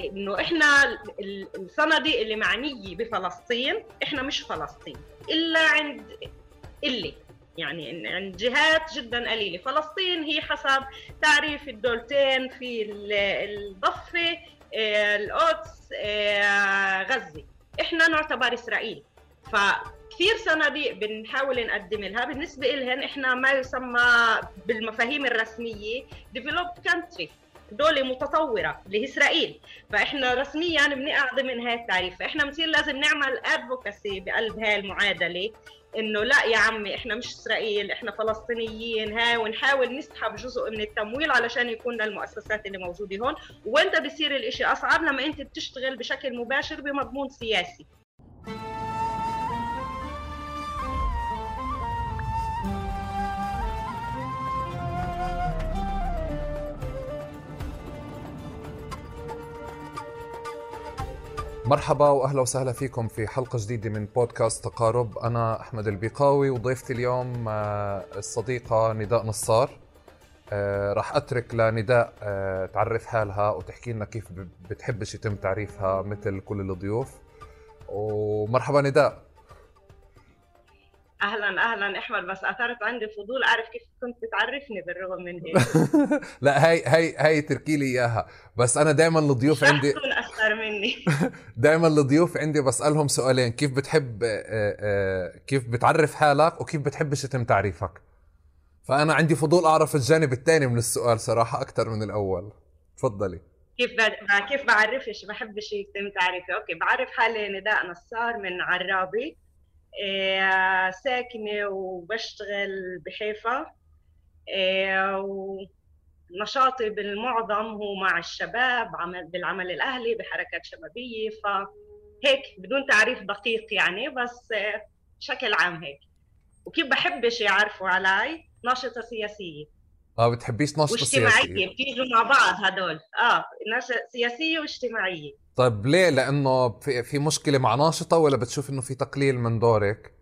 انه احنا الصناديق اللي معنيه بفلسطين احنا مش فلسطين الا يعني عند جهات جدا قليله. فلسطين هي حسب تعريف الدولتين في الضفه، القدس، غزه. احنا نعتبر اسرائيل. فكثير صناديق بنحاول نقدم لها بالنسبه لهن احنا ما يسمى بالمفاهيم الرسميه developed country، دولة متطورة اللي هي إسرائيل. فإحنا رسمياً بنقع ضمن هاي التعريف. فإحنا بنصير لازم نعمل advocacy بقلب هاي المعادلة، إنه لا يا عمي إحنا مش إسرائيل، إحنا فلسطينيين هاي، ونحاول نسحب جزء من التمويل علشان يكون للمؤسسات اللي موجودة هون. وأنت بصير الإشي أصعب لما أنت بتشتغل بشكل مباشر بمضمون سياسي. مرحبا واهلا وسهلا فيكم في حلقه جديده من بودكاست تقارب. انا احمد البيقاوي وضيفتي اليوم الصديقه نداء نصار. راح اترك لنداء تعرف حالها وتحكي لنا كيف بتحبش يتم تعريفها مثل كل الضيوف. ومرحبا نداء. اهلا احمد، بس اثرت عندي فضول اعرف كيف كنت بتعرفني بالرغم من هيك. لا هي تركي لي اياها. بس انا دائما الضيوف عندي تكون اكثر مني. دائما الضيوف عندي بسالهم سؤالين: كيف بتحب كيف بتعرف حالك، وكيف بتحبش يتم تعريفك. فانا عندي فضول اعرف الجانب الثاني من السؤال صراحه اكثر من الاول. تفضلي. كيف بعرفش بحبش يتم تعريفي؟ اوكي، بعرف حالي نداء نصار من عرابي، ساكنة وبشتغل بحيفا، ونشاطي بالمعظم هو مع الشباب، بالعمل الأهلي بحركات شبابية. فهيك بدون تعريف دقيق يعني، بس بشكل عام هيك. وكيف بحبش يعرفوا علي؟ ناشطة سياسية. بتحبيش ناشطة واجتماعية، سياسية؟ بتيجوا مع بعض هدول. ناشطة سياسية واجتماعية. طيب ليه؟ لأنه في مشكلة مع ناشطة، ولا بتشوف إنه في تقليل من دورك؟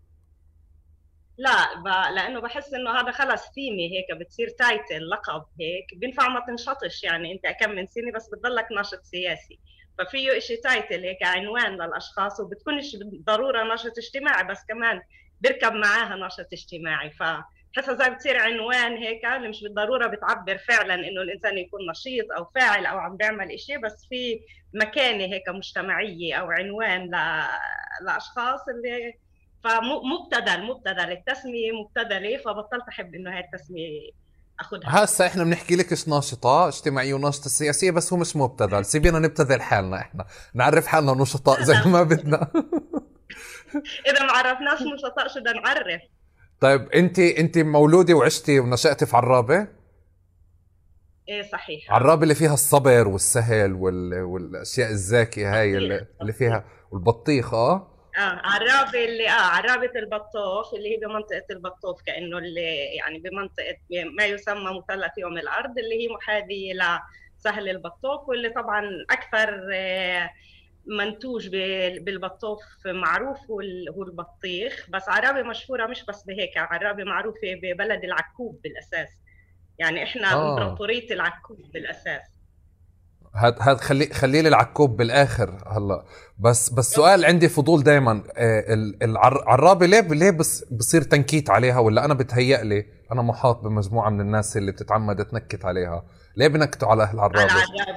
لا، لانه بحس انه هذا خلص ثيمي هيك، بتصير تايتل، لقب هيك بينفع ما تنشطش. يعني انت كم من سنه بس بتضلك ناشط سياسي، ففيه إشي تايتل هيك عنوان للاشخاص، وبتكونش بالضروره ناشط اجتماعي بس كمان بركب معاها ناشط اجتماعي. فحسها زي بتصير عنوان هيك اللي مش بالضروره بتعبر فعلا انه الانسان يكون نشيط او فاعل او عم بيعمل إشي، بس في مكانه هيك مجتمعيه او عنوان لاشخاص اللي. فمبتذل التسمية مبتذلة، فبطلت أحب إنه هاي التسمية أخذها. هسا إحنا بنحكي لك إيش ناشطة اجتماعية وناشطة سياسية، بس هو مش مبتذل. سيبينا نبتذل حالنا، إحنا نعرف حالنا نشطاء زي ما بدنا. إذا ما عرفناش نشطاء شو بدنا نعرف؟ طيب أنت مولودة وعشتي ونشأتي في عرابة؟ إيه صحيح. عرابة اللي فيها الصبر والسهل والأشياء الزاكية، هاي اللي فيها والبطيخ. عرابة اللي عرابة البطوف اللي هي بمنطقة البطوف، كأنه اللي يعني بمنطقة ما يسمى مثلث يوم الأرض، اللي هي محاذية لسهل البطوف، واللي طبعا أكثر منتوج بالبطوف معروف هو البطيخ. بس عرابة مشهورة مش بس بهيك، عرابة معروفة ببلد العكوب بالأساس. يعني إحنا إمبراطورية العكوب بالأساس. هاد خلي لي العكوب بالاخر هلا. بس سؤال عندي فضول دائما: العرابه ليه بصير تنكيت عليها؟ ولا انا بتهيأ لي انا محاط بمجموعه من الناس اللي بتتعمد تنكت عليها؟ ليه بنكتوا على اهل العرابه؟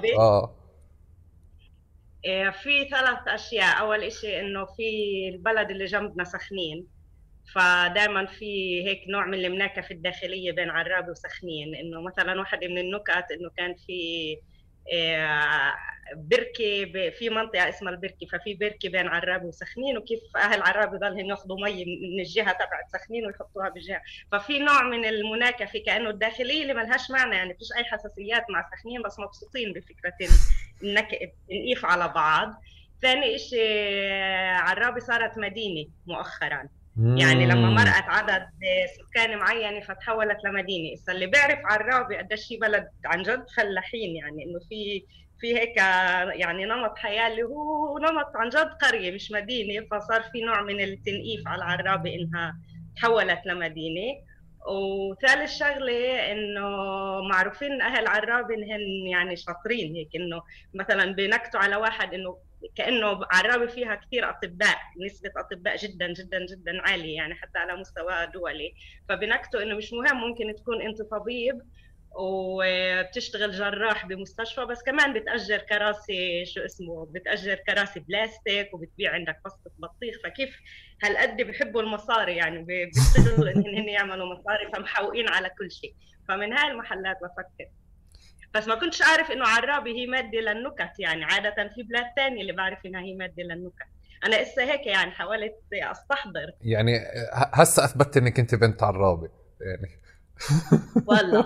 في 3 أشياء. أول إشي إنه في البلد اللي جنبنا سخنين، فدائما في هيك نوع من المناكفة الداخلية بين عرابة وسخنين. إنه مثلا واحدة من النكت إنه كان في بركة في منطقة اسمها البركة، ففي بركة بين عرابة وسخنين، وكيف أهل عرابة ضلهم ياخذوا مي من الجهة تبعت سخنين ويحطوها بالجهة. ففي نوع من المناكفة كأنه الداخلية اللي ملهاش معنى، يعني فيش أي حساسيات مع سخنين، بس مبسوطين بفكرة التنقيف على بعض. ثاني إشي، عرابة صارت مدينة مؤخرا، يعني لما مرقت عدد سكاني معين فتحولت لمدينه. هسه اللي بيعرف عرابه قديش هي بلد عن جد فلاحين، يعني انه في هيك يعني نمط حياه اللي هو نمط عن جد قريه مش مدينه. فصار في نوع من التنقيف على عرابه انها تحولت لمدينه. وثالث شغلة إنه معروفين أهل عرابة إنهن يعني شاطرين هيك، إنه مثلا بنكتوا على واحد إنه كأنه عرابة فيها كثير أطباء، نسبة أطباء جدا جدا جدا عالية يعني حتى على مستوى دولي، فبنكتوا إنه مش مهم ممكن تكون أنت طبيب وبتشتغل جراح بمستشفى، بس كمان بتأجر كراسي شو اسمه، بتأجر كراسي بلاستيك وبتبيع عندك بسطة بطيخ. فكيف هالقد بيحبوا المصاري يعني بيشتغلوا إنهم يعملوا مصاري، فمحوقين على كل شيء. فمن هاي المحلات بفكر. بس ما كنتش أعرف إنه عرابي هي مادة للنكت، يعني عادة في بلاد تانية اللي بعرف إنها هي مادة للنكت. أنا إسا هيك يعني حاولت أستحضر. يعني هسه اثبتت انك انت بنت عرابي يعني. والله.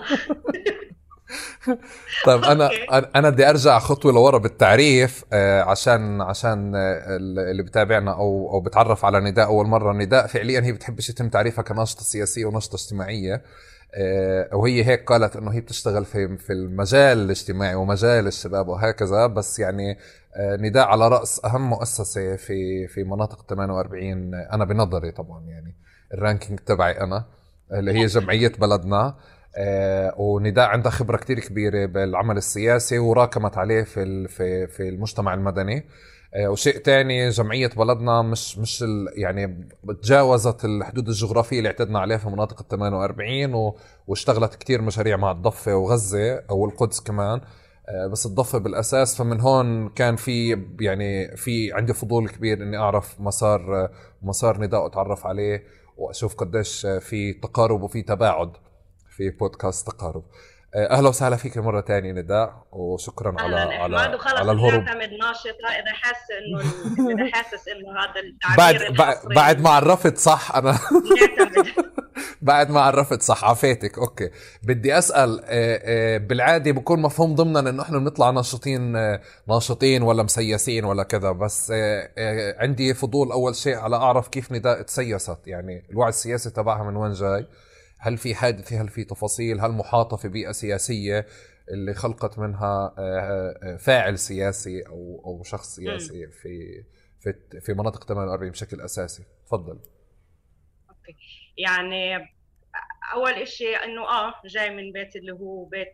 طيب انا أوكي. انا بدي ارجع خطوه لورا بالتعريف، عشان اللي بتابعنا او بتعرف على نداء اول مره. نداء فعليا هي بتحبش يتم تعريفها كناشطه سياسيه وناشطه اجتماعيه، وهي هيك قالت انه هي بتشتغل في المجال الاجتماعي ومجال الشباب وهكذا. بس يعني نداء على راس اهم مؤسسه في مناطق 48 انا بنظري طبعا، يعني الرانكينج تبعي انا اللي هي جمعيه بلدنا. ونداء عندها خبرة كتير كبيرة بالعمل السياسي وراكمت عليه في المجتمع المدني. وشيء تاني، جمعية بلدنا مش يعني تجاوزت الحدود الجغرافية اللي اعتدنا عليها في مناطق 48 واشتغلت كتير مشاريع مع الضفة وغزة أو القدس كمان، بس الضفة بالأساس. فمن هون كان في يعني في عندي فضول كبير إني أعرف مسار نداء وأتعرف عليه وأشوف قديش في تقارب وفي تباعد في بودكاست تقارب. اهلا وسهلا فيك مرة تانية نداء، وشكرا اهلا احمد. وخلص على الهروب. بنعتمد ناشطه اذا حاسس انه اذا حاسس انه هذا التعبير بعد الحصري ما عرفت صح انا. بنعتمد. بعد ما عرفت صح عفيتك. اوكي، بدي اسال، بالعاده بكون مفهوم ضمنا انه احنا بنطلع ناشطين ولا مسيسين ولا كذا، بس عندي فضول اول شيء على اعرف كيف نداء تسيست، يعني الوعي السياسي تبعها من وين جاي؟ هل في حادثة؟ هل في تفاصيل؟ هل محاطة في بيئة سياسية اللي خلقت منها فاعل سياسي أو شخص سياسي في مناطق 48 بشكل أساسي؟ تفضل. اوكي. يعني اول اشي انه جاي من بيت اللي هو بيت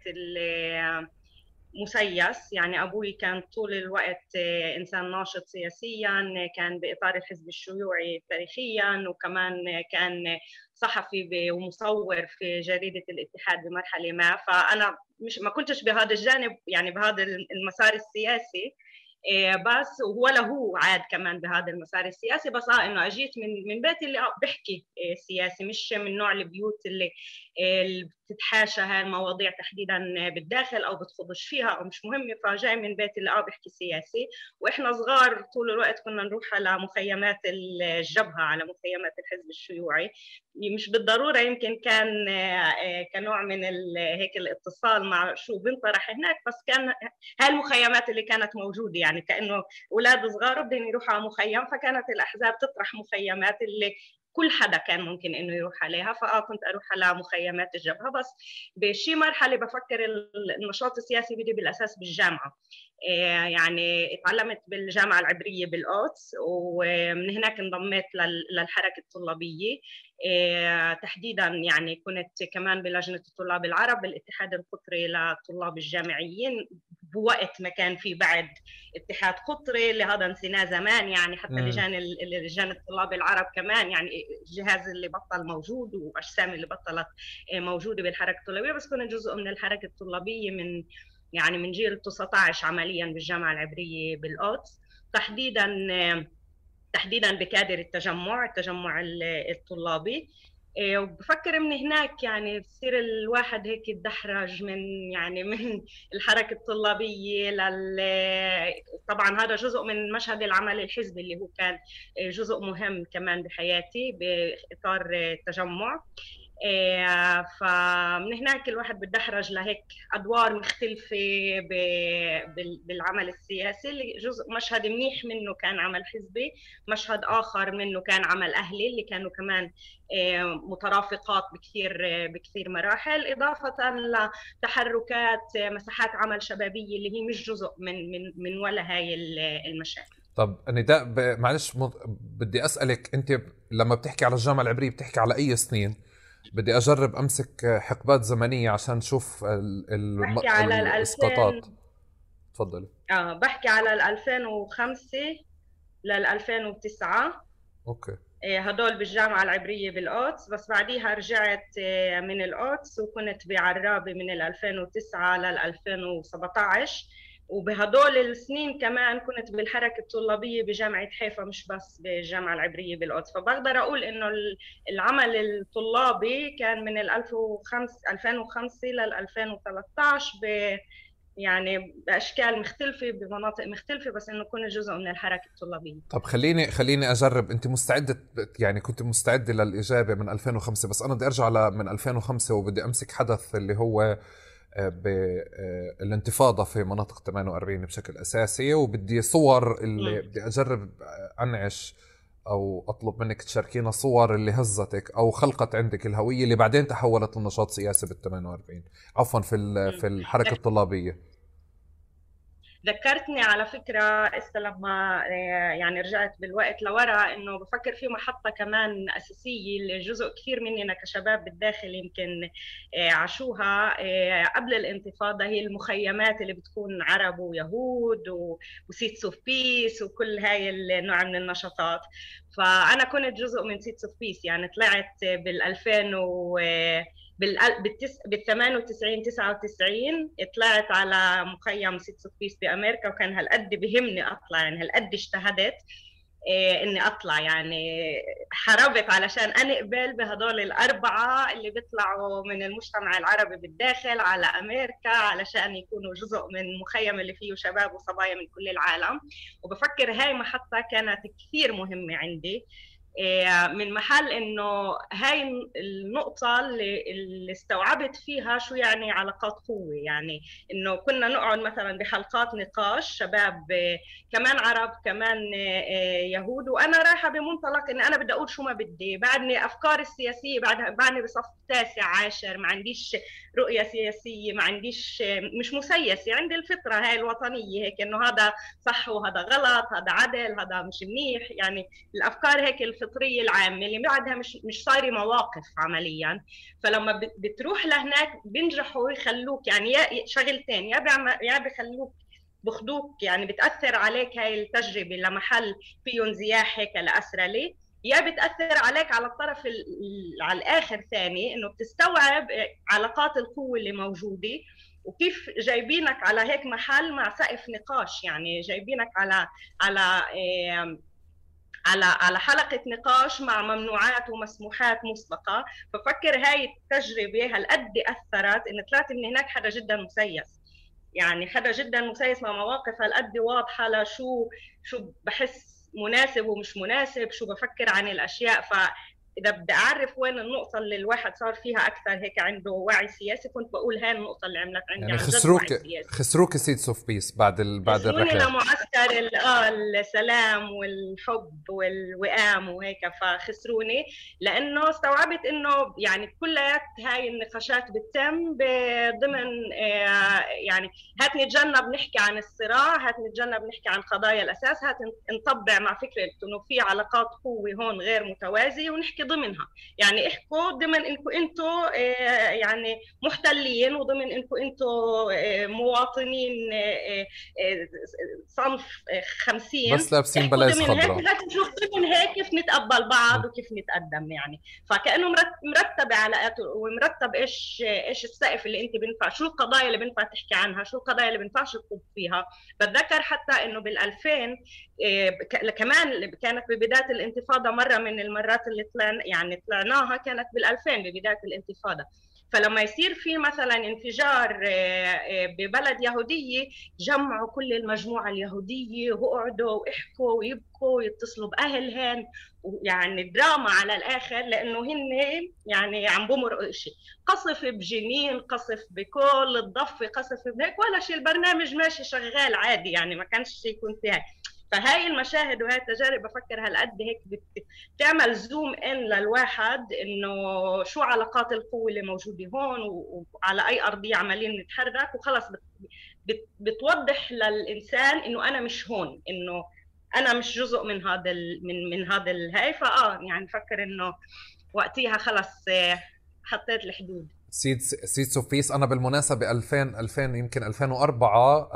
مسيس. يعني ابوي كان طول الوقت انسان ناشط سياسيا، كان باطار الحزب الشيوعي تاريخيا، وكمان كان صحفي ومصور في جريده الاتحاد بمرحله ما. فانا مش ما كنتش بهذا الجانب، يعني بهذا المسار السياسي، بس ولا هو عاد كمان بهذا المسار السياسي. بس انه اجيت من بيت اللي بحكي سياسي، مش من نوع البيوت اللي بتتحاشى هاي المواضيع تحديدا بالداخل او بتخضش فيها او مش مهمه. فجاي من بيت اللي بحكي سياسي. واحنا صغار طول الوقت كنا نروح على مخيمات الجبهه، على مخيمات الحزب الشيوعي. مش بالضروره، يمكن كان كنوع من هيك الاتصال مع شو بنطرح هناك، بس كان هاي المخيمات اللي كانت موجوده، يعني كانه اولاد صغار بدهم يروحوا على مخيم، فكانت الاحزاب تطرح مخيمات اللي كل حدا كان ممكن انه يروح عليها. كنت اروح على مخيمات الجبهه. بس بشي مرحله بفكر النشاط السياسي بدي بالاساس بالجامعه. يعني اتعلمت بالجامعه العبريه بالقدس، ومن هناك انضميت للحركه الطلابيه. تحديدا يعني كنت كمان بلجنه الطلاب العرب بالاتحاد القطري للطلاب الجامعيين، بوقت ما كان في بعد اتحاد قطري اللي هذا نسيناه زمان. يعني حتى لجان الطلاب العرب كمان، يعني الجهاز اللي بطل موجود واجسام اللي بطلت موجوده بالحركه الطلابيه. بس كنا جزء من الحركه الطلابيه من جيل 19 عمليا بالجامعه العبريه بالقدس، تحديدا بكادر التجمع الطلابي. وبفكر من هناك يعني بصير الواحد هيك يتدحرج من الحركة الطلابية طبعا هذا جزء من مشهد العمل الحزبي اللي هو كان جزء مهم كمان بحياتي بإطار التجمع. فمن هناك الواحد بتدحرج لهيك أدوار مختلفة بالعمل السياسي. اللي جزء مشهد منيح منه كان عمل حزبي، مشهد آخر منه كان عمل أهلي اللي كانوا كمان مترافقات بكثير مراحل، إضافة لتحركات مساحات عمل شبابية اللي هي مش جزء من ولا هاي المشاكل. طب نداء، معلش بدي أسألك، أنت لما بتحكي على الجامعة العبرية بتحكي على أي سنين؟ بدي اجرب امسك حقبات زمنيه عشان اشوف بحكي على ال 2000. الاسقاطات. تفضلي. بحكي على ال 2005 لل 2009. اوكي. هدول بالجامعة العبرية بالقدس، بس بعديها رجعت من القدس وكنت بعرابة من 2009 لل 2017. وبهدول السنين كمان كنت بالحركة الطلابية بجامعة حيفا، مش بس بالجامعة العبرية بالقدس. فبقدر أقول إنه العمل الطلابي كان من 2005 لل 2013 يعني باشكال مختلفه بمناطق مختلفه، بس انه كنا جزء من الحركه الطلابيه. طب خليني اجرب. انت مستعده، يعني كنت مستعده للاجابه من 2005، بس انا بدي ارجع من 2005 وبدي امسك حدث اللي هو بالانتفاضة في مناطق 48 بشكل أساسي، وبدي صور اللي بدي أجرب أنعش أو أطلب منك تشاركينا صور اللي هزتك أو خلقت عندك الهوية اللي بعدين تحولت لنشاط سياسي بال 48، عفوا في الحركة الطلابية. ذكرتني على فكرة لما يعني رجعت بالوقت لورا، انه بفكر في محطة كمان أساسية اللي جزء كثير مننا كشباب بالداخل يمكن عاشوها قبل الانتفاضة، هي المخيمات اللي بتكون عرب ويهود وسيتس اوف بيس وكل هاي النوع من النشاطات. فأنا كنت جزء من سيتس اوف بيس، يعني طلعت بال2000 بال 98 99 طلعت على مخيم سيتس اوف بيس بامريكا، وكان هالقد بهمني اطلع، يعني هالقد اجتهدت اني اطلع، يعني حاربت علشان انقبل بهدول الاربعه اللي بيطلعوا من المجتمع العربي بالداخل على امريكا علشان يكونوا جزء من المخيم اللي فيه شباب وصبايا من كل العالم. وبفكر هاي محطه كانت كثير مهمه عندي، من محل انه هاي النقطة اللي استوعبت فيها شو يعني علاقات قوة. يعني انه كنا نقعد مثلا بحلقات نقاش شباب كمان عرب كمان يهود، وانا رايحة بمنطلق ان انا بدي اقول شو ما بدي، بعدني افكاري السياسية بعدني بصف تاسع عاشر، ما عنديش رؤية سياسية، ما عنديش، مش مسيسة، عندي الفطرة هاي الوطنية هيك انه هذا صح وهذا غلط، هذا عدل هذا مش منيح، يعني الافكار هيك الفطريه العامه اللي بعدها مش صايره مواقف عمليا. فلما بتروح لهناك بينجحوا يخلوك يعني يا شغلتين، يا بخلوك بخدوك، يعني بتاثر عليك هاي التجربه لمحل فيه انزياح هيك لاسرلي، يا بتاثر عليك على الطرف على الاخر ثاني، انه بتستوعب علاقات القوه اللي موجوده وكيف جايبينك على هيك محل مع سقف نقاش، يعني جايبينك على على حلقة نقاش مع ممنوعات ومسموحات مسبقة. ففكر هاي التجربة هالقد أثرت إن طلعت من هناك حدا جدا مسيس، يعني حدا جدا مسيس مع مواقف هالقد واضحة شو بحس مناسب ومش مناسب، شو بفكر عن الأشياء. إذا بدي أعرف وين النقطة اللي الواحد صار فيها أكثر هيك عنده وعي سياسي، كنت بقول هاي النقطة اللي عملت عندي يعني عن جد وعي سياسي. خسروك سيتس اوف بيس بعد خسروني الرحلات. لمعسكر السلام والحب والوئام وهيك، فخسروني لانه استوعبت انه يعني كليات هاي النقاشات بتتم ضمن يعني هات نتجنب نحكي عن الصراع، هات نتجنب نحكي عن قضايا الاساس، هات نطبع مع فكره انه في علاقات قوه هون غير متوازيه ونحكي ضمنها. يعني احكوا ضمن انكم انتم يعني محتلين، وضمن انكم انتم مواطنين صنف 50، بس لابسين احكوا بلايز ضمن هيك، خضراء. لازم نشوف ضمن هيك كيف نتقبل بعض وكيف نتقدم. يعني فكانه مرتب علاقاته ومرتب ايش السقف اللي انت بينفع، شو القضايا اللي بينفع تحكي عنها، شو القضايا اللي بينفعش تخوض فيها. بتذكر حتى انه بال2000 كمان كانت ببدايه الانتفاضه، مره من المرات اللي طلعناها كانت بال2000 ببدايه الانتفاضه. فلما يصير في مثلا انفجار ببلد يهوديه، جمعوا كل المجموعه اليهوديه وقعدوا واحكوا ويبكوا ويتصلوا باهلهن، ويعني دراما على الاخر، لانه هن يعني عم بمرقوا شيء، قصف بجنين، قصف بكل الضفه، قصف بهيك، ولا شيء، البرنامج ماشي شغال عادي، يعني ما كانش يكون فيها. فهاي المشاهد وهاي التجارب بفكر هالقد هيك بتعمل زوم ان للواحد انه شو علاقات القوه اللي موجوده هون وعلى اي ارضيه عمالين نتحرك، وخلص بتوضح للانسان انه انا مش هون، انه انا مش جزء من هذا من هذا الهاي. يعني فكر انه وقتها خلص حطيت الحدود. سيدز اوف بيس. انا بالمناسبه 2000 يمكن 2004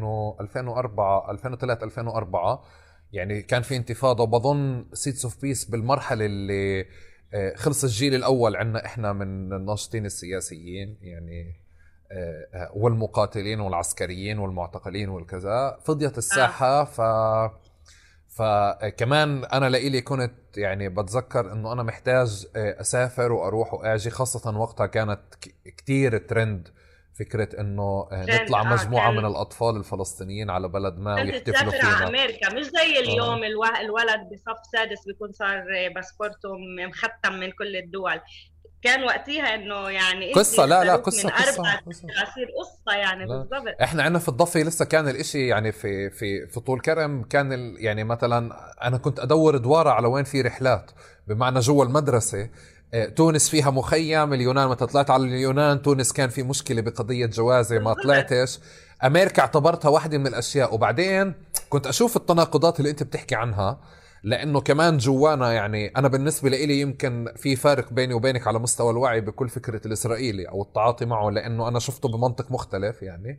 2003 2004 يعني كان في انتفاضه، وبظن سيدز اوف بيس بالمرحله اللي خلص الجيل الاول عندنا احنا من الناشطين السياسيين يعني والمقاتلين والعسكريين والمعتقلين والكذا، فضيت الساحه. فكمان انا لإلي كنت يعني بتذكر انه انا محتاج اسافر واروح واجي، خاصة وقتها كانت كتير ترند فكرة انه نطلع مجموعة من الاطفال الفلسطينيين على بلد ما كنت ويحتفلوا تسافر فينا. على امريكا، مش زي اليوم الولد بصف سادس بيكون صار باسبورته مختم من كل الدول. كان وقتها انه يعني انت قصة لا اختاروك قصة من قصة اربعه قصة تصير قصه يعني لا. بالضبط. احنا عندنا في الضفة لسه كان الاشي يعني في طول كرم كان يعني مثلا انا كنت ادور دوارة على وين في رحلات، بمعنى جوا المدرسة. تونس فيها مخيم، اليونان متى طلعت على اليونان تونس كان في مشكلة بقضية جوازة ما بالضبط. طلعتش. امريكا اعتبرتها واحدة من الاشياء، وبعدين كنت اشوف التناقضات اللي انت بتحكي عنها، لانه كمان جوانا يعني انا بالنسبة لي يمكن في فارق بيني وبينك على مستوى الوعي بكل فكرة الاسرائيلي او التعاطي معه، لانه انا شفته بمنطق مختلف يعني.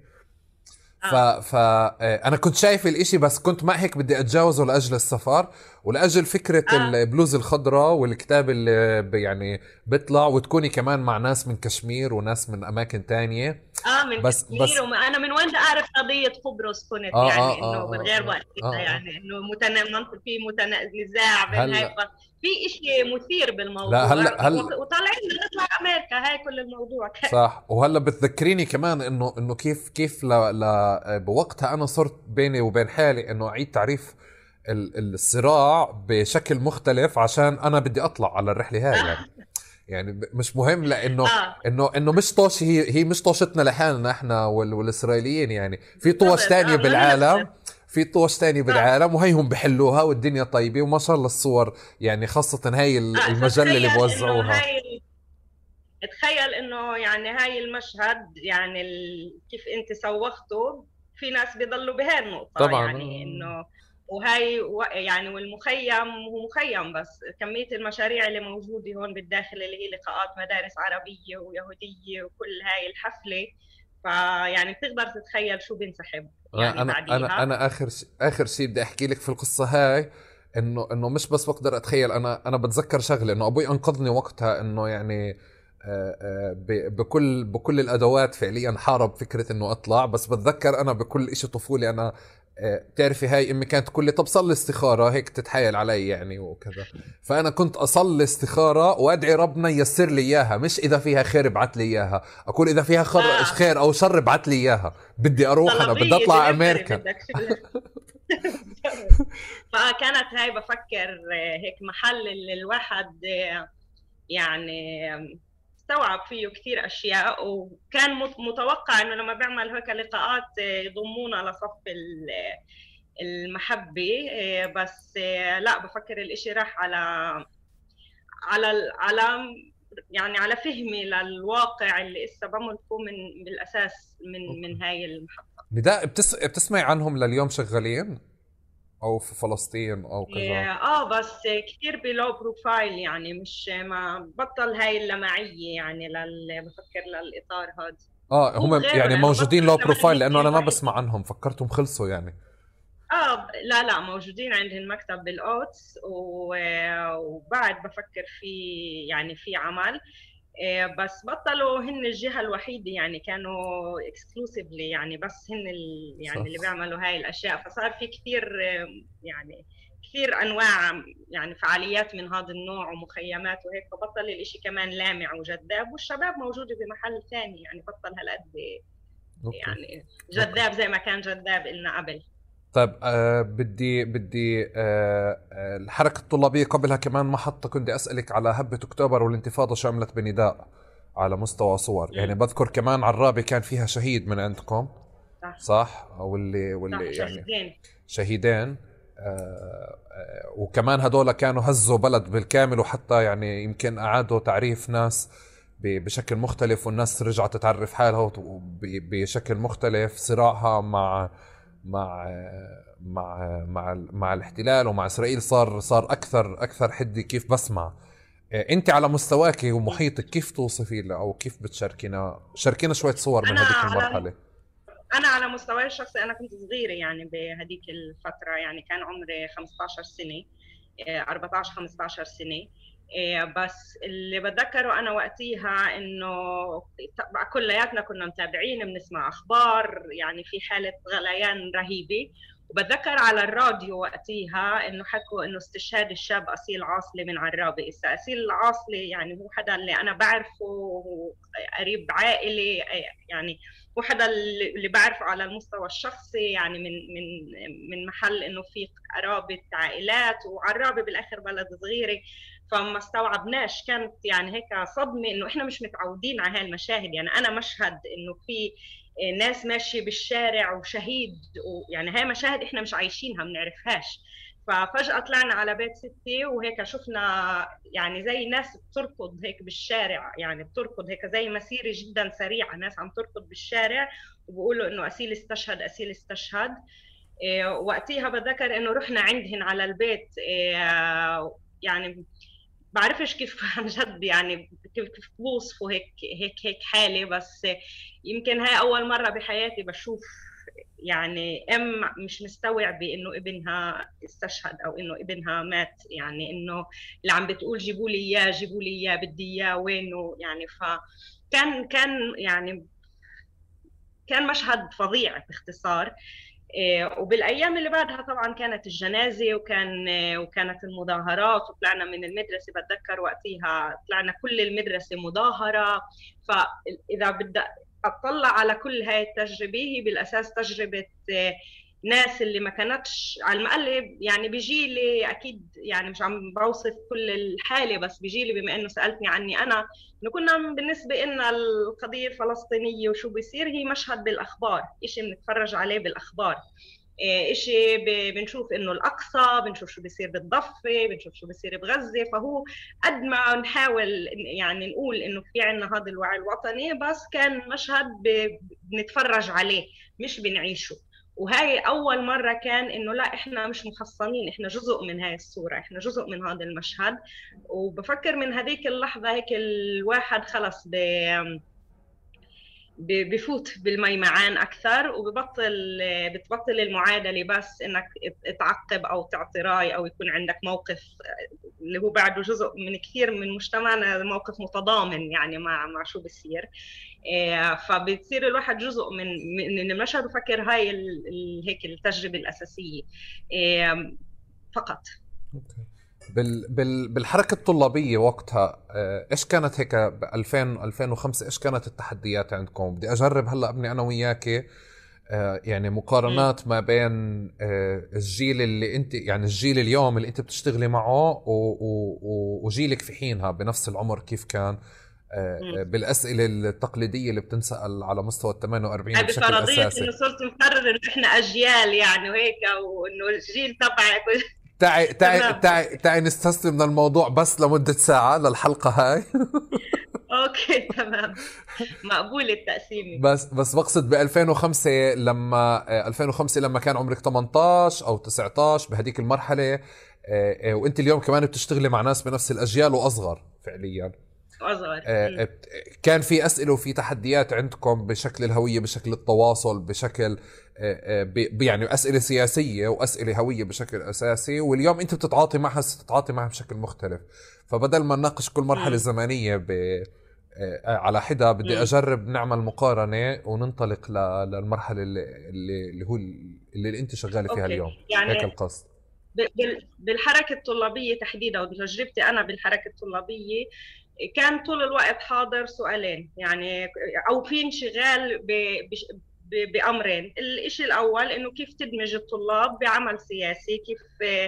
انا كنت شايف الاشي، بس كنت مع هيك بدي اتجاوزه لاجل السفر ولاجل فكرة البلوز الخضراء والكتاب اللي يعني بيطلع، وتكوني كمان مع ناس من كشمير وناس من اماكن تانية. من بس كثير. انا من وين اعرف قضيه قبرص كنت آه آه يعني آه انه آه بالغير آه وقتها آه آه. يعني انه في نزاع بين هاي هلا في شيء مثير لا بالموضوع. هلا وطالعين نطلع امريكا، هاي كل الموضوع كان. صح. وهلا بتذكريني كمان انه كيف بوقتها انا صرت بيني وبين حالي انه اعيد تعريف الصراع بشكل مختلف، عشان انا بدي اطلع على الرحله هاي يعني. يعني مش مهم، لانه انه مش طوش، هي مش طوشتنا لحالنا احنا والاسرائيليين يعني. في طوش بالضبط. تانية بدنا بالعالم، نفصل. في طوش تانية بالعالم، وهيهم بحلوها والدنيا طيبة وما شاء الله الصور يعني، خاصة هاي المجلة اللي فتخيل انه بوزعوها. تخيل انه يعني هاي المشهد يعني كيف انت سوقته، في ناس بيضلوا بهاي النقطة طبعا يعني انه وهي يعني والمخيم هو مخيم، بس كمية المشاريع اللي موجودة هون بالداخل اللي هي لقاءات مدارس عربية ويهودية وكل هاي الحفلة، فيعني بتقدر تتخيل شو بينسحب يعني بعديها. انا اخر شيء بدي احكي لك في القصه هاي، انه مش بس بقدر اتخيل، انا بتذكر شغله، انه ابوي انقذني وقتها، انه يعني بكل الادوات فعليا حارب فكره انه اطلع. بس بتذكر انا بكل إشي طفولي انا بتعرفي هاي امي كانت تقول لي طب صلي استخاره هيك تتحايل علي يعني وكذا. فانا كنت اصلي استخاره وادعي ربنا ييسر لي اياها، مش اذا فيها خير ابعث لي اياها، اقول اذا فيها خير او شر ابعث لي اياها، بدي اروح، انا بدي طلبية اطلع دليفري امريكا. بدك فكانت هاي بفكر هيك محل اللي الواحد يعني استوعب فيه كثير اشياء، وكان متوقع انه لما بيعمل هيك لقاءات يضمونا لصف المحبة. بس لا، بفكر الاشي راح على يعني على فهمي للواقع اللي اسا بملكه من بالاساس من هاي المحطة. نداء بتسمعي عنهم لليوم شغالين او في فلسطين او كذا؟ بس كثير بلو بروفايل يعني، مش ما بطل هاي اللمعية يعني بفكر للإطار هذا. هو هم وغيره يعني لأنه موجودين بطل لو كمان بروفايل، لانه هيك انا ما واحد. بسمع عنهم، فكرتهم خلصوا يعني. لا لا، موجودين عندهم مكتب بالأوتس وبعد بفكر في يعني في عمل. بس بطلوا هن الجهة الوحيدة يعني، كانوا اكسكلوسيفلي يعني بس هن يعني اللي صح. بيعملوا هاي الأشياء. فصار في كثير يعني كثير أنواع يعني فعاليات من هذا النوع ومخيمات وهيك، فبطل الإشي كمان لامع وجذاب، والشباب موجودة بمحل ثاني يعني، بطل هالقد اوكي يعني اوكي. جذاب زي ما كان جذاب إلنا قبل. طيب بدي الحركة الطلابية قبلها كمان محطة، كنت اسألك على هبة اكتوبر والانتفاضة شو عملت بنداء على مستوى صور يعني. بذكر كمان عرابي كان فيها شهيد من عندكم، صح صح؟ صح، واللي يعني شهيدين. شهيدين. وكمان هدول كانوا هزوا بلد بالكامل، وحتى يعني يمكن أعادوا تعريف ناس بشكل مختلف، والناس رجعت تعرف حالها بشكل مختلف. صراعها مع مع الاحتلال ومع إسرائيل صار أكثر حدي كيف بسمع. انت على مستواك ومحيطك كيف توصفي او كيف شاركينا شوية صور من انا هذيك على المرحلة. انا على مستواي الشخصي انا كنت صغيره يعني بهذيك الفتره، يعني كان عمري 15 سنه، 14 15 سنه. بس اللي بتذكره انا وقتيها انه كلياتنا كنا متابعين، بنسمع اخبار، يعني في حاله غليان رهيبه. وبتذكر على الراديو وقتيها انه حكوا انه استشهاد الشاب اسيل عاصلي من عرابه. اسيل العاصلي يعني هو حدا اللي انا بعرفه، هو قريب عائلي، يعني هو حدا اللي بعرفه على المستوى الشخصي، يعني من محل انه في قرابه عائلات، وعرابه بالاخر بلد صغيره. فما استوعبناش، كانت يعني هيك صدمه انه احنا مش متعودين على هالمشاهد. يعني انا مشهد انه في ناس ماشيه بالشارع وشهيد، يعني هاي مشاهد احنا مش عايشينها، ما بنعرفهاش. ففجأة طلعنا على بيت ستي وهيك شفنا يعني زي ناس بتركض هيك بالشارع، يعني بتركض هيك زي مسيرة جدا سريعة، ناس عم تركض بالشارع وبيقولوا انه اسيل استشهد، اسيل استشهد. وقتها بتذكر انه رحنا عندهن على البيت. يعني بعرفش كيف عن جد، يعني كيف بوصفه هيك حالة. بس يمكن هاي أول مرة بحياتي بشوف يعني أم مش مستوعبة إنه ابنها استشهد أو إنه ابنها مات، يعني إنه اللي عم بتقول جيبوا لي إياه، جيبوا لي إياه، بدي إياه، وينه يعني. فكان يعني كان مشهد فظيع باختصار. وبالايام اللي بعدها طبعا كانت الجنازه، وكانت المظاهرات، وطلعنا من المدرسه. بتذكر وقتها طلعنا كل المدرسه مظاهره. فاذا بدي اطلع على كل هاي التجربه، هي بالاساس تجربه ناس اللي ما كانتش على المقلب، يعني بجيلي اكيد، يعني مش عم بوصف كل الحاله، بس بجيلي بما انه سالتني عني انا، انه كنا بالنسبه لنا القضيه الفلسطينيه وشو بيصير هي مشهد بالاخبار، شيء بنتفرج عليه بالاخبار. شيء بنشوف انه الاقصى، بنشوف شو بيصير بالضفه، بنشوف شو بيصير بغزه. فهو قد ما نحاول يعني نقول انه في عندنا هذا الوعي الوطني، بس كان مشهد بنتفرج عليه مش بنعيشه. وهاي اول مره كان انه لا، احنا مش محصنين، احنا جزء من هاي الصوره، احنا جزء من هذا المشهد. وبفكر من هذيك اللحظه هيك الواحد خلص بفوت بالميمعان اكثر، بتبطل المعادله بس انك تعقب او تعطي راي او يكون عندك موقف اللي هو بعده جزء من كثير من مجتمعنا، موقف متضامن يعني مع شو بصير. فبتصير الواحد جزء من المشهد، وفكر هاي هيك التجربه الاساسيه فقط. أوكي. بالحركة الطلابية وقتها ايش كانت هيك ب 2000 2005 ايش كانت التحديات عندكم؟ بدي اجرب هلا ابني انا وياك يعني مقارنات ما بين الجيل اللي انت، يعني الجيل اليوم اللي انت بتشتغلي معه وجيلك في حينها بنفس العمر كيف كان بالاسئله التقليديه اللي بتنسال على مستوى ال 48 بشكل بفرضيه اساسي. انه صرت مقرر انه احنا اجيال يعني وهيك، وانه الجيل تبعك تمام، اوكي. تعي نستسلم من الموضوع بس لمدة ساعة للحلقة هاي. اوكي تمام، مقبول التقسيمه. بس بقصد ب 2005 لما 2005 لما كان عمرك 18 او 19 بهديك المرحلة، وانت اليوم كمان بتشتغلي مع ناس بنفس الاجيال واصغر فعليا. اصغر. كان في أسئلة وفي تحديات عندكم بشكل الهوية، بشكل التواصل، بشكل يعني أسئلة سياسية وأسئلة هوية بشكل أساسي، واليوم أنت بتتعاطي معها بشكل مختلف. فبدل ما نناقش كل مرحلة زمنية على حدة، بدي أجرب نعمل مقارنة وننطلق للمرحلة اللي أنت شغالة فيها اليوم. يعني هيك القصد. بالحركة الطلابية تحديدا، وبتجربتي أنا بالحركة الطلابية، كان طول الوقت حاضر سؤالين، يعني او في انشغال بامرين. الشيء الاول انه كيف تدمج الطلاب بعمل سياسي، كيف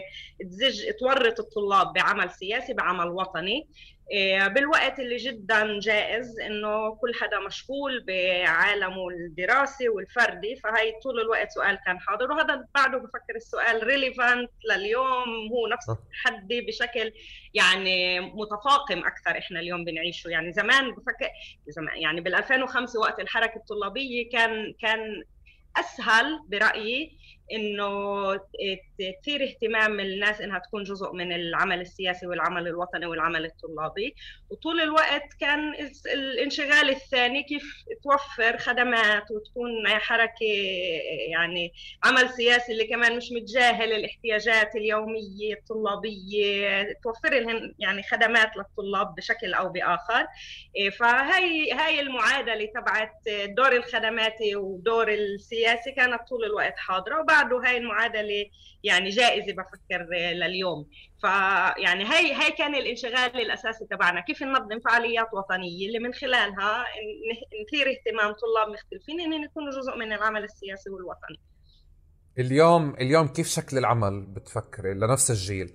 تورط الطلاب بعمل سياسي، بعمل وطني، بالوقت اللي جدا جائز انه كل حدا مشغول بعالمه الدراسي والفردي. فهي طول الوقت سؤال كان حاضر، وهذا بعده بفكر السؤال ريليفانت لليوم، هو نفس التحدي بشكل يعني متفاقم اكثر احنا اليوم بنعيشه. يعني زمان بفكر يعني بال 2005 وقت الحركه الطلابيه كان اسهل برايي انه تثير اهتمام الناس انها تكون جزء من العمل السياسي والعمل الوطني والعمل الطلابي. وطول الوقت كان الانشغال الثاني كيف توفر خدمات وتكون حركة، يعني عمل سياسي اللي كمان مش متجاهل الاحتياجات اليومية الطلابية، توفر لهم يعني خدمات للطلاب بشكل أو بآخر. فهي المعادلة تبعت دور الخدماتي ودور السياسي كانت طول الوقت حاضرة، وبعده هاي المعادلة يعني جائزة بفكر لليوم. فيعني هي كان الانشغال الأساسي تبعنا، كيف ننظم فعاليات وطنية اللي من خلالها نثير اهتمام طلاب مختلفين إن يكونوا جزء من العمل السياسي والوطني. اليوم كيف شكل العمل بتفكري لنفس الجيل؟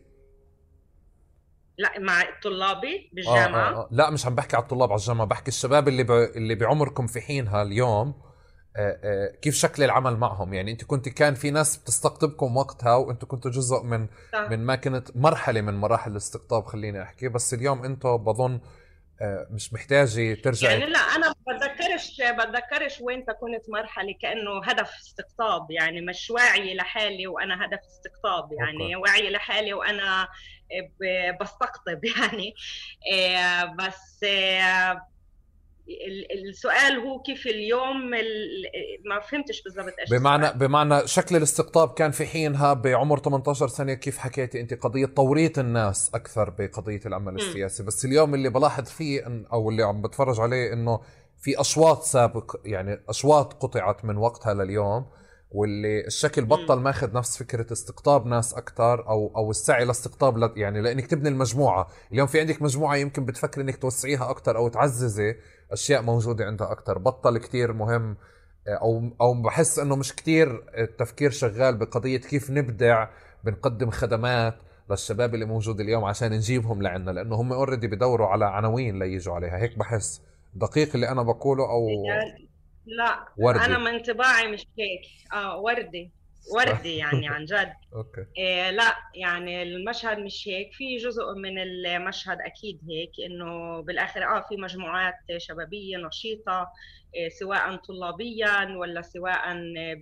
لا مع طلابي بالجامعة. لا، مش عم بحكي على الطلاب على الجامعة، بحكي الشباب اللي بعمركم في حينها اليوم. كيف شكل العمل معهم؟ يعني انت كان في ناس بتستقطبكم وقتها وانتم كنتوا جزء من ما كانت مرحلة من مراحل الاستقطاب، خليني احكي. بس اليوم انتم بظن مش محتاجة ترجعي. يعني لا انا بتذكرش وين كنت مرحله كانه هدف استقطاب، يعني مش واعيه لحالي وانا هدف استقطاب، يعني أوكي. واعيه لحالي وانا بستقطب يعني. بس السؤال هو كيف اليوم ما فهمتش بالضبط ايش السؤال. بمعنى شكل الاستقطاب كان في حينها بعمر 18 سنة، كيف حكيتي انت قضية توريط الناس اكثر بقضية العمل السياسي. بس اليوم اللي بلاحظ فيه او اللي عم بتفرج عليه انه في اشواط سابق، يعني اشواط قطعت من وقتها لليوم، واللي الشكل بطل ماخذ نفس فكرة استقطاب ناس اكثر او السعي لاستقطاب يعني لانك تبني المجموعة. اليوم في عندك مجموعة يمكن بتفكر انك توسعيها اكثر او تعززي اشياء موجودة عندها اكثر. بطل كتير مهم او بحس انه مش كتير التفكير شغال بقضية كيف نبدع، بنقدم خدمات للشباب اللي موجود اليوم عشان نجيبهم لعنا، لانه هم اوريدي بدوروا على عناوين ليجوا عليها. هيك بحس. دقيق اللي انا بقوله او يعني لا انا وردي؟ من انطباعي مش هيك. وردي، وردي يعني عن جد. اوكي. لا يعني المشهد مش هيك، في جزء من المشهد أكيد هيك، إنه بالآخر في مجموعات شبابية نشيطة، سواء طلابيا ولا سواء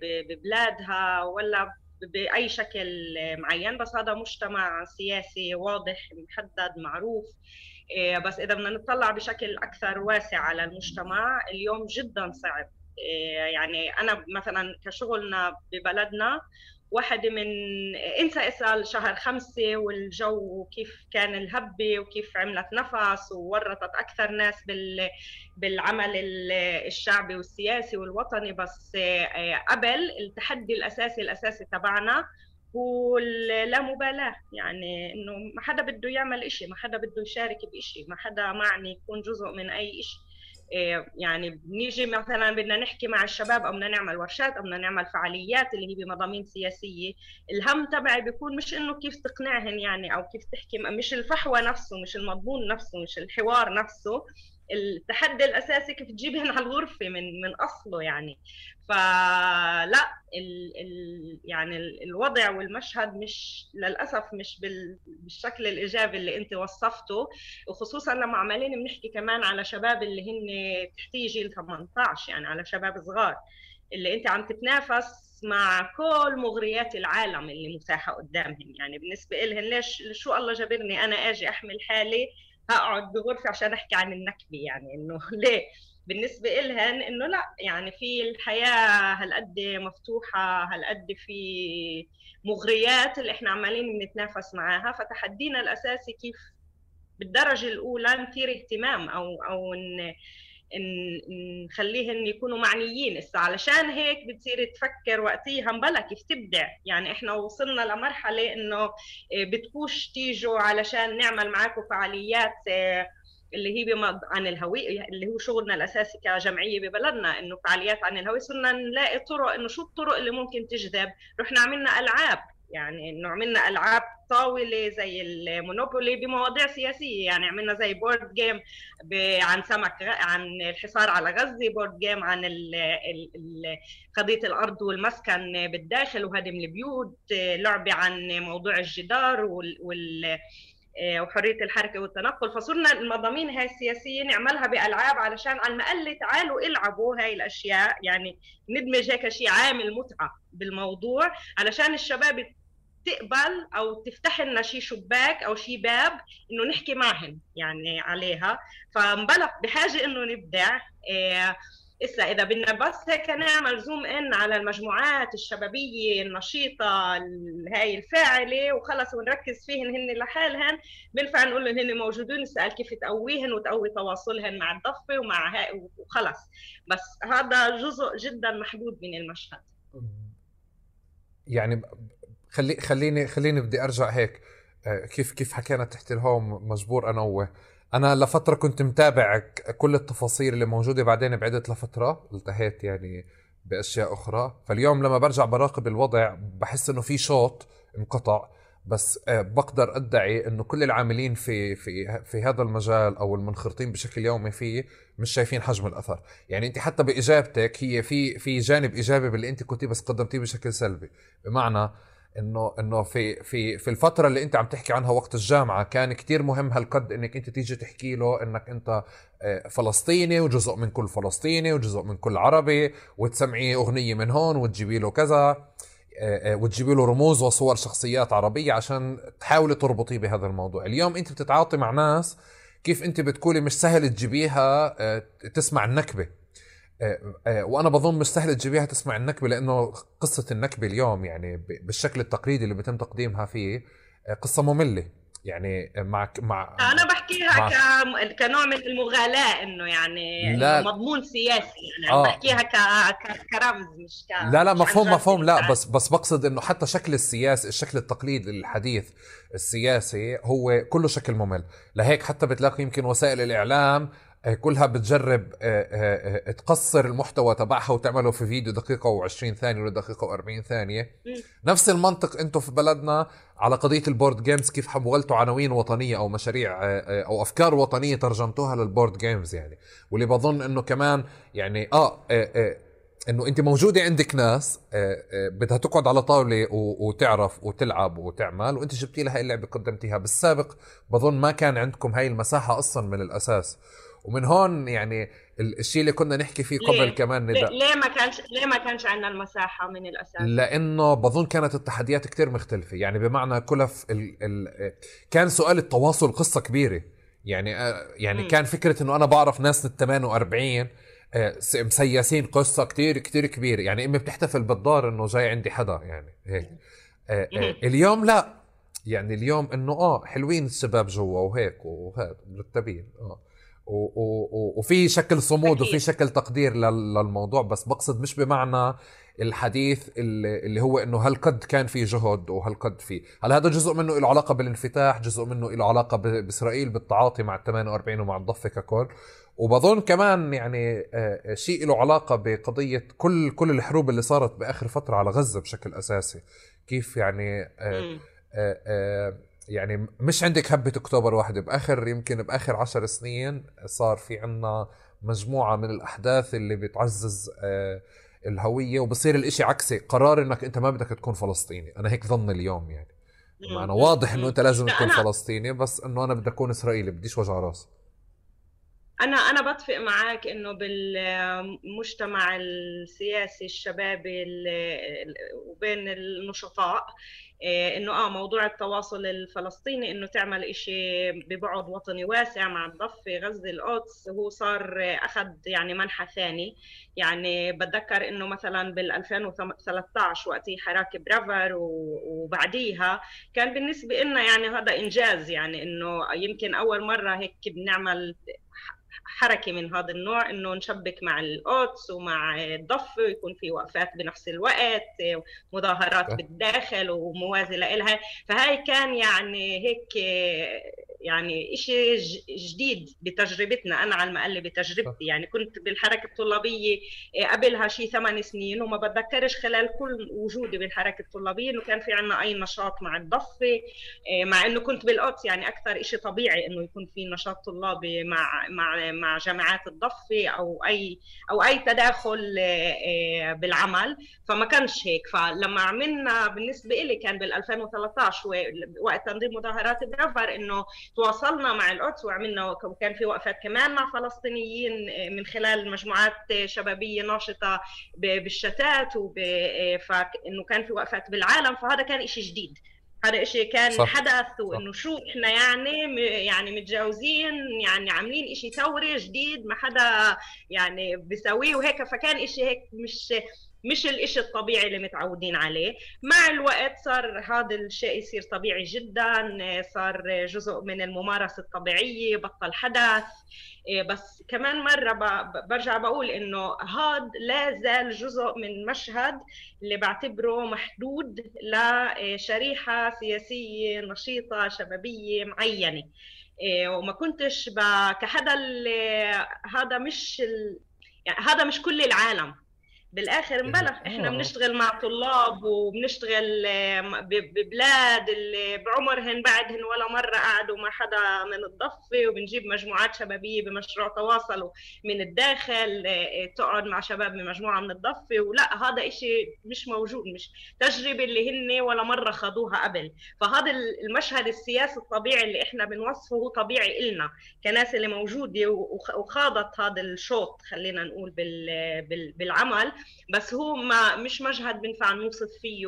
ببلادها ولا بأي شكل معين، بس هذا مجتمع سياسي واضح محدد معروف. بس إذا بدنا نطلع بشكل أكثر واسع على المجتمع اليوم جدا صعب. يعني أنا مثلا كشغلنا ببلدنا واحدة من، انسى اسأل شهر 5 والجو كيف كان الهبة وكيف عملت نفس وورطت أكثر ناس بالعمل الشعبي والسياسي والوطني. بس قبل التحدي الأساسي تبعنا هو لا مبالاة، يعني إنه ما حدا بده يعمل إشي، ما حدا بده يشارك بإشي، ما حدا معني يكون جزء من أي إشي. يعني بنيجي مثلا بدنا نحكي مع الشباب او بدنا نعمل ورشات او بدنا نعمل فعاليات اللي هي بمضامين سياسيه، الهم تبعي بيكون مش انه كيف تقنعهن يعني او كيف تحكي، مش الفحوى نفسه، مش المضمون نفسه، مش الحوار نفسه. التحدي الاساسي كيف تجيبهن على الغرفه من اصله يعني. فلا يعني الوضع والمشهد مش للاسف مش بالشكل الايجابي اللي انت وصفته، وخصوصا لما عمالين بنحكي كمان على شباب اللي هن تحتيه جيل 18، يعني على شباب صغار اللي انت عم تتنافس مع كل مغريات العالم اللي متاحه قدامهم. يعني بالنسبه لهم ليش شو الله جبرني انا اجي احمل حالي هقعد بغرفه عشان احكي عن النكبه، يعني انه ليه؟ بالنسبه لهن انه لا، يعني في الحياه هالقد مفتوحه، هالقد في مغريات اللي احنا عمالين بنتنافس معاها. فتحدينا الاساسي كيف بالدرجه الاولى نثير اهتمام او نخليهن يكونوا معنيين. اسا علشان هيك بتصير تفكر وقتها مبلا كيف تبدع. يعني احنا وصلنا لمرحله انه بتكوش تيجوا علشان نعمل معاكم فعاليات اللي هي عن الهوية، اللي هو شغلنا الأساسي كجمعية ببلدنا، إنه فعاليات عن الهوية. صرنا نلاقي طرق إنه شو الطرق اللي ممكن تجذب. رحنا عملنا ألعاب، يعني إنه عملنا ألعاب طاولة زي المونوبولي بمواضيع سياسية، يعني عملنا زي بورد جيم عن سمك، عن الحصار على غزة، بورد جيم عن قضية الأرض والمسكن بالداخل وهدم البيوت، لعبة عن موضوع الجدار وحرية الحركة والتنقل. فصرنا المضامين هاي السياسية نعملها بألعاب علشان على المقل تعالوا العبوا هاي الأشياء، يعني ندمج هيك شيء عامل متعة بالموضوع علشان الشباب تقبل أو تفتح لنا شيء شباك أو شيء باب إنه نحكي معهم يعني عليها. فنبلغ بحاجة إنه نبدع. إسا إذا بدنا بس هيك نعمل زوم إن على المجموعات الشبابية النشيطة هاي الفاعلة وخلص ونركز فيهن هن لحالهن، بنفع نقول إن هن موجودين. نسأل كيف تقويهن وتقوي تواصلهن مع الضفة ومع هاي وخلص. بس هذا جزء جدا محدود من المشهد. يعني خليني بدي ارجع هيك. كيف حكينا تحت الهوم مجبور انوه. انا لفتره كنت متابع كل التفاصيل اللي موجوده، بعدين بعدت لفتره التهيت يعني باشياء اخرى. فاليوم لما برجع براقب الوضع بحس انه في شوط انقطع، بس بقدر ادعي انه كل العاملين في هذا المجال او المنخرطين بشكل يومي فيه مش شايفين حجم الاثر. يعني انت حتى باجابتك هي في جانب ايجابي باللي انت كنتي بس قدمتيه بشكل سلبي، بمعنى انه في الفتره اللي انت عم تحكي عنها وقت الجامعه كان كتير مهم هالقد انك انت تيجي تحكي له انك انت فلسطيني وجزء من كل فلسطيني وجزء من كل عربي، وتسمعيه اغنيه من هون وتجيبي له كذا، وتجيبي له رموز وصور شخصيات عربيه عشان تحاولي تربطيه بهذا الموضوع. اليوم انت بتتعاطي مع ناس كيف انت بتقولي مش سهل تجيبيها تسمع النكبه، وانا بظن مش سهل تجيبيها تسمع النكبه، لانه قصه النكبه اليوم يعني بالشكل التقليدي اللي بيتم تقديمها فيه قصه ممله. يعني انا بحكيها كنوع من المغالاة، انه يعني انه مضمون سياسي. يعني بحكيها كرمز مش لا مفهوم لا بس بقصد انه حتى شكل السياسي، الشكل التقليدي الحديث السياسي هو كله شكل ممل. لهيك حتى بتلاقي يمكن وسائل الاعلام كلها بتجرب تقصر المحتوى تبعها وتعمله في فيديو دقيقة و20 ثانية ولا دقيقة و40 ثانية. نفس المنطق انتو في بلدنا على قضية البورد جيمز، كيف حولتوا عناوين وطنية او مشاريع او افكار وطنية ترجمتوها للبورد جيمز يعني. واللي بظن انه كمان يعني انه انت موجودة عندك ناس بدها تقعد على طاولة وتعرف وتلعب وتعمل، وانت جبتي لها اللعبة قدمتيها. بالسابق بظن ما كان عندكم هاي المساحة اصلا من الاساس. ومن هون يعني الشيء اللي كنا نحكي فيه قبل كمان ليه ما كانش عندنا المساحة من الأساس؟ لأنه بظن كانت التحديات كتير مختلفة. يعني بمعنى كلف كان سؤال التواصل قصة كبيرة. يعني كان فكرة إنه أنا بعرف ناس 48 مسيسين قصة كتير كتير كبيرة. يعني إمي بتحتفل بالدار إنه جاي عندي حدا يعني هيك. اليوم لا، يعني اليوم إنه حلوين الشباب جوا وهيك وهذا مرتبين وفي شكل صمود وفي شكل تقدير للموضوع. بس بقصد مش بمعنى الحديث اللي هو انه هل قد كان في جهد وهل قد في هذا جزء منه له علاقة بالانفتاح، جزء منه له علاقة بإسرائيل بالتعاطي مع 48 ومع الضفة ككل. وبظن كمان يعني شيء له علاقة بقضية كل الحروب اللي صارت بآخر فترة على غزة بشكل أساسي. كيف يعني يعني مش عندك هبة أكتوبر واحدة، يمكن بآخر 10 سنين صار في عنا مجموعة من الأحداث اللي بتعزز الهوية، وبصير الاشي عكسي. قرار انك انت ما بدك تكون فلسطيني، انا هيك ظن اليوم يعني. انا واضح انه انت لازم تكون فلسطيني، بس انه انا بدي اكون اسرائيلي، بديش وجع راس. انا بتفق معك انه بالمجتمع السياسي الشبابي وبين النشطاء انه موضوع التواصل الفلسطيني انه تعمل اشي ببعد وطني واسع مع الضفة غزة القدس، هو صار اخذ يعني منحى ثاني. يعني بتذكر انه مثلا بال 2013 وقت حراك برافر وبعديها كان بالنسبة لنا يعني هذا انجاز، يعني انه يمكن اول مرة هيك بنعمل حركة من هذا النوع، انه نشبك مع القدس ومع الضفة ويكون في وقفات بنفس الوقت، مظاهرات بالداخل وموازي لها. فهاي كان يعني هيك يعني إشي جديد بتجربتنا. أنا على الأقل بتجربتي، يعني كنت بالحركة الطلابية قبلها شي 8 سنين، وما بتذكرش خلال كل وجودي بالحركة الطلابية إنه كان في عنا أي نشاط مع الضفة. مع إنه كنت بالقدس، يعني أكثر إشي طبيعي إنه يكون في نشاط طلابي مع جامعات الضفة أو أي تداخل بالعمل، فما كانش هيك. فلما عملنا بالنسبة لي كان بال 2013 وقت تنظيم مظاهرات برافر إنه تواصلنا مع القدس وعملنا، وكان في وقفات كمان مع فلسطينيين من خلال مجموعات شبابية ناشطة بالشتات، فإنه كان في وقفات بالعالم. فهذا كان إشي جديد، هذا إشي كان صح. حدث، وإنه شو إحنا يعني متجاوزين، يعني عاملين إشي ثوري جديد ما حدا يعني بيسويه وهيك. فكان إشي هيك مش الإشي الطبيعي اللي متعودين عليه. مع الوقت صار هذا الشيء يصير طبيعي جدا، صار جزء من الممارسة الطبيعية، بطل حدث. بس كمان مرة برجع بقول إنه هذا لا زال جزء من مشهد اللي بعتبره محدود لشريحة سياسية نشيطة شبابية معينة. وما كنتش كحدا هذا مش يعني هذا مش كل العالم. بالاخر مبلغ احنا بنشتغل مع طلاب وبنشتغل ببلاد اللي بعمرهن بعدهن ولا مره قعدوا مع حدا من الضفه، وبنجيب مجموعات شبابيه بمشروع تواصلوا من الداخل تقعد مع شباب من مجموعه من الضفه. ولا هذا إشي مش موجود، مش تجربه اللي هن ولا مره خدوها قبل. فهذا المشهد السياسي الطبيعي اللي احنا بنوصفه هو طبيعي إلنا كناس اللي موجوده وخاضت هذا الشوط، خلينا نقول بالعمل. بس هو مش مشهد بنفع نوصف فيه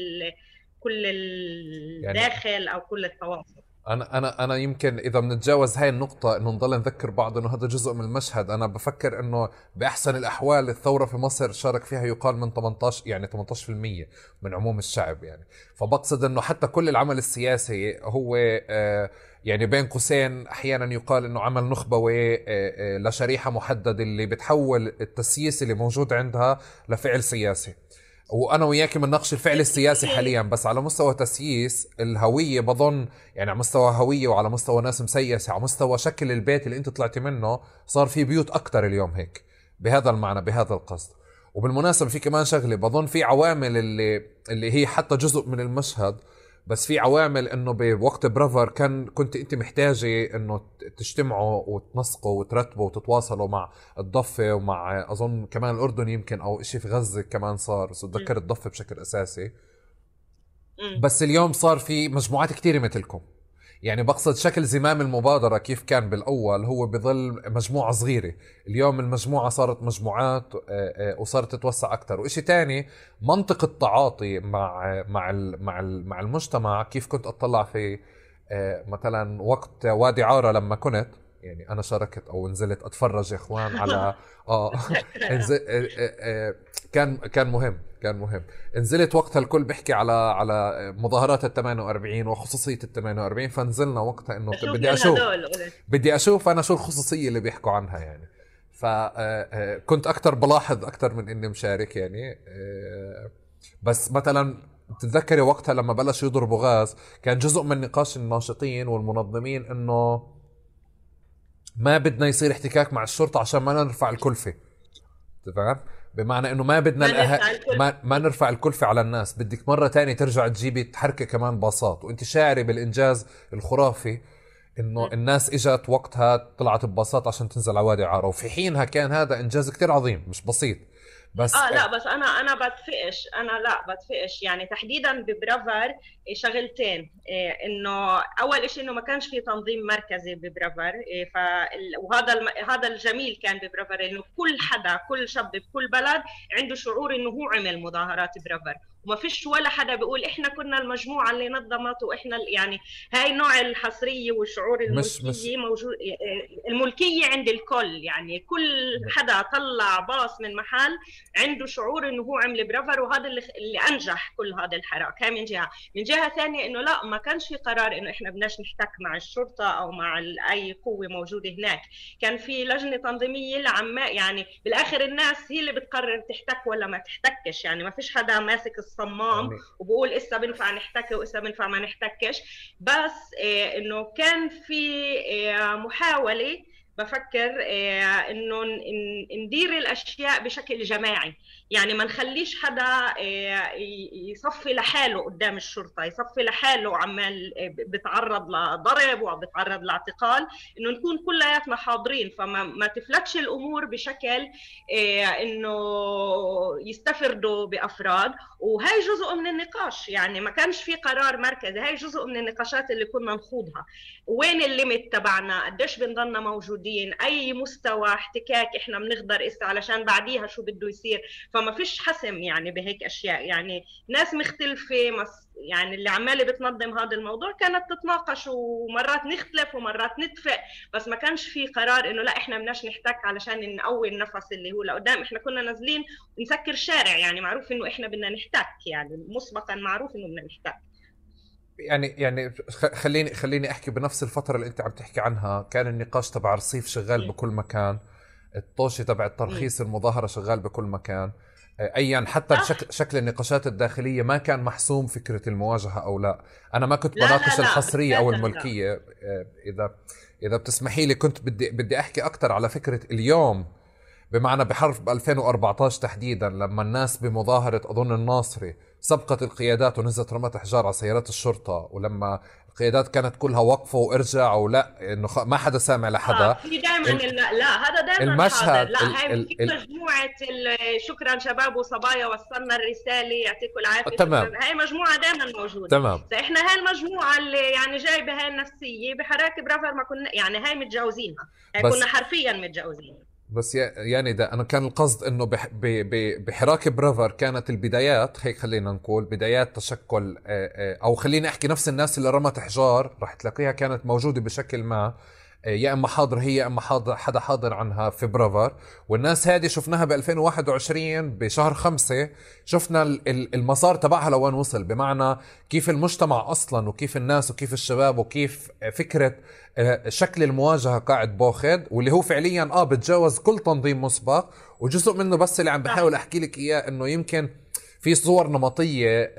كل الداخل يعني او كل التواصل. انا يمكن اذا بنتجاوز هاي النقطه انه نضل نذكر بعض انه هذا جزء من المشهد. انا بفكر انه باحسن الاحوال الثوره في مصر شارك فيها يقال من 18 يعني 18% من عموم الشعب يعني. فبقصد انه حتى كل العمل السياسي هو يعني بين قوسين احيانا يقال انه عمل نخبوي لشريحه محدده اللي بتحول التسييس اللي موجود عندها لفعل سياسي. وانا وياك بنناقش الفعل السياسي حاليا، بس على مستوى تسييس الهويه بظن يعني على مستوى هويه وعلى مستوى ناس مسيسه، على مستوى شكل البيت اللي انت طلعتي منه صار في بيوت اكتر اليوم هيك بهذا المعنى بهذا القصد. وبالمناسبه في كمان شغله بظن في عوامل اللي هي حتى جزء من المشهد، بس في عوامل انه بوقت برافر كنت انت محتاجه انه تجتمعوا وتنسقوا وترتبوا وتتواصلوا مع الضفه ومع اظن كمان الاردن يمكن او اشي في غزه كمان صار، بس اتذكر الضفه بشكل اساسي. بس اليوم صار في مجموعات كتيره مثلكم، يعني بقصد شكل زمام المبادرة كيف كان بالأول هو بظل مجموعة صغيرة، اليوم المجموعة صارت مجموعات وصارت تتوسع أكتر. وإشي تاني منطق التعاطي مع المجتمع. كيف كنت أطلع في مثلا وقت وادي عارة لما كنت يعني أنا شاركت أو نزلت أتفرج يا إخوان على كان مهم. نزلت وقتها الكل بيحكي على مظاهرات ال48 وخصوصية ال48، فنزلنا وقتها إنه بدي أشوف أنا شو الخصوصية اللي بيحكوا عنها يعني. فكنت أكتر بلاحظ أكتر من إني مشارك يعني. بس مثلا تتذكري وقتها لما بلشوا يضربوا غاز كان جزء من نقاش الناشطين والمنظمين إنه ما بدنا يصير احتكاك مع الشرطة عشان ما نرفع الكلفة، تمام؟ بمعنى انه ما بدنا ما نرفع الكلفة على الناس. بدك مرة تانية ترجع تجيبي تحركي كمان باصات، وانت شاعري بالانجاز الخرافي انه الناس اجت وقتها طلعت بباصات عشان تنزل على وادي عارة، وفي حينها كان هذا انجاز كتير عظيم مش بسيط. بس لا بس انا بدفئش يعني تحديدا ببرافر شغلتين. انه اول شيء انه ما كانش في تنظيم مركزي ببرافر، هذا الجميل كان ببرافر انه كل حدا كل شاب بكل بلد عنده شعور انه هو عمل مظاهرات برافر، وما فيش ولا حدا بيقول احنا كنا المجموعه اللي نظمت واحنا يعني هاي نوع الحصريه والشعور الملكيه موجود. الملكيه عند الكل، يعني كل حدا طلع باص من محل عنده شعور انه هو عمل برافر، وهذا اللي انجح كل هذا الحراك. هاي من جهه ثانيه انه لا ما كانش في قرار انه احنا بدناش نحتك مع الشرطه او مع اي قوه موجوده هناك. كان في لجنه تنظيميه يعني بالاخر الناس هي اللي بتقرر تحتك ولا ما تحتكش، يعني ما فيش حدا ماسك الصمام يعني وبقول إسا بنفع نحتكي وإسا بنفع ما نحتكش. بس إنه كان في محاولة بفكر انه ندير الاشياء بشكل جماعي، يعني ما نخليش حدا يصفي لحاله قدام الشرطه، يصفي لحاله عمال بتعرض لضرب وبتعرض لاعتقال، انه نكون كلياتنا حاضرين، فما تفلتش الامور بشكل انه يستفردوا بافراد. وهي جزء من النقاش، يعني ما كانش في قرار مركزي، هي جزء من النقاشات اللي كنا نخوضها. وين الليميت تبعنا؟ قديش بنضلنا موجودين؟ اي مستوى احتكاك احنا بنقدر اسا علشان بعديها شو بده يصير؟ فما فيش حسم يعني بهيك اشياء، يعني ناس مختلفه يعني اللي عماله بتنظم هذا الموضوع كانت تتناقش، ومرات نختلف ومرات نتفق، بس ما كانش في قرار انه لا احنا بدناش نحتك علشان نقوي النفس اللي هو لقدام. احنا كنا نازلين نسكر شارع، يعني معروف انه احنا بدنا نحتك، يعني مسبقا معروف انه بدنا نحتك. يعني خليني احكي بنفس الفتره اللي انت عم تحكي عنها، كان النقاش تبع رصيف شغال بكل مكان، الطوشة تبع الترخيص المظاهره شغال بكل مكان، ايا حتى شكل النقاشات الداخليه ما كان محسوم فكره المواجهه او لا. انا ما كنت بناقش الحصريه او الملكيه. اذا بتسمحي لي، كنت بدي احكي اكثر على فكره اليوم، بمعنى بحرب 2014 تحديدا، لما الناس بمظاهرة أظن الناصري سبقت القيادات ونزلت رمت أحجار على سيارات الشرطة، ولما القيادات كانت كلها وقفوا وارجعوا، لا إنه ما حدا سامع لحدا. في دائما لا هذا دائما حاضر. لا هاي في مجموعة شكرا شباب وصبايا وصلنا الرسالة يعطيكم العافية. تمام. هاي مجموعة دائما موجودة. تمام. فإحنا هاي المجموعة اللي يعني جايبة هاي النفسية بحراك برافر، ما كنا يعني هاي متجاوزينها، هاي كنا حرفيا متجاوزينها. بس يعني ده أنا كان القصد إنه بحراك برافر كانت البدايات، هيك خلينا نقول بدايات تشكل، أو خليني أحكي نفس الناس اللي رمت حجار راح تلاقيها كانت موجودة بشكل ما، يا اما حاضر هي يا اما حدا حاضر عنها في برافر. والناس هذه شفناها ب 2021 بشهر 5، شفنا المسار تبعها لوين وصل، بمعنى كيف المجتمع اصلا وكيف الناس وكيف الشباب وكيف فكرة شكل المواجهة قاعد باخد، واللي هو فعليا بتجاوز كل تنظيم مسبق. وجزء منه بس اللي عم بحاول احكي لك اياه انه يمكن في صور نمطية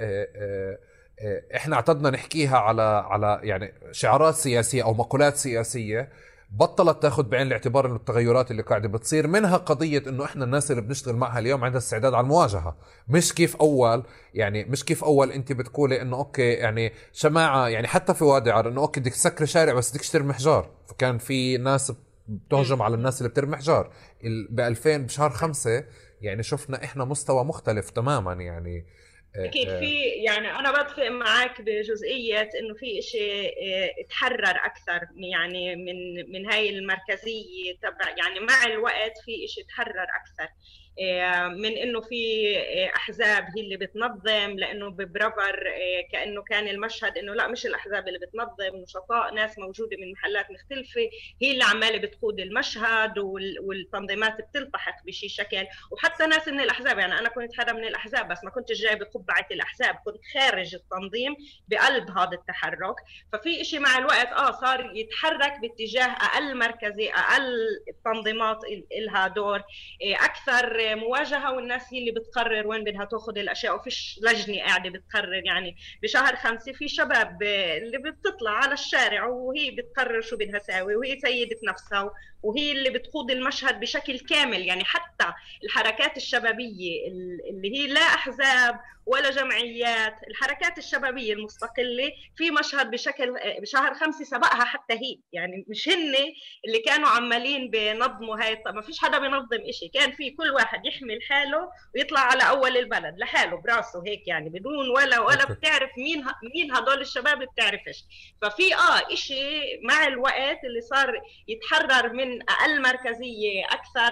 احنا اعتدنا نحكيها على يعني شعارات سياسية او مقولات سياسية بطلت تاخذ بعين الاعتبار انه التغيرات اللي قاعده بتصير، منها قضيه انه احنا الناس اللي بنشتغل معها اليوم عندها استعداد على المواجهه، مش كيف اول. يعني مش كيف اول انت بتقولي انه اوكي يعني شماعه، يعني حتى في وادي عر انه اوكي بدك تسكري شارع بس بدك ترمي حجار، فكان في ناس بتهجم على الناس اللي بترمي حجار. ب 2000 بشهر 5 يعني شفنا احنا مستوى مختلف تماما. يعني أكيد في، يعني أنا بتفق معك بجزئية إنه في شيء اتحرر أكثر، يعني من هاي المركزية تبع، يعني مع الوقت في شيء اتحرر أكثر من إنه في أحزاب هي اللي بتنظم، لأنه ببرافر كأنه كان المشهد إنه لا مش الأحزاب اللي بتنظم، نشطاء ناس موجودة من محلات مختلفة هي اللي عمالة بتقود المشهد، والتنظيمات بتلتحق بشي شكل، وحتى ناس من الأحزاب. يعني أنا كنت حدا من الأحزاب بس ما كنتش جايبة قبعة الأحزاب، كنت خارج التنظيم بقلب هذا التحرك. ففي إشي مع الوقت صار يتحرك باتجاه أقل مركزي، أقل التنظيمات إلها دور أكثر مواجهة، والناس هي اللي بتقرر وين بدها تأخذ الأشياء، وفيش لجنة قاعدة بتقرر. يعني بشهر 5 في شباب اللي بتطلع على الشارع وهي بتقرر شو بدها تساوي، وهي سيدة نفسها وهي اللي بتقود المشهد بشكل كامل. يعني حتى الحركات الشبابية اللي هي لا أحزاب ولا جمعيات، الحركات الشبابية المستقلة في مشهد بشهر 5 سبقها حتى هي، يعني مش هن اللي كانوا عمالين بنظموا هاي. ما فيش حدا بينظم إشي، كان في كل واحد يحمل حاله ويطلع على أول البلد لحاله براسه هيك، يعني بدون ولا بتعرف مين هدول الشباب، بتعرفش. ففي إشي مع الوقت اللي صار يتحرر من أقل مركزية،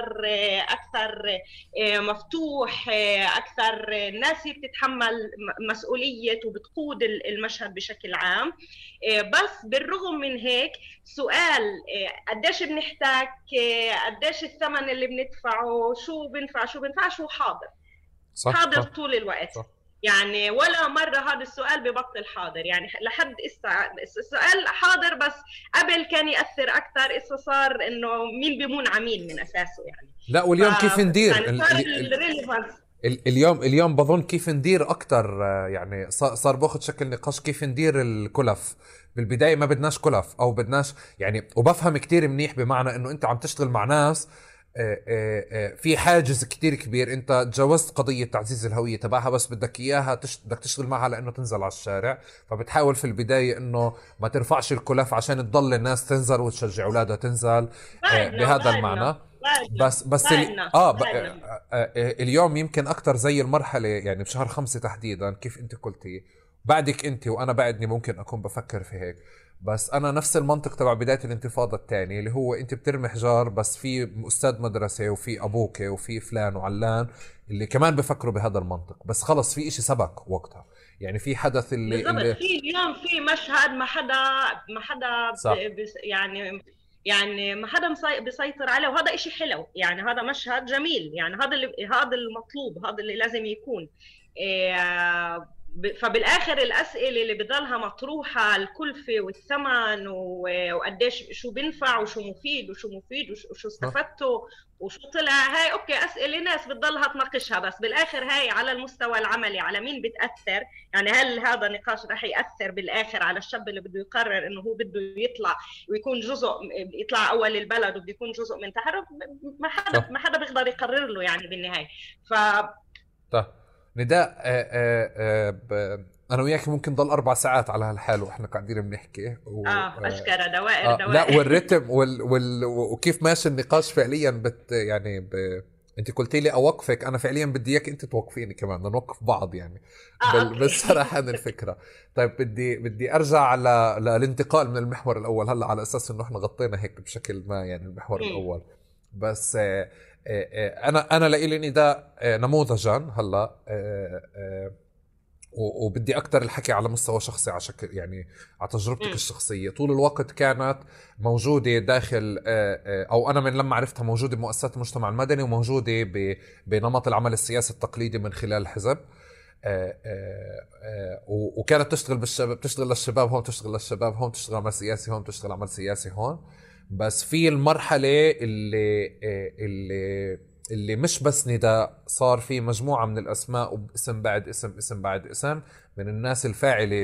أكثر مفتوح، أكثر ناس بتتحمل مسؤولية وبتقود المشهد بشكل عام. بس بالرغم من هيك سؤال قديش بنحتاج، قديش الثمن اللي بندفعه، شو بنفع شو حاضر. صح حاضر صح. طول الوقت صح. يعني ولا مرة هذا السؤال ببطل حاضر، يعني لحد السؤال حاضر، بس قبل كان يأثر أكثر، إسا صار إنه مين بيمون عمين من أساسه. يعني لا واليوم كيف ندير يعني اليوم بظن كيف ندير اكتر، يعني صار باخذ شكل نقاش كيف ندير الكلف. بالبداية ما بدناش كلف او بدناش يعني، وبفهم كتير منيح بمعنى انه انت عم تشتغل مع ناس في حاجز كتير كبير. انت تجاوزت قضية تعزيز الهوية تبعها، بس بدك اياها بدك تشتغل معها لانه تنزل على الشارع. فبتحاول في البداية انه ما ترفعش الكلف عشان تضل الناس تنزل وتشجع اولادها تنزل، بعدنا بهذا بعدنا المعنى. بعدنا بس بعدنا اه بعدنا اليوم يمكن اكتر زي المرحله، يعني بشهر 5 تحديدا كيف انت قلتي. بعدك انت وانا بعدني ممكن اكون بفكر في هيك. بس انا نفس المنطق تبع بدايه الانتفاضه الثانيه، اللي هو انت بترمي حجار، بس في استاذ مدرسه وفي ابوك وفي فلان وعلان اللي كمان بفكروا بهذا المنطق. بس خلص في اشي سبق وقتها، يعني في حدث بالضبط. اللي في اليوم في مشهد ما حدا صح. يعني ما حدا بيسيطر عليه، وهذا إشي حلو يعني، هذا مشهد جميل يعني، هذا المطلوب، هذا اللي لازم يكون. فبالاخر الاسئله اللي بضلها مطروحه، الكلفه والثمن وقديش، شو بنفع وشو مفيد وشو مفيد وشو صح. استفدتوا وشو طلع، هاي اوكي اسئله ناس بتضلها تناقشها، بس بالاخر هاي على المستوى العملي على مين بتاثر؟ يعني هل هذا النقاش رح ياثر بالاخر على الشاب اللي بده يقرر انه هو بده يطلع ويكون جزء، يطلع اول البلد وبده يكون جزء من تحرك؟ صح. ما حدا بيقدر يقرر له يعني بالنهايه. ف طيب نداء، انا وياك ممكن ضل 4 ساعات على هالحال واحنا قاعدين بنحكي اشكره دوائر لا، دوائر. والرتم وكيف ماشي النقاش فعليا يعني انت قلت لي اوقفك، انا فعليا بدي اياك انت توقفيني كمان، بدنا نوقف بعض يعني. اوكي. بالصراحه عن الفكره. طيب بدي ارجع للانتقال من المحور الاول هلا، على اساس انه احنا غطينا هيك بشكل ما يعني المحور الاول. بس انا لإلي نداء نموذجا هلا، وبدي اكثر الحكي على مستوى شخصي، على شكل يعني على تجربتك الشخصيه. طول الوقت كانت موجوده داخل او انا من لما عرفتها موجوده بمؤسسات المجتمع المدني، وموجوده بنمط العمل السياسي التقليدي من خلال الحزب. وكانت تشتغل بالشباب، تشتغل للشباب هون، تشتغل للشباب هون، تشتغل عمل سياسي هون، تشتغل عمل سياسي هون. بس في المرحلة اللي مش بس نداء، صار في مجموعة من الأسماء واسم بعد اسم، اسم بعد اسم، من الناس الفاعلة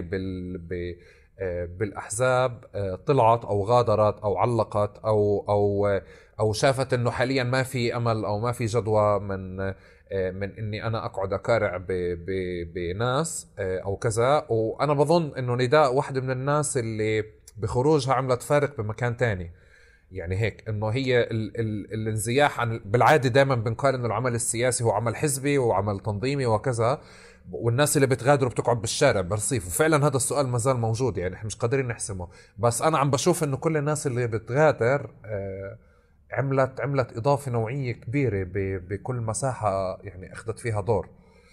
بالأحزاب، طلعت أو غادرت أو علقت أو شافت إنه حاليا ما في أمل أو ما في جدوى من إني أنا أقعد أكارع بناس أو كذا. وأنا بظن إنه نداء واحدة من الناس اللي بخروجها عملت فارق بمكان تاني. يعني هيك انه هي الانزياح عن بالعاده دائما بنقال انه العمل السياسي هو عمل حزبي وعمل تنظيمي وكذا، والناس اللي بتغادر بتقعد بالشارع برصيف. وفعلا هذا السؤال ما زال موجود، يعني احنا مش قادرين نحسمه. بس انا عم بشوف انه كل الناس اللي بتغادر عملت اضافه نوعيه كبيره بكل مساحه يعني اخذت فيها دور.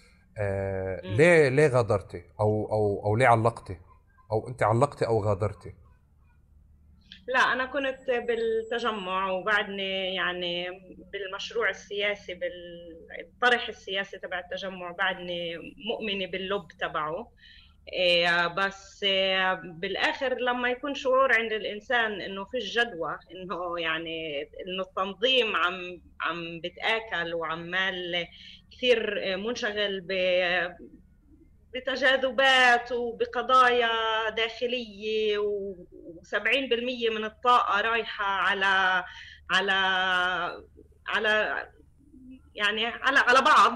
ليه غادرتي او ليه علقتي، او انت علقتي او غادرتي؟ لا، أنا كنت بالتجمع، وبعدني يعني بالمشروع السياسي، بالطرح السياسي تبع التجمع، بعدني مؤمنة باللب تبعه. بس بالآخر لما يكون شعور عند الإنسان إنه في الجدوى، إنه يعني إنه التنظيم عم بتآكل وعمال كثير منشغل بتجاذبات وبقضايا داخلية، و70% من الطاقة رايحة على على يعني على بعض.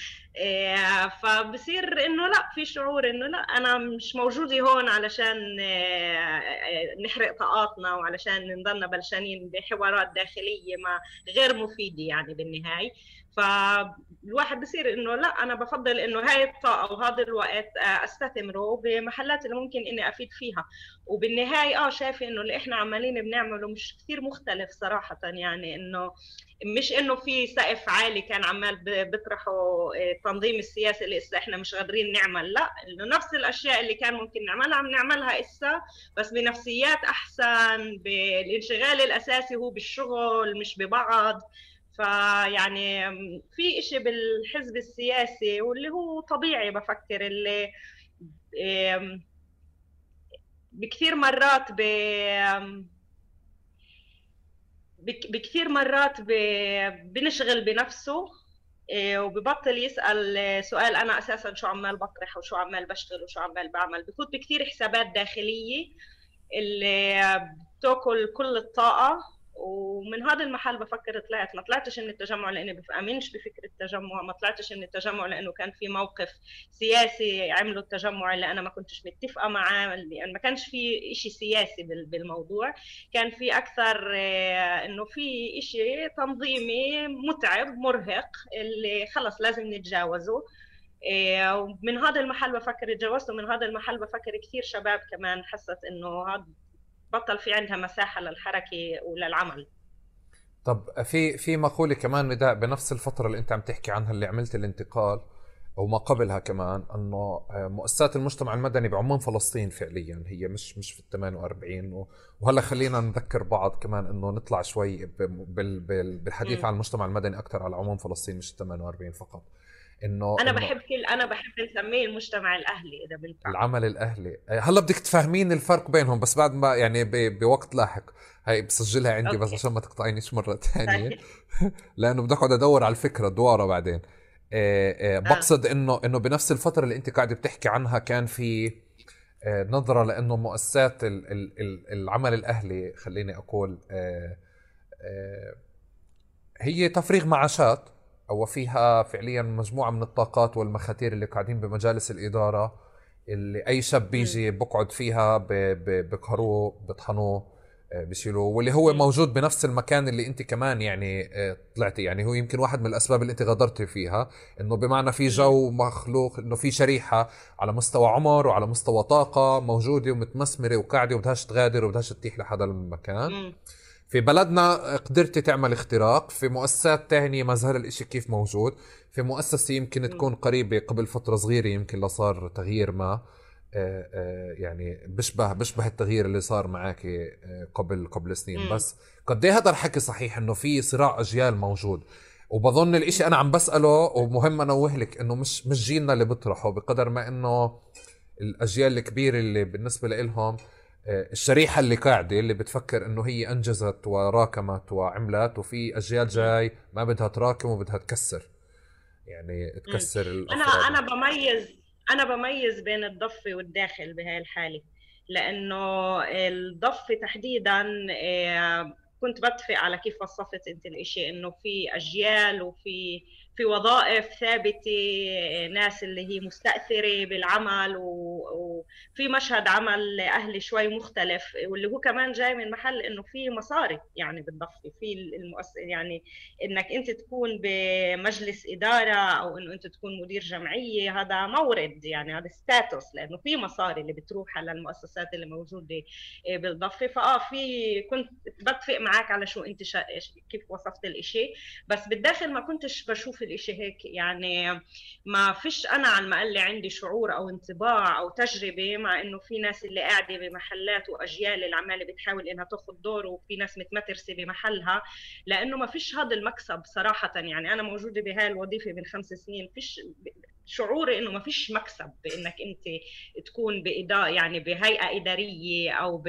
فبصير انه لا، في شعور انه لا، انا مش موجودة هون علشان نحرق طاقاتنا وعلشان نضلنا بلشانين بحوارات داخلية ما غير مفيدة يعني بالنهاية. فالواحد بصير انه لا، انا بفضل انه هاي الطاقة وهذا الوقت استثمره بمحلات اللي ممكن اني افيد فيها. وبالنهاية شايفة انه اللي احنا عمالين بنعمله مش كثير مختلف صراحة، يعني انه مش انه في سقف عالي كان عمال بيطرحوا التنظيم السياسي اللي اسا احنا مش قادرين نعمل، لا، انه نفس الاشياء اللي كان ممكن نعملها عم نعملها اسا، بس بنفسيات احسن، بالانشغال الاساسي هو بالشغل مش ببعض. فيعني في اشي بالحزب السياسي واللي هو طبيعي بفكر، اللي بكثير مرات بكثير مرات بنشغل بنفسه وببطل يسأل سؤال أنا أساسا شو عمال بطرح وشو عمال بشتغل وشو عمال بعمل. بفوت بكثير حسابات داخلية اللي بتاكل كل الطاقة. ومن هذا المحل بفكر طلعت، ما طلعتش ان التجمع لاني بامنش بفكره التجمع، ما طلعتش ان التجمع لانه كان في موقف سياسي عملوا التجمع اللي انا ما كنتش متفقه معاه، يعني ما كانش في شيء سياسي بالموضوع، كان في اكثر انه في شيء تنظيمي متعب مرهق اللي خلص لازم نتجاوزه. ومن هذا المحل بفكر اتجوزت، ومن هذا المحل بفكر كثير شباب كمان حست انه هذا بطل في عندها مساحة للحركة وللعمل. طب في مقولة كمان نداء بنفس الفترة اللي انت عم تحكي عنها اللي عملت الانتقال او ما قبلها كمان، انه مؤسسات المجتمع المدني بعموم فلسطين فعليا هي مش في ال 48 وهلا خلينا نذكر بعض كمان انه نطلع شوي بالحديث عن المجتمع المدني اكثر على عموم فلسطين مش ال 48 فقط. انا بحب نسميه المجتمع الاهلي اذا بنفع. العمل الاهلي هلا بدك تفهمين الفرق بينهم بس بعد ما يعني بوقت لاحق. هاي بسجلها عندي أوكي. بس عشان ما تقطعينيش مرة ثانية لانه بدي اقعد ادور على الفكرة دوارة بعدين. بقصد انه بنفس الفترة اللي انت قاعدة بتحكي عنها كان في نظرة لانه مؤسسات العمل الاهلي خليني اقول هي تفريغ معاشات او فيها فعليا مجموعة من الطاقات والمخاتير اللي قاعدين بمجالس الادارة اللي اي شاب بيجي بقعد فيها بقهروه بطحنوه بيشيلوه، واللي هو موجود بنفس المكان اللي انت كمان يعني طلعتي. يعني هو يمكن واحد من الاسباب اللي انت غادرتي فيها انه بمعنى في جو مخلوق انه في شريحة على مستوى عمر وعلى مستوى طاقة موجودة ومتمسمرة وقاعدة وبدهاش تغادر وبدهاش تتيح لهذا المكان. في بلدنا قدرتي تعمل اختراق، في مؤسسات تانية ما زال الاشي كيف موجود. في مؤسسة يمكن تكون قريبة قبل فترة صغيرة يمكن لصار تغيير ما يعني بشبه التغيير اللي صار معك قبل سنين. بس قد ايه هذا الحكي صحيح انه في صراع اجيال موجود، وبظن الاشي انا عم بسأله ومهم انوه لك انه مش جيلنا اللي بيطرحه بقدر ما انه الاجيال الكبيرة اللي بالنسبة لهم الشريحة اللي قاعدة اللي بتفكر انه هي انجزت وراكمت وعملت، وفي اجيال جاي ما بدها تراكم وبدها تكسر، يعني تكسر الافراد. انا بميز بين الضفة والداخل بهاي الحالة، لانه الضفة تحديدا كنت بتفق على كيف وصفت انت الاشي، انه في اجيال وفي وظائف ثابتة، ناس اللي هي مستأثرة بالعمل، وفي مشهد عمل اهلي شوي مختلف، واللي هو كمان جاي من محل انه في مصاري يعني بالضفة في يعني انك انت تكون بمجلس اداره او انه انت تكون مدير جمعيه، هذا مورد يعني هذا ستاتوس، لانه في مصاري اللي بتروح على المؤسسات اللي موجوده بالضفه. في كنت بتفق معك على شو انت كيف وصفت الاشي، بس بالداخل ما كنتش بشوف الاشي هيك. يعني ما فيش انا على المقل عندي شعور او انطباع او تجربه مع انه في ناس اللي قاعده بمحلات واجيال العماله بتحاول انها تاخذ دور، وفي ناس متمترسه بمحلها، لانه ما فيش هذا المكسب صراحه. يعني انا موجوده بهاي الوظيفه من 5 سنين، فيش شعوري انه ما فيش مكسب بانك انت تكون بإدارة يعني بهيئه اداريه او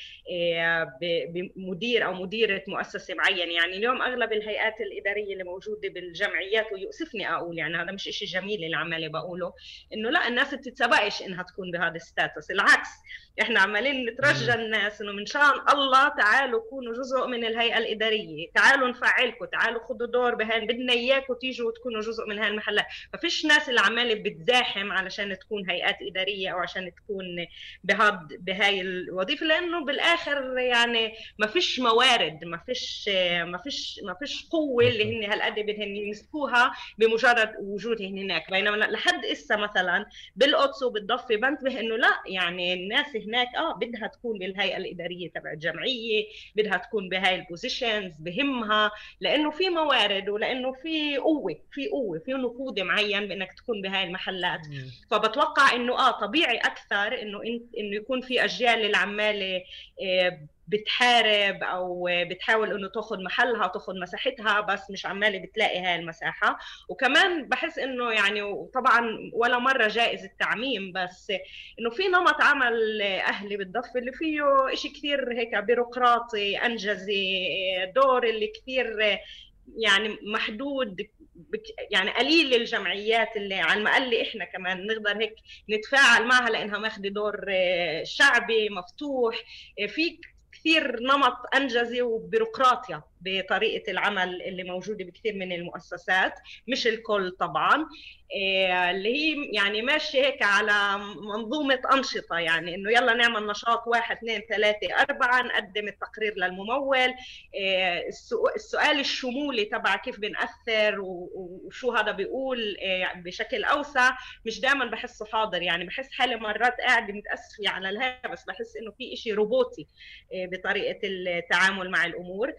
بمدير او مديره مؤسسه معينه. يعني اليوم اغلب الهيئات الاداريه اللي موجوده بالجمعيات، ويؤسفني اقول يعني هذا مش شيء جميل اللي عمالي بقوله، انه لا الناس بتتسبقش انها تكون بهذا الستاتس، العكس احنا عمالين نترجى الناس انه من شان الله تعالوا كونوا جزء من الهيئه الاداريه، تعالوا نفعلكم، تعالوا خذوا دور بهاي، بدنا اياكم تيجوا وتكونوا جزء من هاي المحلات. ففيش ناس اللي عماله بتزاحم علشان تكون هيئات اداريه او عشان تكون بهاي الوظيفه، لانه بالاخر يعني ما فيش موارد، ما فيش قوه اللي هن هالقد بدهن يمسكوها بمجرد وجودهن هناك. بينما لحد اسا مثلا بالقدس وبالضفه بنتبه انه لا، يعني الناس هناك بدها تكون بالهيئه الاداريه تبع الجمعيه، بدها تكون بهاي البوزيشنز، بهمها، لانه في موارد ولانه في قوه في نفوذ معين بانك تكون بهاي المحلات. فبتوقع انه طبيعي اكثر انه يكون في اجيال العماله بتحارب او بتحاول انه تاخذ محلها وتاخذ مساحتها، بس مش عماله بتلاقي هاي المساحه. وكمان بحس انه يعني طبعا ولا مره جائز التعميم، بس انه في نمط عمل اهلي بالضفه اللي فيه شيء كثير هيك بيروقراطي انجزي، دور اللي كثير يعني محدود يعني قليل الجمعيات اللي على المقل احنا كمان نقدر هيك نتفاعل معها لانها ماخذه دور شعبي مفتوح. في كثير نمط انجزي وبيروقراطيا بطريقه العمل اللي موجوده بكثير من المؤسسات، مش الكل طبعا. اللي هي يعني ماشيه هيك على منظومه انشطه، يعني انه يلا نعمل نشاط 1 2 3 4، نقدم التقرير للممول. السؤال الشمولي تبع كيف بنأثر وشو هذا بيقول بشكل اوسع مش دائما بحسه حاضر. يعني بحس حالي مرات قاعده متأسفه على الهوا، بس بحس انه في إشي روبوتي بطريقه التعامل مع الامور.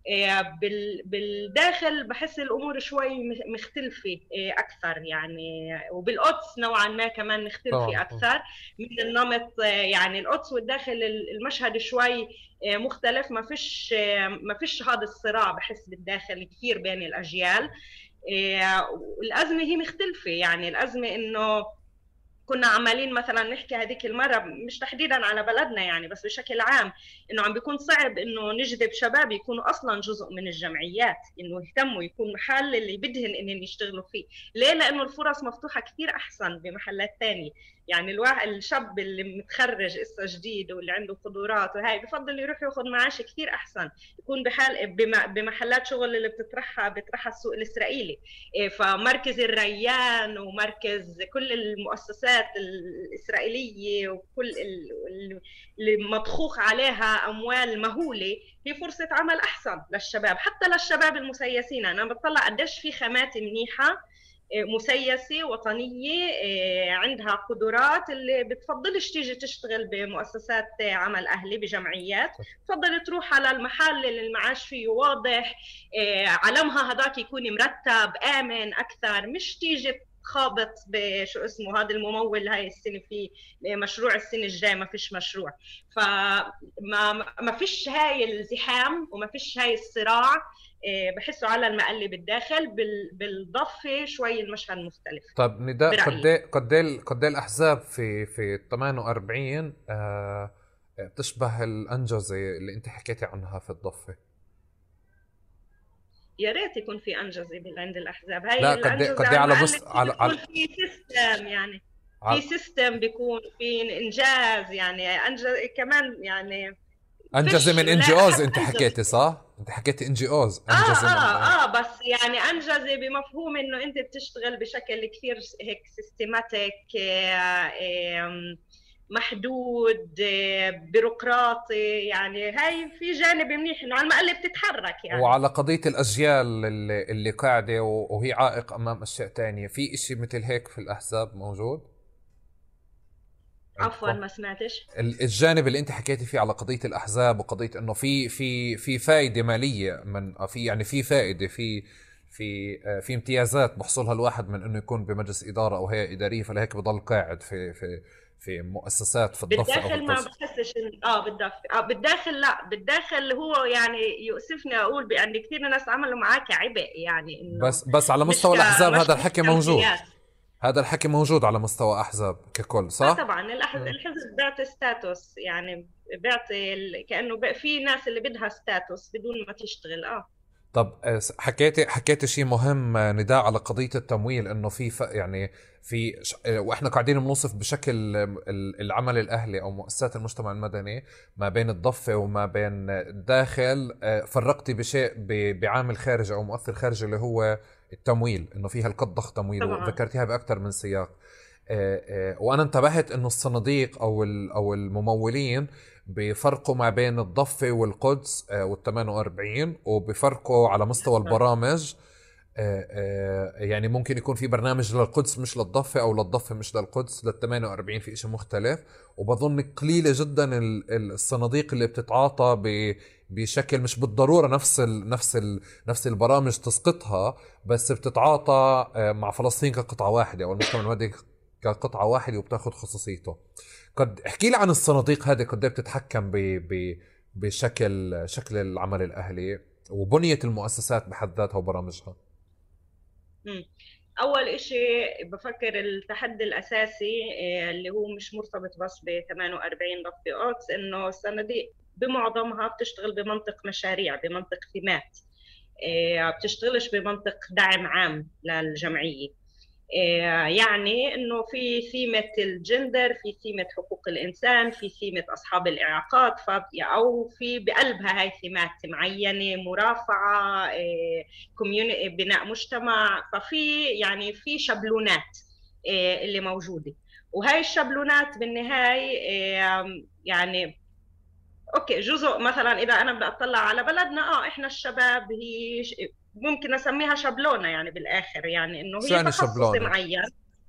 بالداخل بحس الامور شوي مختلفه اكثر يعني، وبالقدس نوعا ما كمان مختلفه اكثر من النمط. يعني القدس والداخل المشهد شوي مختلف، ما فيش هذا الصراع بحس بالداخل كثير بين الاجيال. الازمه هي مختلفه، يعني الازمه انه كنا عمالين مثلا نحكي هذيك المره مش تحديدا على بلدنا يعني، بس بشكل عام انه عم بيكون صعب انه نجذب شباب يكونوا اصلا جزء من الجمعيات، انه يهتموا يكون محل اللي بدهن انهم يشتغلوا فيه. ليه؟ لانه الفرص مفتوحه كثير احسن بمحلات ثانيه. يعني الشاب اللي متخرج لسه جديد واللي عنده قدرات وهي بفضل يروح ياخذ معاش كثير احسن، يكون بمحلات شغل اللي بتطرحها السوق الاسرائيلي. فمركز الريان ومركز كل المؤسسات الإسرائيلية وكل اللي مضخوخ عليها أموال مهولة، هي فرصة عمل أحسن للشباب، حتى للشباب المسيسين. أنا بطلع قديش في خامات منيحة مسيسة وطنية عندها قدرات، اللي بتفضلش تيجي تشتغل بمؤسسات عمل أهلي بجمعيات، تفضل تروح على المحل اللي المعاش فيه واضح، علمها هذاك يكون مرتب آمن أكثر، مش تيجي خابط بشو اسمه هذا الممول هاي السنة في مشروع، السنة الجاي ما فيش مشروع. فما فيش هاي الزحام وما فيش هاي الصراع، بحسه على المقلي بالداخل. بالضفة شوي المشهد مختلف. طيب نداء، قد ايه الاحزاب في 48 بتشبه الانجزه اللي انت حكيتي عنها في الضفه؟ يا ريت يكون في انجزه عند الاحزاب. هاي لا الانجزه قد ايه على بيكون في سيستم، يعني في سيستم بيكون في انجاز، يعني انجز كمان يعني انجزه من ان جي اوز. انت حكيتي صح؟ انت حكيتي ان جي اوز. بس يعني انجزه بمفهوم انه انت بتشتغل بشكل كثير هيك سيستماتيك، محدود، بيروقراطي. يعني هاي في جانب منيح انه على الاقل بتتحرك يعني. وعلى قضيه الاجيال اللي قاعده وهي عائق امام اشياء تانية، في اشي مثل هيك في الاحزاب موجود؟ عفوا ما سمعتش. الجانب اللي انت حكيتي فيه على قضيه الاحزاب وقضيه انه في فائده ماليه من يعني في فائده في امتيازات بحصلها الواحد من انه يكون بمجلس اداره او هيئه اداريه، فلهيك بضل قاعد في مؤسسات في الضفه او بالداخل. ما بحسش بالداخل لا، بالداخل هو يعني يؤسفني اقول بان كثير ناس عملوا معاه كعبء، يعني انه بس على مستوى الاحزاب هذا الحكي موجود. هذا الحكي موجود على مستوى احزاب ككل صح؟ طبعا الحزب بيعطي ستاتوس، يعني بيعطي كانه في ناس اللي بدها ستاتوس بدون ما تشتغل. طب حكيتي شيء مهم نداء على قضية التمويل، انه يعني واحنا قاعدين بنوصف بشكل العمل الاهلي او مؤسسات المجتمع المدني ما بين الضفة وما بين الداخل، فرقتي بشيء بعامل خارجي او مؤثر خارجي اللي هو التمويل، انه فيها القد ضخ تمويل، وذكرتيها باكثر من سياق. وانا انتبهت انه الصناديق او الممولين بفرقوا ما بين الضفة والقدس وال48، وبفرقوا على مستوى البرامج. يعني ممكن يكون في برنامج للقدس مش للضفة، او للضفة مش للقدس، لل48 في اشي مختلف. وبظن قليلة جدا الصناديق اللي بتتعاطى بشكل مش بالضرورة نفس البرامج تسقطها، بس بتتعاطى مع فلسطين كقطعة واحدة او المجتمع المدني كقطعة واحدة وبتاخذ خصوصيته. قد احكي لي عن الصناديق هذه، قد بتتحكم شكل العمل الأهلي وبنية المؤسسات بحد ذاتها وبرامجها؟ أول إشي بفكر التحدي الأساسي اللي هو مش مرتبط بس ب 48 ضفة قدس، إنه الصناديق بمعظمها بتشتغل بمنطق مشاريع، بمنطق ثمات. بتشتغلش بمنطق دعم عام للجمعية. يعني انه في ثيمة الجندر، في ثيمة حقوق الانسان، في ثيمة اصحاب الاعاقات، او في بقلبها هاي ثيمات معينة، مرافعة، بناء مجتمع. ففي يعني في شبلونات اللي موجودة، وهاي الشبلونات بالنهاية يعني اوكي جزء. مثلا اذا انا بدي اطلع على بلدنا، احنا الشباب هي ممكن اسميها شبلونه، يعني بالاخر يعني انه شو هي يعني تخصص شبلونة؟ معين.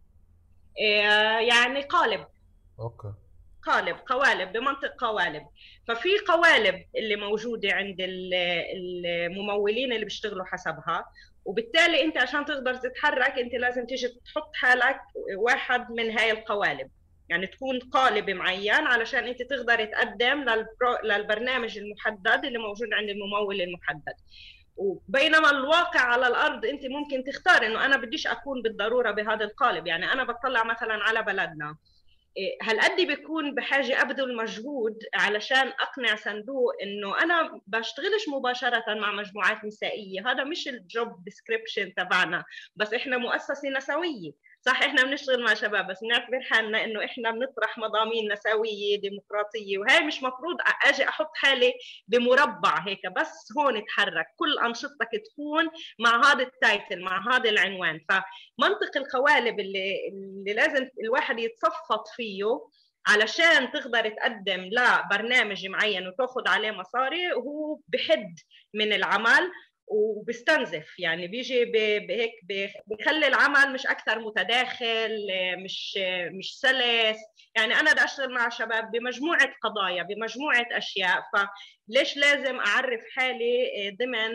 يعني قالب، اوكي. قوالب بمنطق قوالب. ففي قوالب اللي موجوده عند الممولين اللي بيشتغلوا حسبها، وبالتالي انت عشان تقدر تتحرك انت لازم تيجي تحط حالك واحد من هاي القوالب، يعني تكون قالب معين علشان انت تقدر تقدم للبرنامج المحدد اللي موجود عند الممول المحدد. وبينما الواقع على الارض انت ممكن تختار انه انا بديش اكون بالضروره بهذا القالب. يعني انا بطلع مثلا على بلدنا، هل قد بيكون بحاجه ابذل مجهود علشان اقنع صندوق انه انا بشتغلش مباشره مع مجموعات نسائيه، هذا مش الجوب ديسكريبشن تبعنا، بس احنا مؤسسه نسويه. صح احنا بنشتغل مع شباب، بس بنعتبر حالنا انه احنا بنطرح مضامين نسويه ديمقراطيه، وهي مش مفروض اجي احط حالي بمربع هيك بس هون اتحرك، كل انشطتك تكون مع هذا التايتل، مع هذا العنوان. فمنطق القوالب اللي لازم الواحد يتصفط فيه علشان تقدر تقدم لبرنامج معين وتاخذ عليه مصاري، وهو بحد من العمل وبستنزف، يعني بيجي بهيك بخلي العمل مش اكثر متداخل، مش سلس. يعني انا بدي اشتغل مع شباب بمجموعه قضايا، بمجموعه اشياء، فليش لازم اعرف حالي ضمن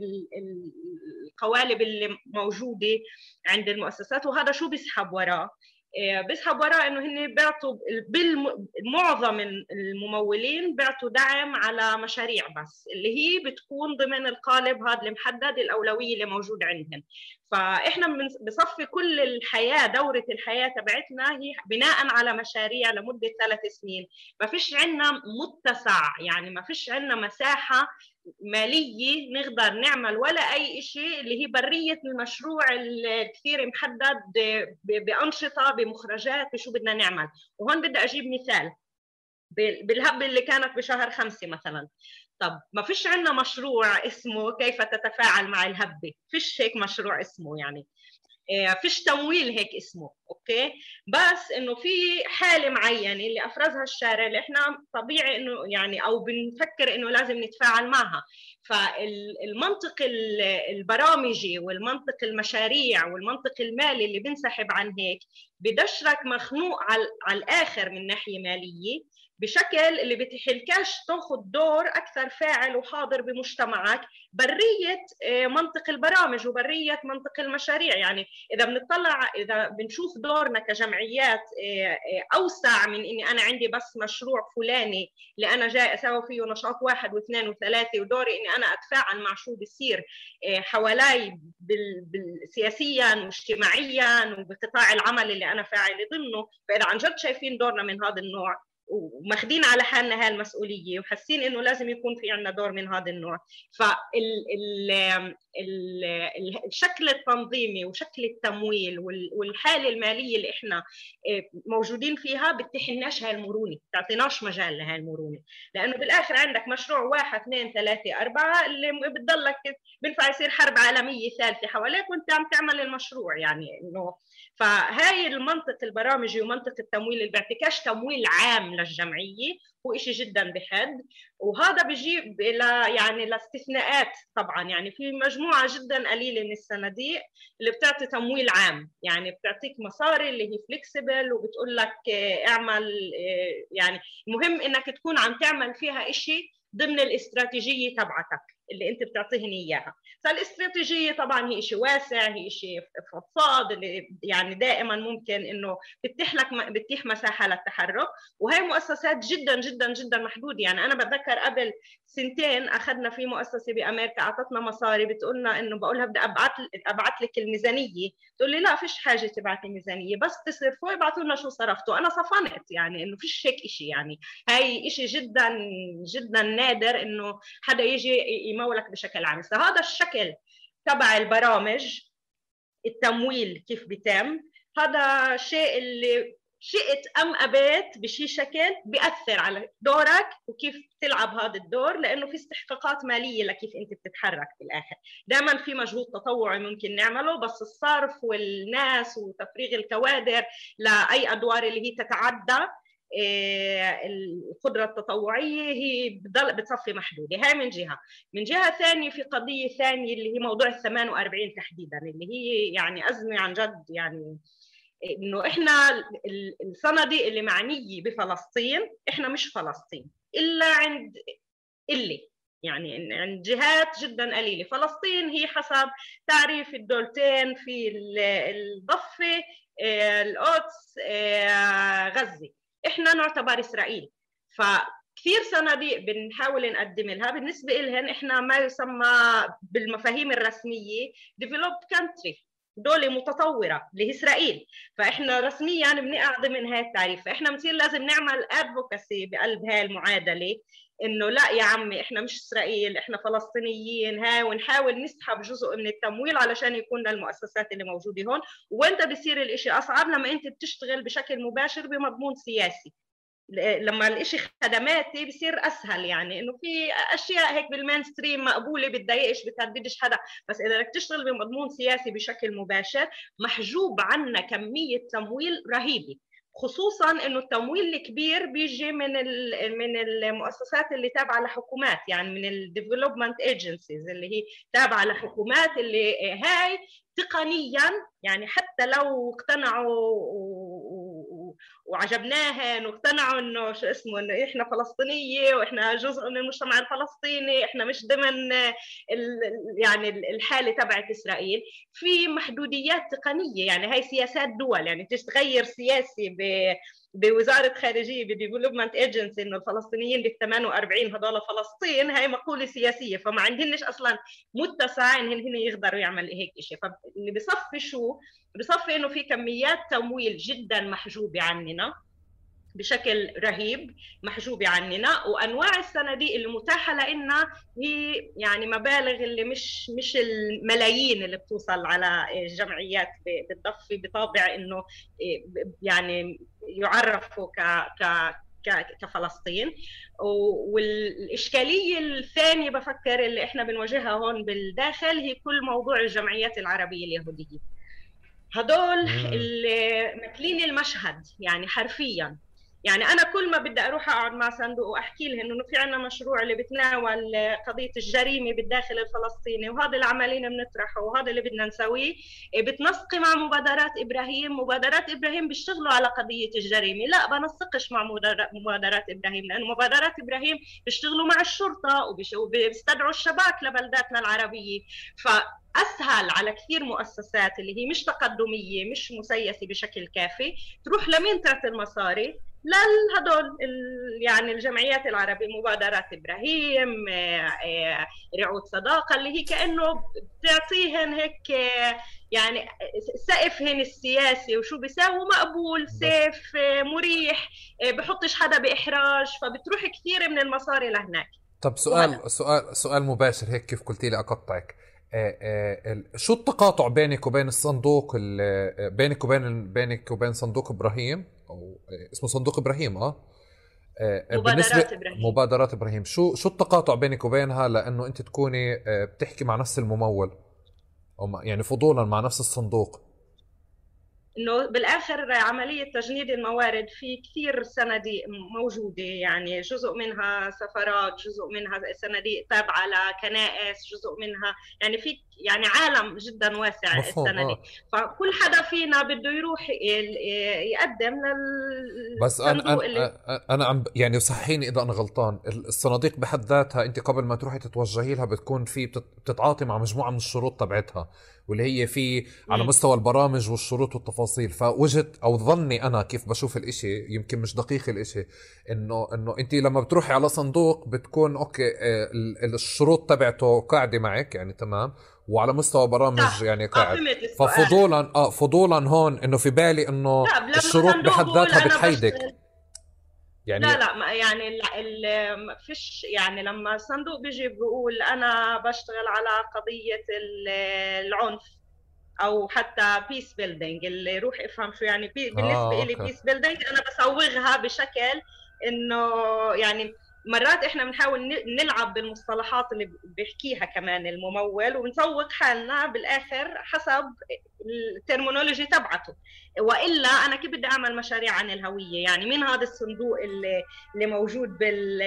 القوالب اللي موجوده عند المؤسسات؟ وهذا شو بيسحب وراه؟ بيسحب وراه انه هن بيعطوا معظم الممولين بيعطوا دعم على مشاريع بس، اللي هي بتكون ضمن القالب هذا المحدد، الاولويه اللي موجود عندهم. فاحنا بصفي كل الحياه، دوره الحياه تبعتنا هي بناء على مشاريع لمده 3 سنين. ما فيش عندنا متسع، يعني ما فيش عندنا مساحه ماليه نقدر نعمل ولا اي شيء، اللي هي بريه المشروع الكثير محدد بانشطه، بمخرجات، بشو بدنا نعمل. وهون بدي اجيب مثال بالهبه اللي كانت بشهر 5 مثلا. طب ما فيش عندنا مشروع اسمه كيف تتفاعل مع الهبه، فيش هيك مشروع اسمه، يعني فيش تمويل هيك اسمه، اوكي. بس انه في حاله معينه اللي افرزها الشارع، اللي احنا طبيعي انه يعني او بنفكر انه لازم نتفاعل معها. فالمنطق البرامجي والمنطق المشاريع والمنطق المالي اللي بنسحب عن هيك بدشرك مخنوق على الاخر من ناحيه ماليه، بشكل اللي بتحلكاش تاخذ دور اكثر فاعل وحاضر بمجتمعك، بريه منطق البرامج وبريه منطق المشاريع. يعني اذا بنشوف دورنا كجمعيات اوسع من اني انا عندي بس مشروع فلاني اللي انا جاي اسوي فيه نشاط 1 و2 و3، ودوري اني انا اتفاعل مع شو بيصير حوالي سياسيا واجتماعيا وبقطاع العمل اللي انا فاعل ضمنه. فاذا عن جد شايفين دورنا من هذا النوع وماخذين على حالنا هاي المسؤوليه وحاسين انه لازم يكون في عندنا دور من هذا النوع، فالشكل التنظيمي وشكل التمويل والحاله الماليه اللي احنا موجودين فيها بتحناش هاي المرونه، بتعطيناش مجال لهاي المرونه. لانه بالاخر عندك مشروع 1 2 3 4 اللي بتضلك بينفع يصير حرب عالميه ثالثه حواليك وانت عم تعمل المشروع. يعني انه فهاي المنطق البرامجي ومنطق التمويل اللي بيعطيكاش تمويل عام للجمعيه هو شيء جدا بحد. وهذا بيجيب يعني لاستثناءات طبعا، يعني في مجموعه جدا قليله من الصناديق اللي بتعطي تمويل عام، يعني بتعطيك مصاري اللي هي فليكسبل وبتقول لك اعمل، يعني المهم انك تكون عم تعمل فيها شيء ضمن الاستراتيجية تبعتك اللي انت بتعطيهن اياها. فالاستراتيجية طبعا هي شيء واسع، هي شيء فضفاض، اللي يعني دائما ممكن انه بتتيح مساحة للتحرك. وهي مؤسسات جدا جدا جدا محدودة. يعني انا بتذكر قبل 2 اخذنا في مؤسسة بامريكا اعطتنا مصاري، بتقولنا انه بقولها بدي ابعث لك الميزانية، تقول لي لا فيش حاجة تبعتي ميزانية، بس تصرفوا ابعثوا لنا شو صرفتوا. انا صفنت يعني انه فيش هيك شيء، يعني هاي شيء جدا جدا نادر انه حدا يجي يمولك بشكل عام. هذا الشكل تبع البرامج التمويل كيف بيتم، هذا شيء اللي شئت أم أبيت بشي شكل بيأثر على دورك وكيف تلعب هذا الدور، لأنه في استحقاقات مالية لكيف أنت بتتحرك في الآخر. دائما في مجهود تطوعي ممكن نعمله، بس الصرف والناس وتفريغ الكوادر لأي أدوار اللي هي تتعدى القدرة التطوعية هي بتصفي محدودة. هاي من جهة. من جهة ثانية في قضية ثانية اللي هي موضوع 48 تحديدا، اللي هي يعني أزمة عن جد، يعني إنه إحنا الصناديق اللي معنية بفلسطين إحنا مش فلسطين إلا عند يعني عند جهات جدا قليلة. فلسطين هي حسب تعريف الدولتين في الضفة، القدس، غزة. إحنا نعتبر إسرائيل، فكثير صناديق بنحاول نقدم لها بالنسبة لهن إحنا ما يسمى بالمفاهيم الرسمية developed country، دولة متطورة اللي هي إسرائيل. فإحنا رسمياً بنقع ضمن هاي التعريف، فإحنا بنصير لازم نعمل advocacy بقلب هاي المعادلة، إنه لا يا عمي إحنا مش إسرائيل، إحنا فلسطينيين هاي، ونحاول نسحب جزء من التمويل علشان يكون للمؤسسات اللي موجودة هون. وأنت بصير الإشي أصعب لما أنت بتشتغل بشكل مباشر بمضمون سياسي. لما الاشي خدماتي بصير اسهل، يعني انه في اشياء هيك بالمينستريم مقبوله بتضايقش بتهددش حدا، بس اذا بدك تشتغل بمضمون سياسي بشكل مباشر محجوب عنا كميه تمويل رهيبه، خصوصا انه التمويل الكبير بيجي من المؤسسات اللي تابعه لحكومات، يعني من الديفلوبمنت ايجنسيز اللي هي تابعه لحكومات، اللي هاي تقنيا يعني حتى لو اقتنعوا وعجبناهن واقتنعوا انه شو اسمه انه احنا فلسطينيه واحنا جزء من المجتمع الفلسطيني، احنا مش ضمن يعني الحاله تبعت اسرائيل، في محدوديات تقنيه. يعني هاي سياسات دول، يعني تغير سياسي بوزاره خارجيه بديفلوبمنت ايجنسي انه الفلسطينيين بال 48 هذول فلسطين، هاي مقوله سياسيه، فما عندهنش اصلا متسع ان هن يقدروا يعمل هيك شيء. فاللي بصفي شو بصفي انه في كميات تمويل جدا محجوبه عننا بشكل رهيب، محجوبه عننا، وانواع الصناديق اللي متاحه لنا هي يعني مبالغ اللي مش الملايين اللي بتوصل على الجمعيات بالضفه، بطابع انه يعني يعرفوا كفلسطين. والإشكالية الثانية بفكر اللي احنا بنواجهها هون بالداخل هي كل موضوع الجمعيات العربية اليهودية. هدول اللي ماكلين المشهد يعني حرفيا. يعني أنا كل ما بدي أروح أقعد مع صندوق وأحكي لهم إنه في عنا مشروع اللي بتناول قضية الجريمة بالداخل الفلسطيني، وهذا اللي عمالين بنطرحه وهذا اللي بدنا نسويه، بتنسقي مع مبادرات إبراهيم. مبادرات إبراهيم بيشتغلوا على قضية الجريمة، لا بنسقش مع مبادرات إبراهيم، لأنه مبادرات إبراهيم بيشتغلوا مع الشرطة وبيستدعوا الشباك لبلداتنا العربية. أسهل على كثير مؤسسات اللي هي مش تقدمية مش مسيسة بشكل كافي تروح لمين تعطي المصاري؟ لهدول يعني الجمعيات العربية، مبادرات إبراهيم، رعود صداقة، اللي هي كأنه بتعطيهن هيك يعني سقفهن السياسي وشو بيساووا مقبول، سيف، مريح، بحطش حدا بإحراج، فبتروح كثير من المصاري لهناك. طب سؤال مباشر هيك كيف قلتي لي أقطعك. شو التقاطع بينك وبين الصندوق بينك وبين صندوق إبراهيم، أو اسمه صندوق إبراهيم مبادرات إبراهيم، شو التقاطع بينك وبينها، لأنه أنت تكوني بتحكي مع نفس الممول أو يعني فضولا مع نفس الصندوق؟ انه بالاخر عمليه تجنيد الموارد في كثير صناديق موجوده، يعني جزء منها سفارات، جزء منها صناديق تابعه لكنائس، جزء منها يعني في يعني عالم جدا واسع الصناديق. فكل حدا فينا بده يروح يقدم للصندوق. بس انا عم يعني صحيني اذا انا غلطان، الصناديق بحد ذاتها انت قبل ما تروحي تتوجهي لها بتكون في بتتعاطي مع مجموعه من الشروط تبعتها، واللي هي في على مستوى البرامج والشروط والتفاصيل. فوجدت او ظني انا كيف بشوف الاشي، يمكن مش دقيق الاشي، انه انت لما بتروحي على صندوق بتكون اوكي الشروط تبعته قاعده معك يعني تمام، وعلى مستوى برامج يعني قاعد. ففضولا هون انه في بالي انه الشروط بحد ذاتها بتحيدك. يعني لا ما يعني ما فيش، يعني لما الصندوق بيجي بيقول انا بشتغل على قضيه العنف، او حتى بيس بيلدينج، اللي يروح افهم شو يعني بالنسبه لي اوكي. بيس بيلدينج، انا بصوغها بشكل انه يعني مرات احنا بنحاول نلعب بالمصطلحات اللي بيحكيها كمان الممول، ونسوق حالنا بالاخر حسب الترمينولوجي تبعته. والا انا كيف بدي اعمل مشاريع عن الهويه؟ يعني مين هذا الصندوق اللي موجود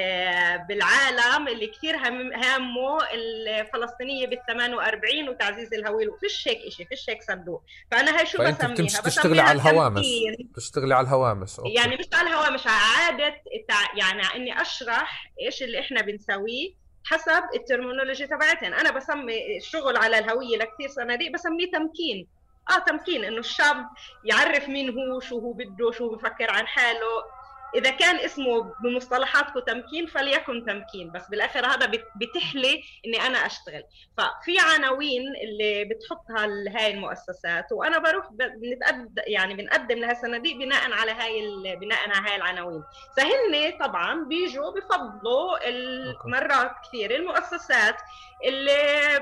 بالعالم اللي كثير هامه الفلسطينيه بال 48 وتعزيز الهويه؟ فيش هيك شيء، فيش هيك صندوق. فانا هي شو فانت بتمشي تشتغلي بسميها على الهوامش، تمكين. تشتغلي على الهوامش. اوكي. يعني مش على الهوامش، عادة يعني اني اشرح ايش اللي احنا بنسويه حسب الترمينولوجي تبعتنا. انا بسمي الشغل على الهوية لكثير صناديق بسميه تمكين. تمكين، انه الشاب يعرف مين هو، شو هو بده، شو بفكر عن حاله. اذا كان اسمه بمصطلحاتكم تمكين فليكن تمكين، بس بالاخر هذا بتحلي اني انا اشتغل. ففي عناوين اللي بتحطها هاي المؤسسات، وانا بروح يعني بنقدم لها صناديق بناء على بناء على هاي العناوين. فهن طبعا بيجوا بفضلوا اوكي. مرات كثير المؤسسات اللي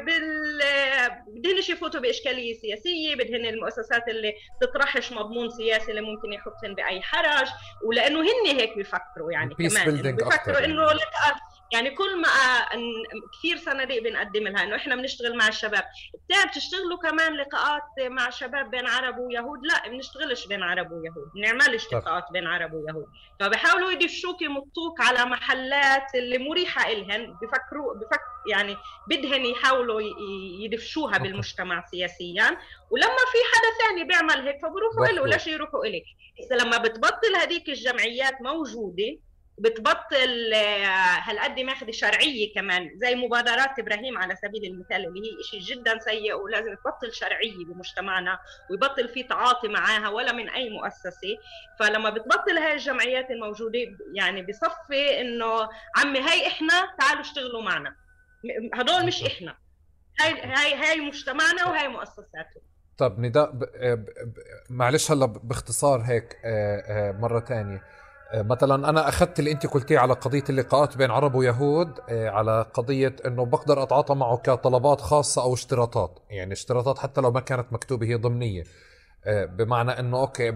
بدهنش يفوتوا باشكاليه سياسيه، بدهن المؤسسات اللي تطرحش مضمون سياسي اللي ممكن يحطن باي حرج، ولانه هن هيك بيفكروا يعني بيس كمان انه بيلدينج اكثر بيفكروا انه يعني. لك يعني كل ما كثير صناديق بنقدم لها انه احنا بنشتغل مع الشباب. بتشتغلوا كمان لقاءات مع شباب بين عرب ويهود؟ لا، بنشتغلش بين عرب ويهود، بنعملش طب لقاءات بين عرب ويهود. فبحاولوا يدشوك يمطوك على محلات اللي مريحه الهن، يعني بدهن يحاولوا يدفشوها اوكي. بالمجتمع سياسيا. ولما في حدا ثاني بيعمل هيك فبروحوا له، باخذوه. ليش يروحوا إلي؟ إذا لما بتبطل هذيك الجمعيات موجودة، بتبطل هالقد ماخذ شرعيه كمان، زي مبادرات ابراهيم على سبيل المثال، اللي هي شيء جدا سيء ولازم تبطل شرعيه بمجتمعنا ويبطل في تعاطي معاها ولا من اي مؤسسه. فلما بتبطل هاي الجمعيات الموجوده يعني بصفي انه عمي هاي احنا، تعالوا اشتغلوا معنا، هدول مش اوكي. احنا، هاي مجتمعنا وهاي مؤسساته. طب نداء معلش هلا باختصار هيك مرة تانية. مثلا انا اخذت اللي انت قلتيه على قضية اللقاءات بين عرب ويهود، على قضية انه بقدر اتعاطى معه كطلبات خاصة او اشتراطات، يعني اشتراطات حتى لو ما كانت مكتوبة هي ضمنية. بمعنى انه اوكي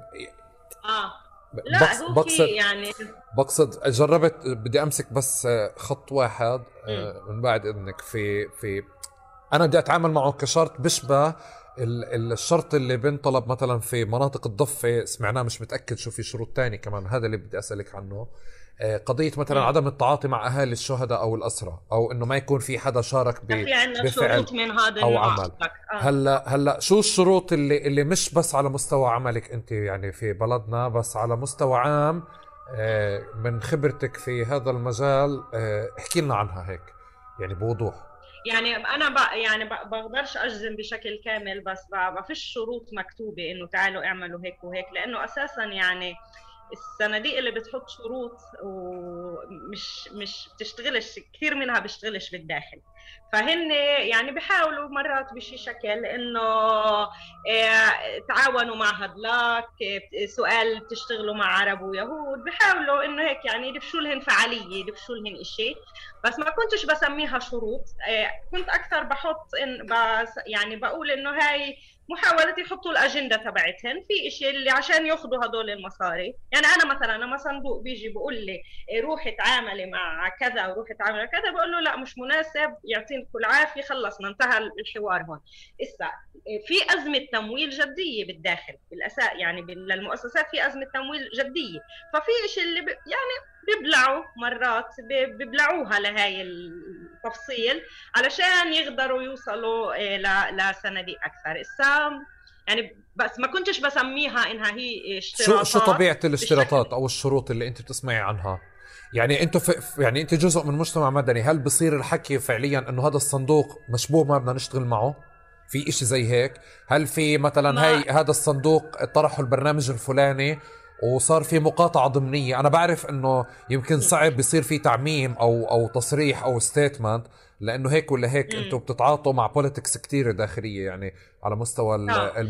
اه لا، هو في بقصد يعني جربت بدي امسك بس خط واحد م. من بعد اذنك في انا بدي اتعامل معه كشرط بيشبه الشرط اللي بنطلب مثلا في مناطق الضفة، سمعناه مش متأكد شو في شروط تاني كمان، هذا اللي بدي أسألك عنه. قضية مثلا م. عدم التعاطي مع أهالي الشهداء أو الأسرى، أو إنه ما يكون في حدا شارك في عندنا بفعل شروط من هذا أو النوع عمل. قصدك؟ هلا شو الشروط اللي مش بس على مستوى عملك أنت يعني في بلدنا، بس على مستوى عام من خبرتك في هذا المجال، احكي لنا عنها هيك يعني بوضوح. يعني انا يعني بقدرش اجزم بشكل كامل، بس ما فيش شروط مكتوبه انه تعالوا اعملوا هيك وهيك، لانه اساسا يعني الصناديق اللي بتحط شروط ومش بتشتغلش، كثير منها بيشتغلش بالداخل. فهن يعني بيحاولوا مرات بشي شكل انه تعاونوا مع هدلاك، سؤال بتشتغلوا مع عرب ويهود، بيحاولوا انه هيك يعني يدفشوا لهن فعاليه، يدفشوا لهن اشي. بس ما كنتش بسميها شروط، كنت اكثر بحط يعني بقول انه هاي محاولة يحطوا الأجندة تبعتهن في إشي اللي عشان ياخذوا هدول المصاري. يعني أنا مثلا لما صندوق بيجي بقول لي روحي تعاملي مع كذا وروحي تعاملي كذا، بقول له لا مش مناسب، يعطيكم العافية، خلصنا انتهى الحوار هون. إسا في أزمة تمويل جدية بالداخل بالأساس، يعني للمؤسسات في أزمة تمويل جدية، ففي إشي اللي يعني بيبلعوا مرات بيبلعوها لهاي التفصيل علشان يقدروا يوصلوا لصناديق اكثر. يعني بس ما كنتش بسميها انها هي شو اشتراطات طبيعة بالشكل. الاشتراطات او الشروط اللي انت بتسمعي عنها؟ يعني انتوا يعني انت جزء من مجتمع مدني، هل بصير الحكي فعليا انه هذا الصندوق مشبوه ما بدنا نشتغل معه؟ في اشي زي هيك؟ هل في مثلا ما هذا الصندوق طرحوا البرنامج الفلاني وصار في مقاطعة ضمنية؟ انا بعرف انه يمكن صعب بيصير في تعميم او تصريح او ستيتمنت، لانه هيك ولا هيك انتوا بتتعاطوا مع بوليتكس كتير داخلية يعني على مستوى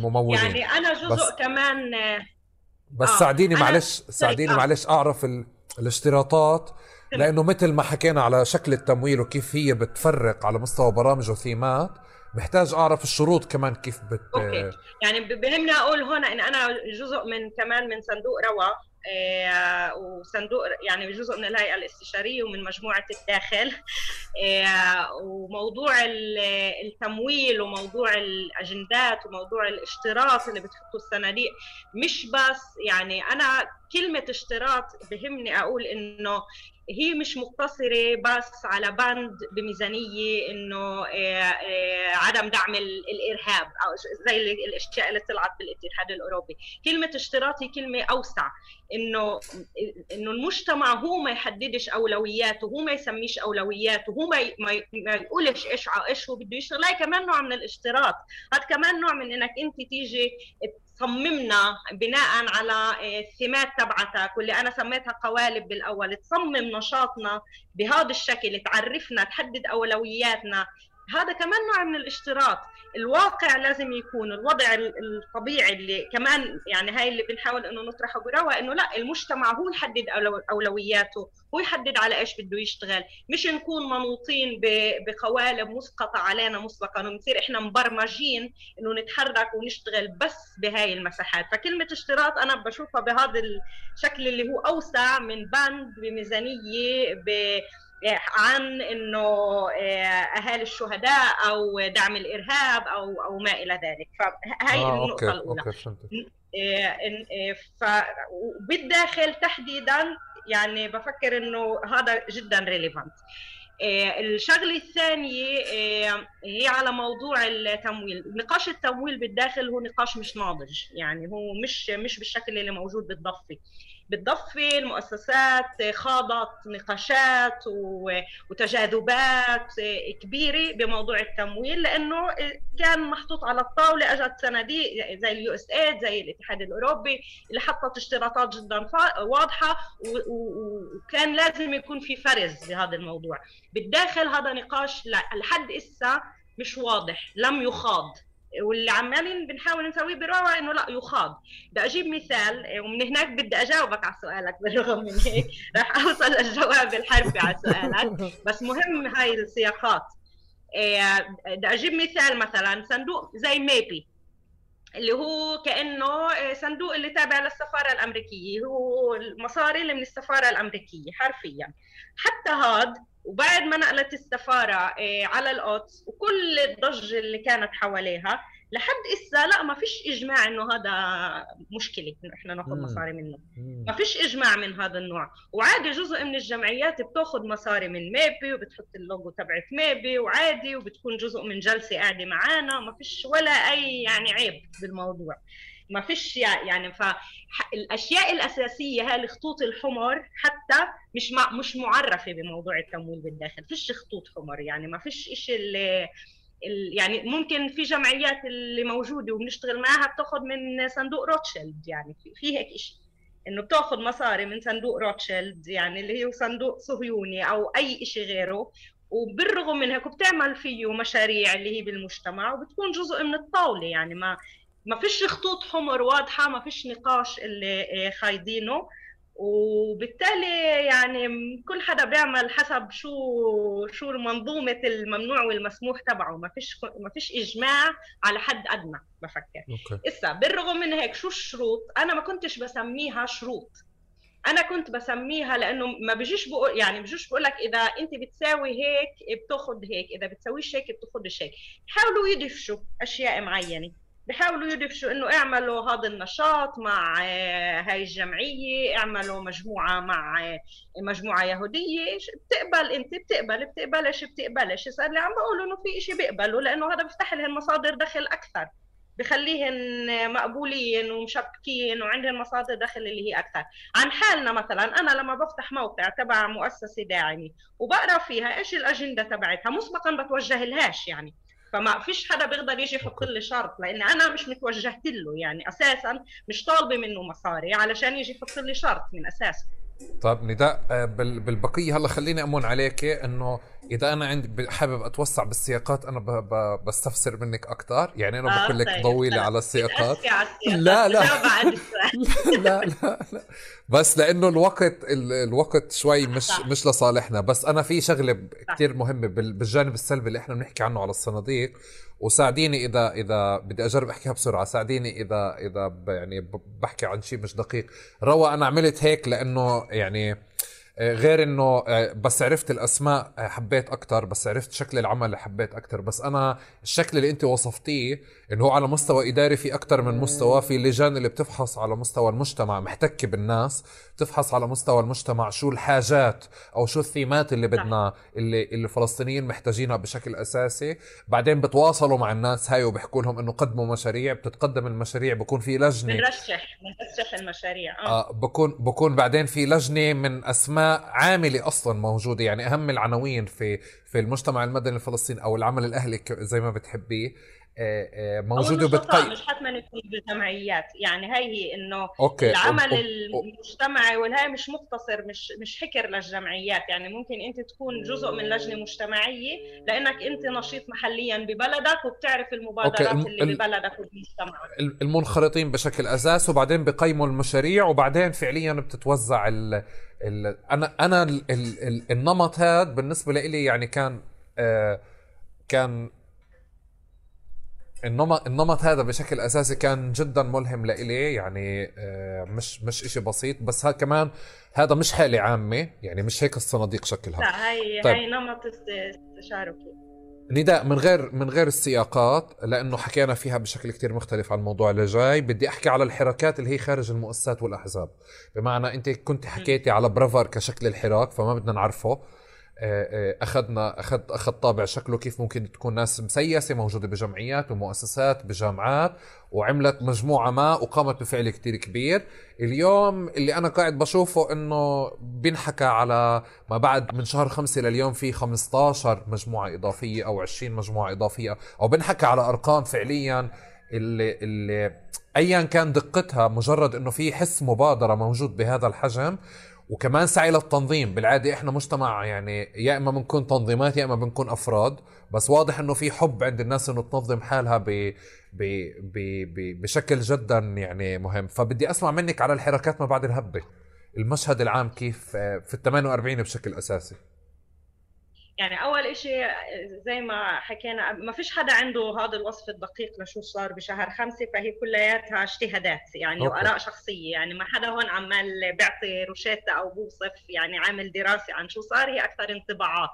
الممولين. يعني انا جزء بس كمان. بس ساعديني انا معلش، سوري. ساعديني معلش اعرف الاشتراطات، لانه مثل ما حكينا على شكل التمويل وكيف هي بتفرق على مستوى برامج وثيمات، محتاج اعرف الشروط كمان كيف اوكي، يعني بهمني اقول هنا ان انا جزء من كمان من صندوق روى، وصندوق يعني جزء من الهيئه الاستشاريه ومن مجموعه الداخل. وموضوع التمويل وموضوع الاجندات وموضوع الاشتراط اللي بتحطوا الصناديق، مش بس يعني انا كلمه اشتراط بهمني اقول انه هي مش مقتصرة بس على بند بميزانية إنه عدم دعم الإرهاب أو زي الأشياء اللي طلعت بالاتحاد الأوروبي. كلمة اشتراطي كلمة أوسع، إنه المجتمع هو ما يحددش أولوياته، هو ما يسميش أولوياته، هو ما يقولش إيش هو بده يشتغل. هاي كمان نوع من الاشتراط، هذا كمان نوع من إنك أنت تيجي تصممنا بناء على الثمات تبعتك واللي انا سميتها قوالب بالاول، تصمم نشاطنا بهذا الشكل، تعرفنا، تحدد اولوياتنا. هذا كمان نوع من الاشتراط. الواقع لازم يكون الوضع الطبيعي اللي كمان يعني هاي اللي بنحاول انه نطرحه بروى، انه لا، المجتمع هو يحدد اولوياته، هو يحدد على ايش بده يشتغل، مش نكون منوطين بقوالب مسقطه علينا مسبقا ونصير احنا مبرمجين انه نتحرك ونشتغل بس بهاي المساحات. فكلمه اشتراط انا بشوفها بهذا الشكل اللي هو اوسع من بند بميزانيه عن انه اهالي الشهداء او دعم الارهاب او ما الى ذلك. فهي النقطه اوكي الاولى. اوكي فهمت. وبالداخل تحديدا يعني بفكر انه هذا جدا ريليفانت. الشغله الثانيه هي على موضوع التمويل. نقاش التمويل بالداخل هو نقاش مش ناضج، يعني هو مش بالشكل اللي موجود بالضفه. المؤسسات خاضت نقاشات وتجاذبات كبيره بموضوع التمويل، لانه كان محطوط على الطاوله، اجت صناديق زي اليو اس ايد زي الاتحاد الاوروبي اللي حطت اشتراطات جدا واضحه، وكان لازم يكون في فرز بهذا الموضوع. بالداخل هذا نقاش لحد إسا مش واضح، لم يخاض، واللي عمالين بنحاول نسويه بروى انه لا يخاض. بدي اجيب مثال ومن هناك بدي اجاوبك على سؤالك، بالرغم من هيك راح اوصل للجواب الحرفي على سؤالك، بس مهم هاي السياقات. بدي اجيب مثال، مثلا صندوق زي ميبي اللي هو كأنه صندوق اللي تابع للسفارة الأمريكية، هو المصاري اللي من السفارة الأمريكية حرفيا. حتى هاد وبعد ما نقلت السفارة على القدس وكل الضجة اللي كانت حواليها، لحد إسا لا، ما فيش إجماع إنه هذا مشكلة إنه إحنا ناخذ مصاري منه. ما فيش إجماع من هذا النوع، وعادي جزء من الجمعيات بتاخذ مصاري من ميبي وبتحط اللوجو تبعت ميبي وعادي، وبتكون جزء من جلسة قاعدة معانا، ما فيش ولا أي يعني عيب بالموضوع، ما فيش يعني. فالاشياء الاساسيه هاي الخطوط الحمر حتى مش معرفه بموضوع التمويل بالداخل، فيش خطوط حمر، يعني ما فيش شيء اللي يعني ممكن في جمعيات اللي موجوده وبنشتغل معها بتاخذ من صندوق روتشيلد، يعني في هيك شيء انه بتاخذ مصاري من صندوق روتشيلد، يعني اللي هو صندوق صهيوني او اي شيء غيره، وبالرغم من هيك بتعمل فيه مشاريع اللي هي بالمجتمع وبتكون جزء من الطاوله. يعني ما فيش خطوط حمر واضحه، ما فيش نقاش اللي خايضينه، وبالتالي يعني كل حدا بيعمل حسب شو منظومه الممنوع والمسموح تبعه، ما فيش اجماع على حد ادنى بفكر. اسا بالرغم من هيك شو الشروط؟ انا ما كنتش بسميها شروط، انا كنت بسميها لانه ما بيجيش بقول يعني بيجوش بقول لك اذا انت بتساوي هيك بتاخذ هيك، اذا بتسويش هيك بتاخذش هيك. بحاولوا يدفشوا اشياء معينه، بحاولوا يدفشوا انه اعملوا هذا النشاط مع هاي الجمعيه، اعملوا مجموعه مع مجموعه يهوديه، بتقبل انت بتقبلش صار اللي عم بقولوا انه في شيء بيقبلوا، لانه هذا بيفتح لهم مصادر دخل اكثر، بخليهن مقبولين ومشبكين وعندهم مصادر دخل اللي هي اكثر. عن حالنا مثلا انا لما بفتح موقع تبع مؤسسه داعمه وبقرا فيها ايش الاجنده تبعتها مسبقا بتوجه لهاش، يعني فما فيش حدا بيقدر يجي يحط لي شرط، لان انا مش متوجهت له، يعني اساسا مش طالبه منه مصاري علشان يجي يحط لي شرط من اساسه. طيب نداء، بالبقيه هلا خليني امون عليك انه اذا انا عندي حابب اتوسع بالسياقات، انا بستفسر منك اكثر، يعني انا بقول لك طيب ضوي لي خلص على السياقات. بتأسفي على السياسات، لا لا بجاوب بعد السؤال. لا لا لا، بس لانه الوقت شوي صح مش لصالحنا. بس انا في شغله صح. كتير مهمه بالجانب السلبي اللي احنا بنحكي عنه على الصناديق، وساعديني اذا بدي اجرب احكيها بسرعه، ساعديني اذا يعني بحكي عن شيء مش دقيق. روى انا عملت هيك لانه يعني غير انه بس عرفت الاسماء حبيت اكتر، بس عرفت شكل العمل حبيت اكتر. بس انا الشكل اللي انت وصفتيه انه هو على مستوى اداري في اكتر من مستوى، في لجان اللي بتفحص على مستوى المجتمع محتكة بالناس، بتفحص على مستوى المجتمع شو الحاجات او شو الثيمات اللي صح بدنا اللي الفلسطينيين محتاجينها بشكل اساسي. بعدين بتواصلوا مع الناس هاي وبحكوا لهم انه قدموا مشاريع، بتتقدم المشاريع، بكون في لجنة. بنرشح المشاريع بكون بعدين في لجنة من أسماء عاملة أصلا موجودة، يعني أهم العناوين في المجتمع المدني الفلسطيني أو العمل الأهلي زي ما بتحبيه، او موجودة النشطاء، وبتقي. مش حتما يكون بالجمعيات، يعني هي انه أوكي العمل المجتمعي والهاي مش مقتصر، مش حكر للجمعيات، يعني ممكن انت تكون جزء من لجنه مجتمعيه لانك انت نشيط محليا ببلدك وبتعرف أوكي المبادرات اللي ببلدك وبمجتمعك. المنخرطين بشكل أساس، وبعدين بقيموا المشاريع، وبعدين فعليا بتتوزع أنا النمط هذا بالنسبة لي يعني كان النمط هذا بشكل اساسي كان جدا ملهم لإلي، يعني مش اشي بسيط. بس كمان هذا مش حالة عامة، يعني مش هيك الصناديق شكلها. لا، هي طيب هي نمط استشاركي. نداء، من غير السياقات، لانه حكينا فيها بشكل كتير مختلف عن الموضوع اللي جاي، بدي احكي على الحراكات اللي هي خارج المؤسسات والاحزاب. بمعنى انت كنت حكيتي على برافر كشكل الحراك، فما بدنا نعرفه. اخذ طابع شكله كيف ممكن تكون ناس مسيسه موجوده بجمعيات ومؤسسات بجامعات، وعملت مجموعه ما وقامت بفعل كتير كبير. اليوم اللي انا قاعد بشوفه انه بينحكى على ما بعد من شهر 5 لليوم في 15 مجموعه اضافيه او 20 مجموعه اضافيه، او بنحكى على ارقام فعليا اللي ايا كان دقتها، مجرد انه في حس مبادره موجود بهذا الحجم، وكمان سعي للتنظيم. بالعادة احنا مجتمع يعني يا اما بنكون تنظيمات يا اما بنكون افراد، بس واضح انه في حب عند الناس انه تنظم حالها بشكل جدا يعني مهم. فبدي اسمع منك على الحركات ما بعد الهبة، المشهد العام كيف في ال 48 بشكل اساسي. يعني أول إشي زي ما حكينا، ما فيش حدا عنده هذا الوصف الدقيق لشو صار بشهر 5، فهي كلياتها اجتهادات يعني اوكي. وآراء شخصية، يعني ما حدا هون عمال بيعطي روشتة أو بوصف يعني عامل دراسي عن شو صار، هي أكثر انطباعات.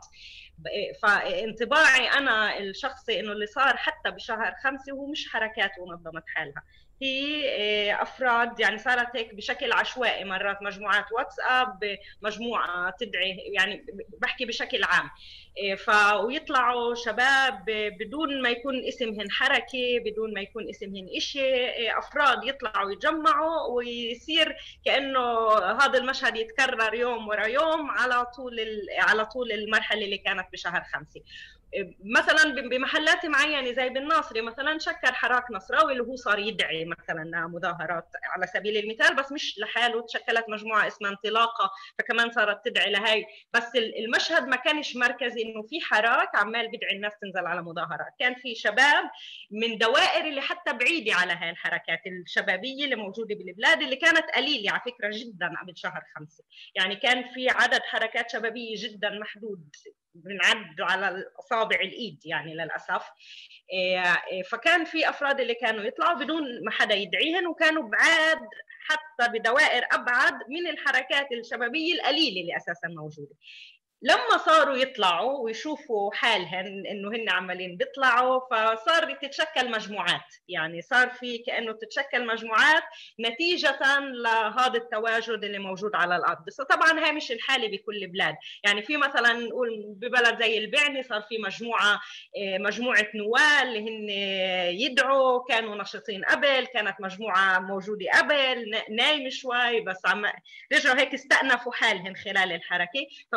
فانطباعي أنا الشخصي إنه اللي صار حتى بشهر 5 هو مش حركات ونظمت حالها، هي افراد يعني صارت هيك بشكل عشوائي، مرات مجموعات واتساب، مجموعه تدعي، يعني بحكي بشكل عام. ويطلعوا شباب بدون ما يكون اسمهن حركه، بدون ما يكون اسمهن إشي، افراد يطلعوا يتجمعوا ويصير كانه هذا المشهد يتكرر يوم ورا يوم على طول المرحله اللي كانت بشهر 5. مثلا بمحلات معينه زي بالناصري مثلا شكر حراك نصراوي اللي هو صار يدعي مثلا مظاهرات على سبيل المثال، بس مش لحاله، تشكلت مجموعه اسمها انطلاقه فكمان صارت تدعي لهي. بس المشهد ما كانش مركزي انه في حراك عمال بدعي الناس تنزل على مظاهرات، كان في شباب من دوائر اللي حتى بعيده على هاي الحركات الشبابيه اللي موجوده بالبلاد، اللي كانت قليله على فكره جدا قبل شهر 5. يعني كان في عدد حركات شبابيه جدا محدود، بنعد على اصابع الايد يعني للاسف. فكان في افراد اللي كانوا يطلعوا بدون ما حدا يدعيهم، وكانوا بعاد حتى بدوائر ابعد من الحركات الشبابيه القليله اللي اساسا موجوده. لما صاروا يطلعوا ويشوفوا حالهن انه هن عمالين بيطلعوا، فصار تتشكل مجموعات، يعني صار في كانه تتشكل مجموعات نتيجه لهذا التواجد اللي موجود على الارض. بس طبعا هاي مش الحاله بكل بلاد، يعني في مثلا نقول ببلد زي البعني صار في مجموعه نوال اللي هن يدعوا، كانوا نشيطين قبل، كانت مجموعه موجوده قبل نايم شوي، بس رجعوا هيك استأنفوا حالهم خلال الحركه. ففي هيك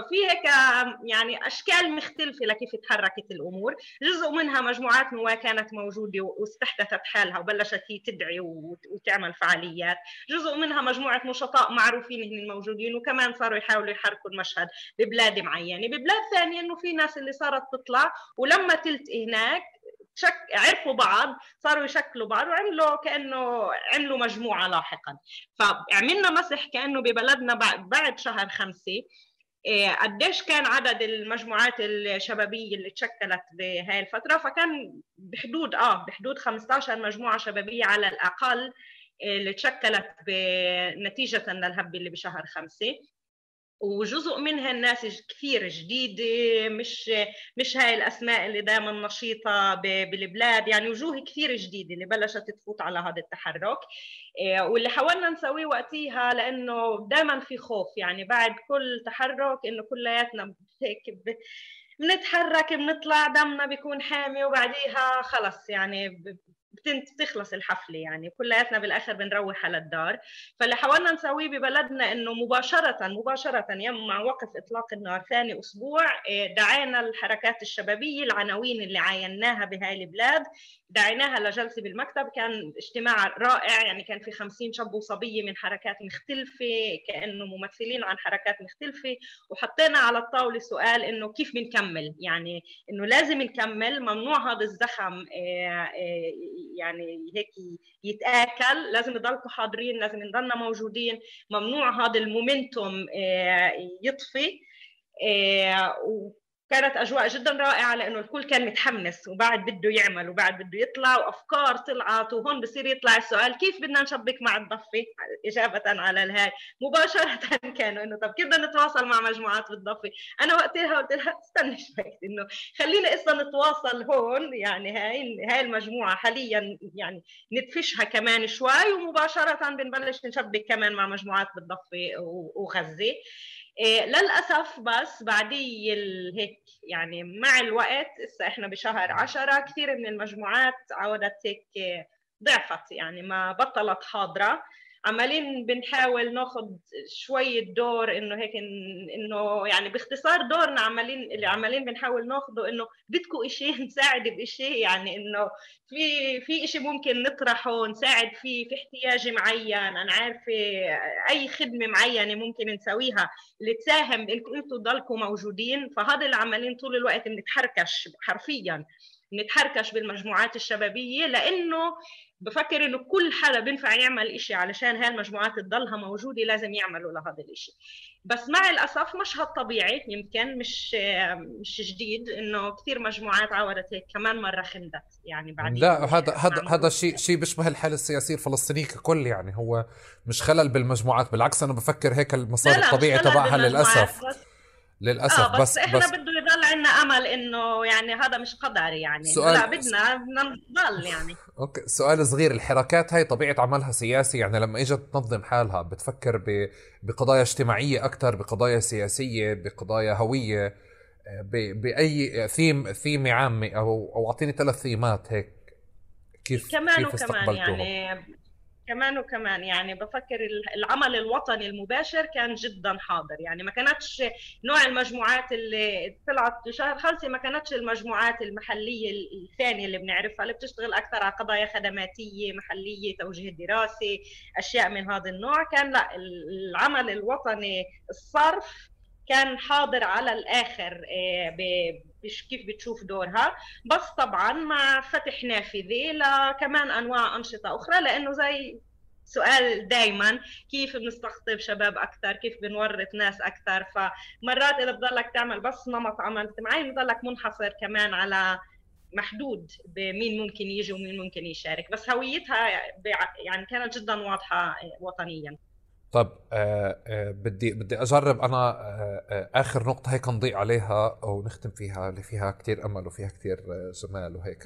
يعني أشكال مختلفة لكيف تحركت الأمور. جزء منها مجموعات نواة كانت موجودة واستحدثت حالها وبلشت هي تدعي وتعمل فعاليات. جزء منها مجموعة نشطاء معروفين هن الموجودين وكمان صاروا يحاولوا يحركوا المشهد ببلاد معينة. ببلاد ثانية إنه في ناس اللي صارت تطلع ولما تلتقي هناك عرفوا بعض، صاروا يشكلوا بعض وعملوا كأنه عملوا مجموعة لاحقا. فعملنا مسح كأنه ببلدنا بعد شهر 5 قديش كان عدد المجموعات الشبابية اللي تشكلت بهاي الفترة. فكان بحدود 15 مجموعة شبابية على الأقل اللي تشكلت نتيجة للهبة اللي بشهر 5. وجزء منها الناس كثير جديدة، مش هاي الأسماء اللي دائما نشيطة بالبلاد، يعني وجوه كثير جديدة اللي بلشت تفوت على هذا التحرك. واللي حاولنا نسويه وقتها لأنه دائما في خوف، يعني بعد كل تحرك إنه كلياتنا هيك بنتحرك بنطلع دمنا بيكون حامي وبعديها خلص يعني بتخلص الحفلة، يعني كلياتنا بالآخر بنروح على الدار. فاللي حاولنا نسويه ببلدنا إنه مباشرة يوم مع وقف إطلاق النار ثاني أسبوع دعينا الحركات الشبابية، العناوين اللي عايناها بهاي البلاد دعيناها لجلسة بالمكتب. كان اجتماع رائع، يعني كان في 50 شاب وصبية من حركات مختلفة كأنه ممثلين عن حركات مختلفة، وحطينا على الطاولة سؤال إنه كيف بنكمل، يعني إنه لازم نكمل، ممنوع هذا الزخم يعني هيك يتآكل، لازم نضلكم حاضرين، لازم نضلنا موجودين، ممنوع هذا المومنتوم يطفي. وكانت أجواء جدا رائعة لأنه الكل كان متحمس وبعد بده يعمل وبعد بده يطلع وأفكار طلعت. وهون بصير يطلع السؤال كيف بدنا نشبك مع الضفة إجابة على الهاي مباشرة. كانوا إنه طب كيف بدنا نتواصل مع مجموعات بالضفة. أنا وقتها قلت لها استنى شوي إنه خلينا إصلا نتواصل هون، يعني هاي المجموعة حاليا يعني ندفشها كمان شوي ومباشرة بنبلش نشبك كمان مع مجموعات بالضفة وغزة. للأسف بس بعدي هيك يعني مع الوقت هسه احنا بشهر 10 كثير من المجموعات عودت هيك ضعفت، يعني ما بطلت حاضرة. عمالين بنحاول ناخذ شوية دور انه هيك انه يعني باختصار دورنا اللي عمالين بنحاول ناخذه انه بدكم اشي نساعد باشي، يعني انه في اشي ممكن نطرحه نساعد فيه، في احتياج معين انا عارفة اي خدمة معينة ممكن نسويها اللي تساهم انكم انتم تضلكم موجودين. فهذا اللي عمالين طول الوقت بنتحركش حرفيا نتحركش بالمجموعات الشبابية، لأنه بفكر إنه كل حدا بينفع يعمل إشي علشان هاي المجموعات تضلها موجودة لازم يعملوا لهذا الإشي. بس مع الأسف مشهد طبيعي يمكن مش جديد إنه كثير مجموعات عودت هيك كمان مرة خندت، يعني بعد لا هذا شيء بيشبه الحالة السياسية الفلسطينية ككل، يعني هو مش خلل بالمجموعات، بالعكس أنا بفكر هيك المسار الطبيعي تبعها للأسف. بس احنا بده يضل عندنا امل انه يعني هذا مش قدر، يعني لا بدنا نضل يعني. اوكي، سؤال صغير، الحركات هاي طبيعة عملها سياسي؟ يعني لما اجت تنظم حالها بتفكر بقضايا اجتماعية اكثر، بقضايا سياسية، بقضايا هوية، باي ثيم عامة او اعطيني 3 ثيمات هيك كيف استقبلتوهم؟ يعني كمان يعني بفكر العمل الوطني المباشر كان جدا حاضر، يعني ما كانتش نوع المجموعات اللي طلعت شهر 5 ما كانتش المجموعات المحلية الثانية اللي بنعرفها اللي بتشتغل أكثر على قضايا خدماتية محلية، توجيه دراسي، أشياء من هذا النوع. كان لا، العمل الوطني الصرف كان حاضر على الآخر كيف بتشوف دورها. بس طبعا مع فتح نافذة لكمان أنواع أنشطة أخرى، لأنه زي سؤال دايما كيف بنستقطب شباب أكثر، كيف بنورط ناس أكثر. فمرات إذا بضلك تعمل بس نمط عمل اجتماعي بضلك منحصر كمان على محدود بمين ممكن يجي ومين ممكن يشارك. بس هويتها يعني كانت جدا واضحة وطنيا. طب بدي أجرب أنا آخر نقطة هيك نضيع عليها أو نختم فيها، اللي فيها كتير أمل وفيها كتير جمال وهيك.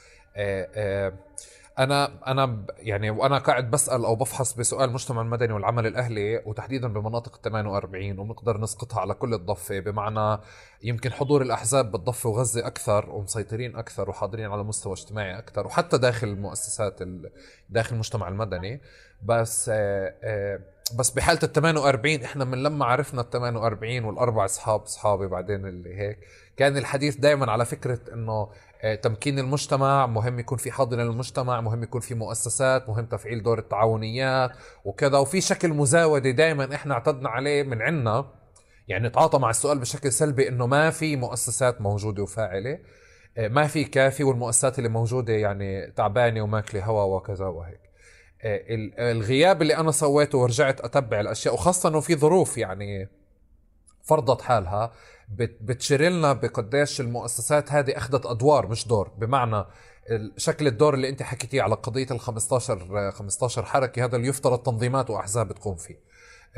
أنا يعني وأنا قاعد بسأل أو بفحص بسؤال المجتمع المدني والعمل الأهلي وتحديدا بمناطق 48 وبنقدر نسقطها على كل الضفة، بمعنى يمكن حضور الأحزاب بالضفة وغزة أكثر ومسيطرين أكثر وحاضرين على مستوى اجتماعي أكثر وحتى داخل المؤسسات داخل المجتمع المدني. بس بس بحالة ال 48 احنا من لما عرفنا ال 48 والاربع اصحابي بعدين اللي هيك، كان الحديث دائما على فكرة انه تمكين المجتمع، مهم يكون في حاضنة للمجتمع، مهم يكون في مؤسسات، مهم تفعيل دور التعاونيات وكذا، وفي شكل مزاودة دائما احنا اعتدنا عليه من عنا، يعني نتعاطى مع السؤال بشكل سلبي انه ما في مؤسسات موجودة وفاعلة، ما في كافي، والمؤسسات اللي موجودة يعني تعبانة وماكلة هوا وكذا وهيك. الغياب اللي انا سويته ورجعت اتبع الاشياء، وخاصة انه في ظروف يعني فرضت حالها بتشير لنا بقديش المؤسسات هذه اخذت ادوار مش دور، بمعنى شكل الدور اللي انت حكيتيه على قضية ال 15 حركة، هذا اللي يفترض تنظيمات واحزاب تقوم فيه.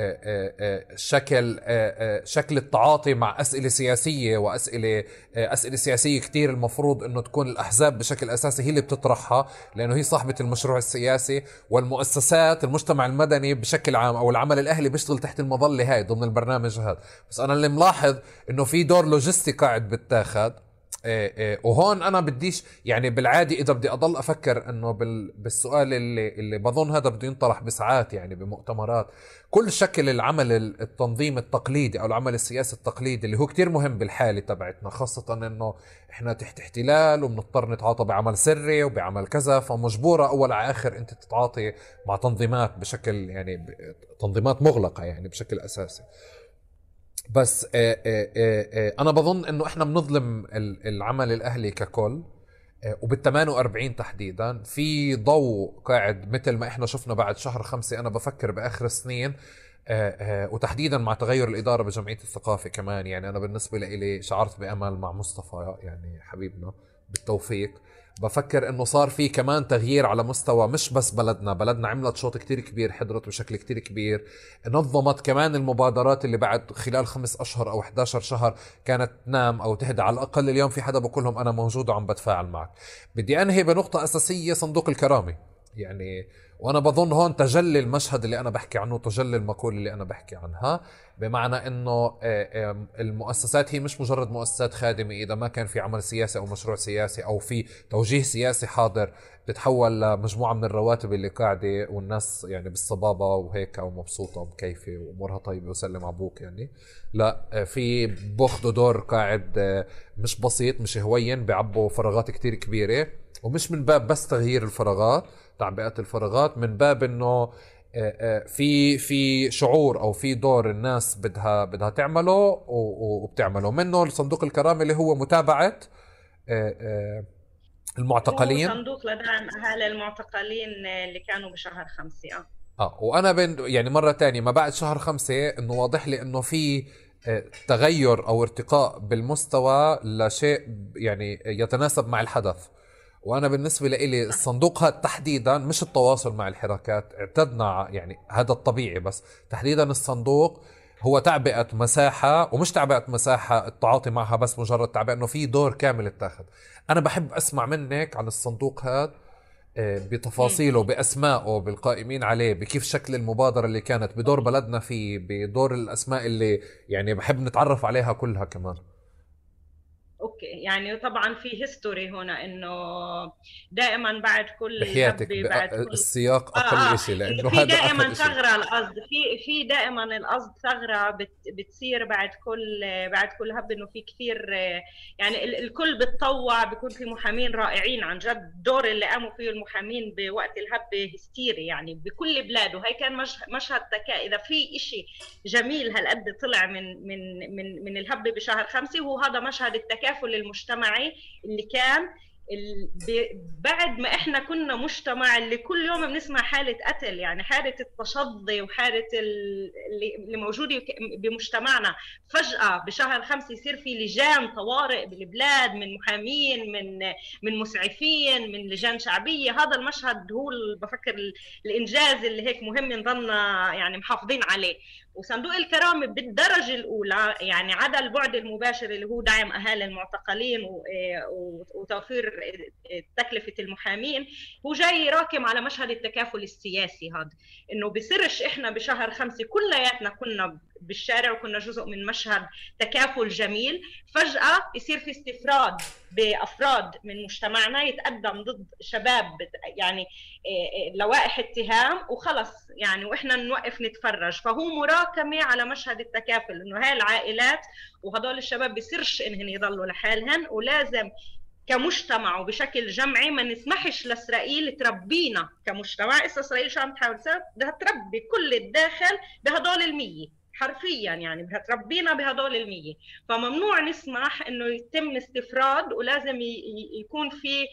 شكل التعاطي مع أسئلة سياسية أسئلة سياسية كتير المفروض أنه تكون الأحزاب بشكل أساسي هي اللي بتطرحها، لأنه هي صاحبة المشروع السياسي، والمؤسسات المجتمع المدني بشكل عام أو العمل الأهلي بيشتغل تحت المظلة هاي ضمن البرنامج هذا. بس أنا اللي ملاحظ أنه في دور لوجستي قاعد بتاخد. وهون انا بديش يعني بالعادي اذا بدي اضل افكر انه بالسؤال اللي بظن هذا بده ينطرح بساعات يعني بمؤتمرات، كل شكل العمل التنظيم التقليدي او العمل السياسي التقليدي اللي هو كتير مهم بالحالة تبعتنا، خاصة انه احنا تحت احتلال وبنضطر نتعاطى بعمل سري وبعمل كذا، فمجبورة اول على اخر انت تتعاطي مع تنظيمات بشكل يعني تنظيمات مغلقة يعني بشكل اساسي. بس انا بظن انه احنا بنظلم العمل الاهلي ككل، وبال 48 تحديدا في ضوء قاعد مثل ما احنا شفنا بعد شهر 5. انا بفكر باخر السنين وتحديدا مع تغير الاداره بجمعيه الثقافه كمان، يعني انا بالنسبه لي شعرت بامل مع مصطفى يعني حبيبنا بالتوفيق. بفكر انه صار في كمان تغيير على مستوى مش بس بلدنا عملت شوط كتير كبير، حضرت بشكل كتير كبير، نظمت كمان المبادرات اللي بعد خلال 5 أشهر او 11 شهر كانت تنام او تهدى، على الاقل اليوم في حدا بقول لهم انا موجود وعم بتفاعل معك. بدي انهي بنقطة اساسية، صندوق الكرامة يعني، وانا بظن هون تجلي المشهد اللي انا بحكي عنه، تجلي المقولة اللي انا بحكي عنها، بمعنى انه المؤسسات هي مش مجرد مؤسسات خادمة، اذا ما كان في عمل سياسي او مشروع سياسي او في توجيه سياسي حاضر بتتحول لمجموعة من الرواتب اللي قاعدة والناس يعني بالصبابة وهيك ومبسوطة ومكيفة وامورها طيبة وسلم عبوك يعني. لا، في باخدوا دور قاعد مش بسيط، مش هوين، بيعبوا فراغات كتير كبيرة، ومش من باب بس تغيير الفراغات، تعبئة الفراغات، من باب انه في شعور او في دور الناس بدها تعمله وبتعمله، منه صندوق الكرامة اللي هو متابعة المعتقلين، وصندوق لدعم اهالي المعتقلين اللي كانوا بشهر 5. وانا يعني مرة تانية ما بعد شهر 5 انه واضح لي انه في تغير او ارتقاء بالمستوى لشيء يعني يتناسب مع الحدث. وانا بالنسبه لي الصندوق هذا تحديدا، مش التواصل مع الحركات اعتدنا يعني هذا الطبيعي، بس تحديدا الصندوق هو تعبئه مساحه، ومش تعبئه مساحه التعاطي معها بس، مجرد تعبئه انه في دور كامل اتاخذ. انا بحب اسمع منك عن الصندوق هذا بتفاصيله، باسمائه، بالقائمين عليه، بكيف شكل المبادره اللي كانت، بدور بلدنا فيه، بدور الاسماء اللي يعني بحب نتعرف عليها كلها كمان. اوكي، يعني طبعا في هيستوري هنا، انه دائما بعد كل بحياتك هبه، بعد كل السياق اقل شيء، انه لانه في هذا دائما اخر شيء. ثغره، القصد في دائما القصد ثغره بتصير بعد كل هبه، انه في كثير يعني الكل بتطوع، بيكون في محامين رائعين عن جد. الدور اللي قاموا فيه المحامين بوقت الهبه هستيري يعني بكل بلاده. هاي كان مشهد اذا في إشي جميل هالقد طلع من الهبه بشهر 5، وهو هذا مشهد التكافل المجتمعي اللي كان بعد ما احنا كنا مجتمع اللي كل يوم بنسمع حالة قتل، يعني حالة التشظي وحالة اللي موجودة بمجتمعنا، فجأة بشهر 5 يصير في لجان طوارئ بالبلاد، من محامين، من مسعفين، من لجان شعبية. هذا المشهد هو بفكر الإنجاز اللي هيك مهم نضلنا يعني محافظين عليه. وصندوق الكرامة بالدرجة الأولى يعني عدا البعد المباشر اللي هو دعم أهالي المعتقلين وتوفير تكلفة المحامين، هو جاي يراكم على مشهد التكافل السياسي هذا. إنه بصيرش إحنا بشهر 5 كلياتنا كنا بالشارع وكنا جزء من مشهد تكافل جميل، فجأة يصير في استفراد بأفراد من مجتمعنا يتقدم ضد شباب يعني لوائح اتهام وخلص يعني، وإحنا نوقف نتفرج. فهو مراكمة على مشهد التكافل، إنه هاي العائلات وهدول الشباب بيصيرش إنهن يضلوا لحالهن، ولازم كمجتمع وبشكل جمعي ما نسمحش لإسرائيل تربينا كمجتمع. إسرائيل شو عم تحاول تسوي؟ بدها تربي كل الداخل بهدول المية حرفيا، يعني بدها تربينا بهدول المية. فممنوع نسمح إنه يتم استفراد، ولازم يكون في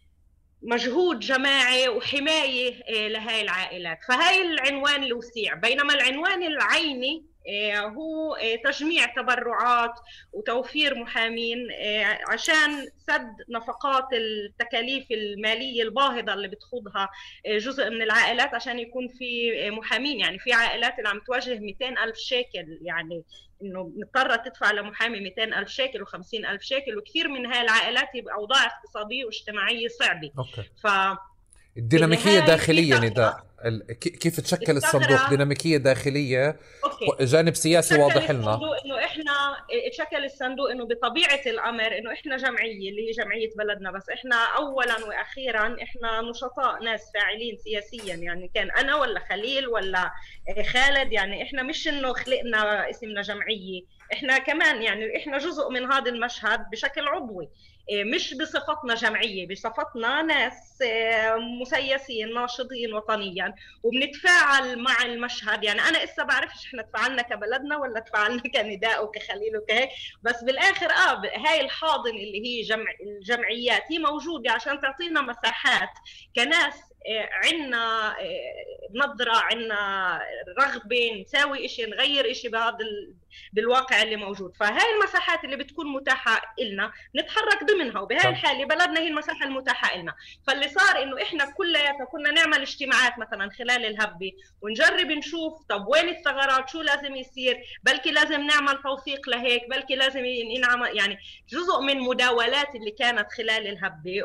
مجهود جماعي وحماية لهاي العائلات. فهاي العنوان الوسيع، بينما العنوان العيني هو تجميع تبرعات وتوفير محامين عشان سد نفقات التكاليف المالية الباهظة اللي بتخوضها جزء من العائلات، عشان يكون في محامين. يعني في عائلات اللي عم تواجه 200,000 شيكل، يعني انه مضطره تدفع لمحامي 200,000 شيكل و50,000 شيكل، وكثير من هاي العائلات باوضاع اقتصاديه واجتماعيه صعبه. اوكي. ف الديناميكية داخلية نداء، كيف تشكل الصندوق؟ ديناميكية داخلية، أوكي. جانب سياسي واضح لنا. انه احنا شكل الصندوق انه بطبيعه الامر انه احنا جمعيه اللي هي جمعيه بلدنا، بس احنا اولا واخيرا احنا نشطاء، ناس فاعلين سياسيا، يعني كان انا ولا خليل ولا خالد، يعني احنا مش انه خلقنا اسمنا جمعيه، احنا كمان يعني احنا جزء من هذا المشهد بشكل عضوي، مش بصفتنا جمعيه، بصفتنا ناس مسيسين ناشطين وطنيا وبنتفاعل مع المشهد. يعني انا لسه بعرفش احنا تفاعلنا كبلدنا ولا تفاعلنا كنداء وكخليل وكهيك، بس بالاخر هاي الحاضن اللي هي الجمعيات هي موجوده عشان تعطينا مساحات كناس عنا نظرة، عنا رغبة نساوي إشي، نغير إشي بهذا بالواقع اللي موجود. فهاي المساحات اللي بتكون متاحة إلنا نتحرك ضمنها، وبهاي الحالة بلدنا هي المساحة المتاحة إلنا. فاللي صار إنه إحنا كلياتنا كنا نعمل اجتماعات مثلا خلال الهبة ونجرب نشوف طب وين الثغرات، شو لازم يصير، بلكي لازم نعمل توثيق لهيك، بلكي لازم ينعمل، يعني جزء من مداولات اللي كانت خلال الهبة،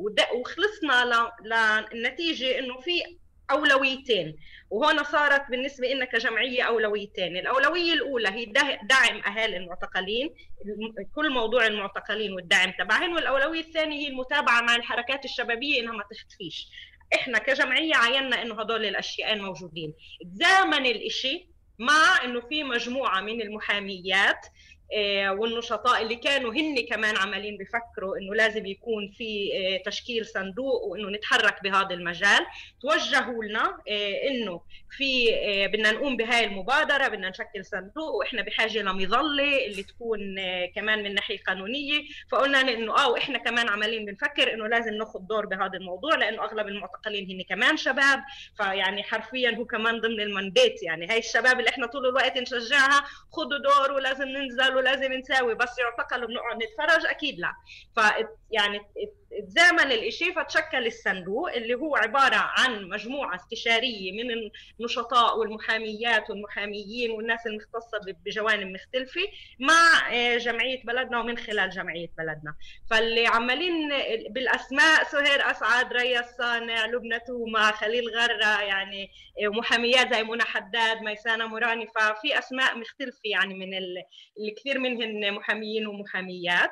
وخلصنا للنتيجة إنه في أولويتين. وهنا صارت بالنسبة لنا كجمعية أولويتين. الأولوية الأولى هي دعم أهالي المعتقلين، كل موضوع المعتقلين والدعم تبعهم، والأولوية الثانية هي المتابعة مع الحركات الشبابية إنها ما تختفيش. إحنا كجمعية عينا إنه هدول الأشياء موجودين، تزامن الإشي مع إنه في مجموعة من المحاميات والنشطاء اللي كانوا هن كمان عمالين بفكروا انه لازم يكون في تشكيل صندوق وانه نتحرك بهذا المجال. توجهوا لنا انه في بدنا نقوم بهاي المبادره، بدنا نشكل صندوق واحنا بحاجه لمظله اللي تكون كمان من ناحيه قانونيه. فقلنا انه واحنا كمان عمالين بنفكر انه لازم ناخذ دور بهذا الموضوع، لانه اغلب المعتقلين هن كمان شباب، فيعني حرفيا هو كمان ضمن المانديت، يعني هاي الشباب اللي احنا طول الوقت نشجعها خذوا دور ولازم ننزل ولازم نساوي، بس يعتقلوا بنقعد نتفرج؟ اكيد لا. ف يعني تزامن الاشي، فتشكل الصندوق اللي هو عباره عن مجموعه استشاريه من النشطاء والمحاميات والمحاميين والناس المختصه بجوانب مختلفه مع جمعيه بلدنا ومن خلال جمعيه بلدنا. فاللي عمالين بالاسماء سهير اسعد، ريا الصانع، لبنى توما، خليل غره، يعني محاميات زي منى حداد، ميسانه مراني، ففي اسماء مختلفه يعني من الكثير منهن محاميين ومحاميات.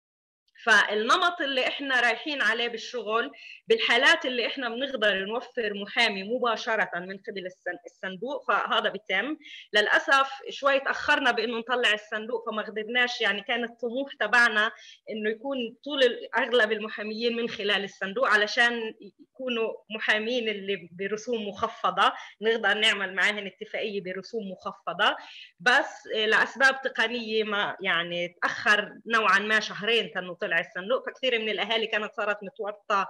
فالنمط اللي احنا رايحين عليه بالشغل بالحالات اللي احنا بنقدر نوفر محامي مباشرة من قبل الصندوق فهذا بيتم. للأسف شوي تأخرنا بأنه نطلع الصندوق فما قدرناش، يعني كان الطموح تبعنا أنه يكون طول أغلب المحاميين من خلال الصندوق علشان يكونوا محامين اللي برسوم مخفضة، نقدر نعمل معاهم اتفاقية برسوم مخفضة. بس لأسباب تقنية ما يعني تأخر نوعا ما شهرين تنو طلع الصندوق. فكثير من الأهالي كانت صارت متورطة،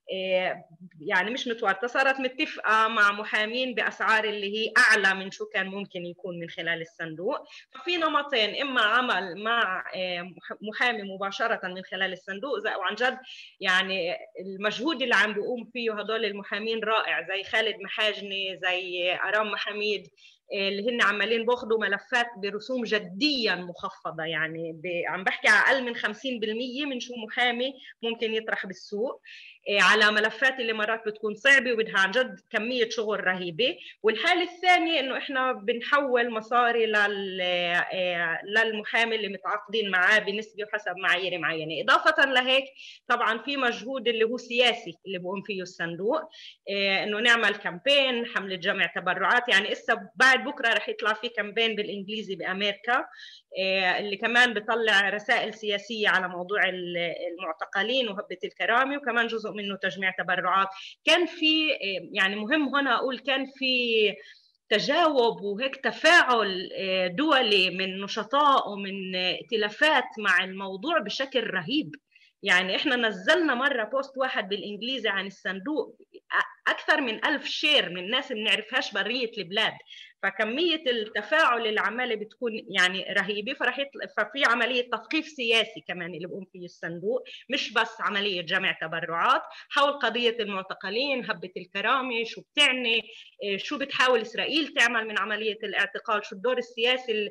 يعني مش متورطة، صارت متفقة مع محامين بأسعار اللي هي أعلى من شو كان ممكن يكون من خلال الصندوق. ففي نمطين، إما عمل مع محامي مباشرة من خلال الصندوق، وعن جد يعني المجهود اللي عم بيقوم فيه هدول المحامين رائع، زي خالد محاجني، زي أرام محميد، اللي هن عمالين باخدوا ملفات برسوم جديا مخفضة، يعني عم بحكي على أقل من 50% من شو محامي ممكن يطرح بالسوق، على ملفات اللي مرات بتكون صعبة وبدها عن جد كمية شغل رهيبة. والحالة الثانية إنه إحنا بنحول مصاري للمحامي اللي متعاقدين معاه بنسبة وحسب معايير معينة. إضافة لهيك طبعا في مجهود اللي هو سياسي اللي بقوم فيه الصندوق، إنه نعمل كامبين، حملة جمع تبرعات. يعني إسا بعد بكرة رح يطلع في كامبين بالإنجليزي بأمريكا اللي كمان بيطلع رسائل سياسية على موضوع المعتقلين وهبة الكرامة، وكمان جزء منه تجميع تبرعات. كان في يعني مهم هنا أقول كان في تجاوب وهيك تفاعل دولي من نشطاء ومن ائتلافات مع الموضوع بشكل رهيب. يعني احنا نزلنا مرة بوست واحد بالإنجليزي عن الصندوق أكثر من 1000 شير من ناس ما نعرفهاش برية البلاد. فكمية التفاعل اللي عمالة بتكون يعني رهيبة. ففي عملية تثقيف سياسي كمان اللي بقوم فيه الصندوق، مش بس عملية جمع تبرعات حول قضية المعتقلين، هبة الكرامة شو بتعني، شو بتحاول إسرائيل تعمل من عملية الاعتقال، شو الدور السياسي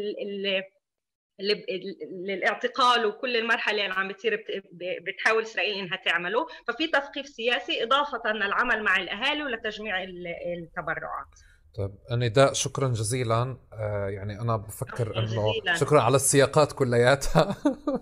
للاعتقال وكل المرحله اللي عم بتصير بتحاول اسرائيل انها تعمله. ففي تثقيف سياسي اضافه للعمل مع الاهالي ولتجميع التبرعات. طيب نداء شكرا جزيلا. يعني أنا بفكر أنه جزيلا. شكرا على السياقات كلياتها.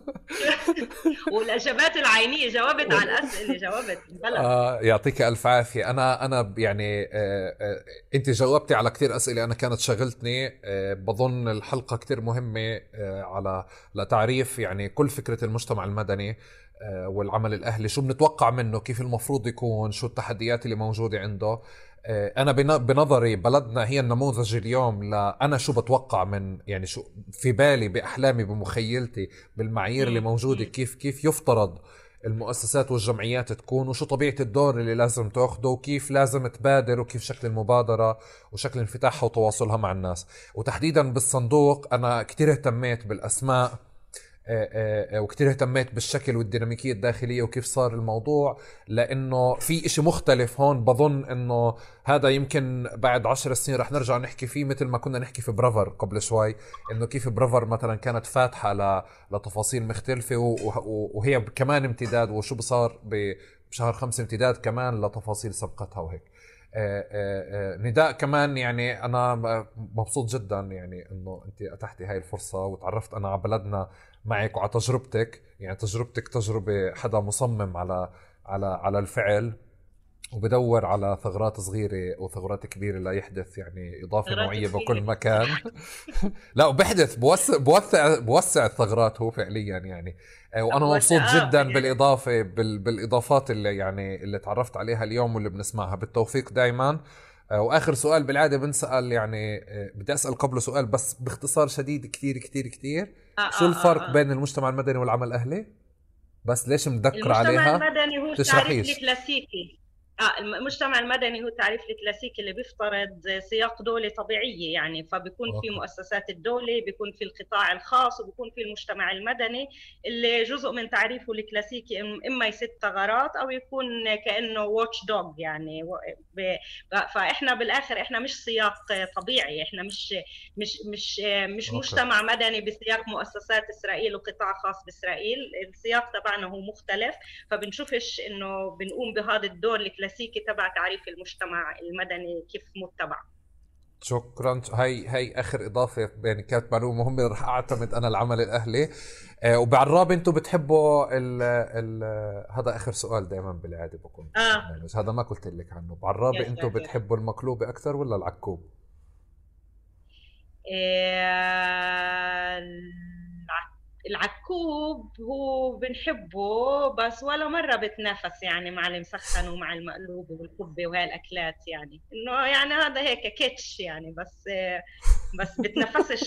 والإجابات العينية، جاوبت على الأسئلة، جاوبت بلد. يعطيك ألف عافية. أنا يعني أنت جاوبتي على كتير أسئلة أنا كانت شغلتني. بظن الحلقة كتير مهمة على لتعريف يعني كل فكرة المجتمع المدني والعمل الأهلي، شو بنتوقع منه، كيف المفروض يكون، شو التحديات اللي موجودة عنده. أنا بنظري بلدنا هي النموذج اليوم لأنا شو بتوقع من يعني شو في بالي بأحلامي بمخيلتي بالمعايير اللي موجودة، كيف يفترض المؤسسات والجمعيات تكون، وشو طبيعة الدور اللي لازم تأخده، وكيف لازم تبادر، وكيف شكل المبادرة وشكل انفتاحها وتواصلها مع الناس. وتحديدا بالصندوق أنا كتير اهتميت بالأسماء وكتير اهتميت بالشكل والديناميكية الداخلية وكيف صار الموضوع، لأنه في إشي مختلف هون. بظن أنه هذا يمكن بعد 10 سنين رح نرجع نحكي فيه مثل ما كنا نحكي في برافر قبل شوي، أنه كيف برافر مثلا كانت فاتحة لتفاصيل مختلفة وهي كمان امتداد، وشو بصار بشهر 5 امتداد كمان لتفاصيل سبقتها وهيك. نداء كمان يعني أنا مبسوط جدا يعني أنه أنت أتحتي هاي الفرصة وتعرفت أنا على بلدنا معك وعلى تجربتك. يعني تجربتك تجربة حدا مصمم على الفعل وبدور على ثغرات صغيرة وثغرات كبيرة لا يحدث يعني إضافة نوعية بكل مكان. لا وبحدث بوسع الثغرات هو فعليا يعني. وأنا مبسوط جدا بالإضافة بالإضافات اللي يعني اللي تعرفت عليها اليوم واللي بنسمعها. بالتوفيق دايما. وآخر سؤال بالعادة بنسأل يعني بدي أسأل قبله سؤال بس باختصار شديد كتير كتير كتير. شو الفرق بين المجتمع المدني والعمل الأهلي؟ بس ليش مذكر عليها؟ المجتمع المدني هو التعريف الكلاسيكي. المجتمع المدني هو التعريف الكلاسيكي اللي بيفترض سياق دولي طبيعية، يعني فبيكون في مؤسسات الدولة، بيكون في القطاع الخاص، وبيكون في المجتمع المدني اللي جزء من تعريفه الكلاسيكي إما يسد ثغرات أو يكون كأنه واتش دوغ يعني. فإحنا بالآخر إحنا مش سياق طبيعي، إحنا مش مجتمع مدني بسياق مؤسسات إسرائيل وقطاع خاص بإسرائيل. السياق تبعنا هو مختلف، فبنشوفش إنه بنقوم بهذا الدور الكلاسيكي تبع تعريف المجتمع المدني كيف متبع. شكرا. هي اخر اضافه يعني كانت معلومه مهمه. رح اعتمد انا العمل الاهلي. وبعراب انتم بتحبوا هذا اخر سؤال دائما بالعاده بكون هذا ما قلت لك عنه. بعراب انتم بتحبوا المقلوبه اكثر ولا العكوب؟ العكوب هو بنحبه بس ولا مرة بتنافس يعني مع المسخن ومع المقلوب والكبة وهي الأكلات، يعني إنه يعني هذا هيك كيتش يعني. بس بتنافسش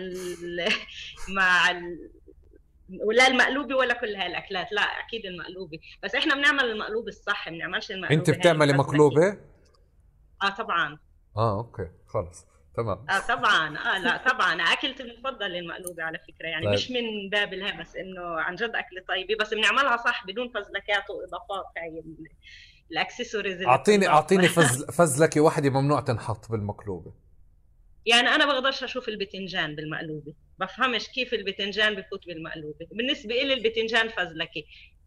مع ولا المقلوبة ولا كل هاي الأكلات. لا أكيد المقلوبة، بس إحنا بنعمل المقلوب الصح، ما بنعملش المقلوبة. أنت بتعملي مقلوبة؟ طبعا. أوكي خلص تمام. طبعا. لا طبعا اكلتي المفضله المقلوبه على فكره يعني. طيب. مش من باب الها بس انه عن جد اكله طيبه، بس بنعملها صح بدون فزلكات واضافات هاي الاكسسوارز. اعطيني فزلكه واحده ممنوع تنحط بالمقلوبه. يعني انا بقدرش اشوف البتنجان بالمقلوبه، بفهمش كيف البتنجان بفوت بالمقلوبه. بالنسبه لي البتنجان فزلكه،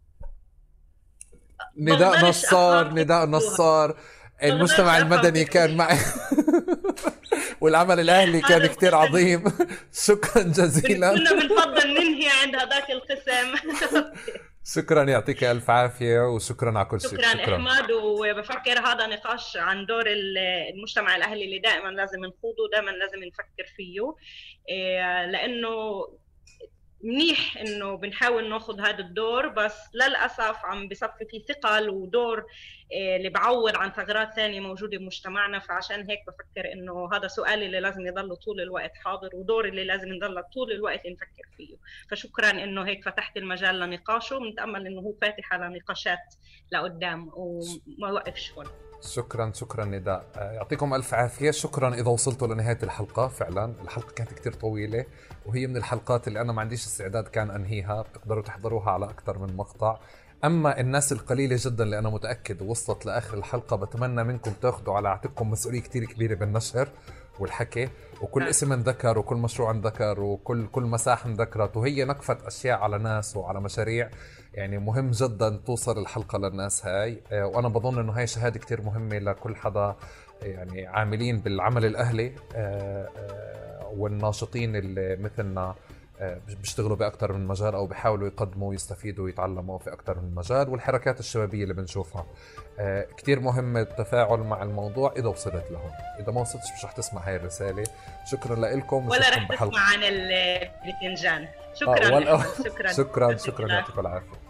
نداء بقدرش نصار، افهم كيف نداء بفوها، نصار. بقدرش المجتمع افهم المدني كيف كان معي والعمل الأهلي كان هذا كتير القسم عظيم. شكرا جزيلا. كنا بنفضل ننهي عند هذاك القسم. شكرا، يعطيك ألف عافية، وشكرا على كل شيء. شكرا شكرا. احمد، وبفكر هذا نقاش عن دور المجتمع الاهلي اللي دائما لازم نخوضه، دائما لازم نفكر فيه، لانه منيح انه بنحاول ناخذ هذا الدور، بس للاسف عم بصفي في ثقل ودور اللي بعوض عن ثغرات ثانيه موجوده بمجتمعنا. فعشان هيك بفكر انه هذا سؤالي اللي لازم يضل طول الوقت حاضر، ودوري اللي لازم نضل طول الوقت نفكر فيه. فشكرا انه هيك فتحت المجال لنقاشه، ونتامل انه هو فاتح على نقاشات لقدام وما وقفش هون. شكرا، شكرا نداء، يعطيكم ألف عافية. شكرا إذا وصلتوا لنهاية الحلقة. فعلا الحلقة كانت كتير طويلة، وهي من الحلقات اللي أنا ما عنديش استعداد كان أنهيها. بتقدروا تحضروها على أكثر من مقطع. أما الناس القليلة جدا اللي أنا متأكد وصلت لآخر الحلقة، بتمنى منكم تاخذوا على عاتقكم مسؤولية كتير كبيرة بالنشر والحكي، وكل اسم انذكر وكل مشروع انذكر وكل مساحة انذكرت، وهي نقفت أشياء على ناس وعلى مشاريع. يعني مهم جدا توصل الحلقة للناس هاي. وأنا بظن إنه هاي شهادة كتير مهمة لكل حدا يعني عاملين بالعمل الأهلي، والناشطين اللي مثلنا بيشتغلوا بأكثر من مجال، أو بيحاولوا يقدموا ويستفيدوا ويتعلموا في أكثر من مجال. والحركات الشبابية اللي بنشوفها كتير مهم التفاعل مع الموضوع. إذا وصلت لهم، إذا ما وصلتش مش رح تسمع هاي الرسالة. شكرا لكم، ولا رح تسمع عن البتنجان. شكرا. شكرا، شكرا شكرا، شكرا، يعطيكم العافية.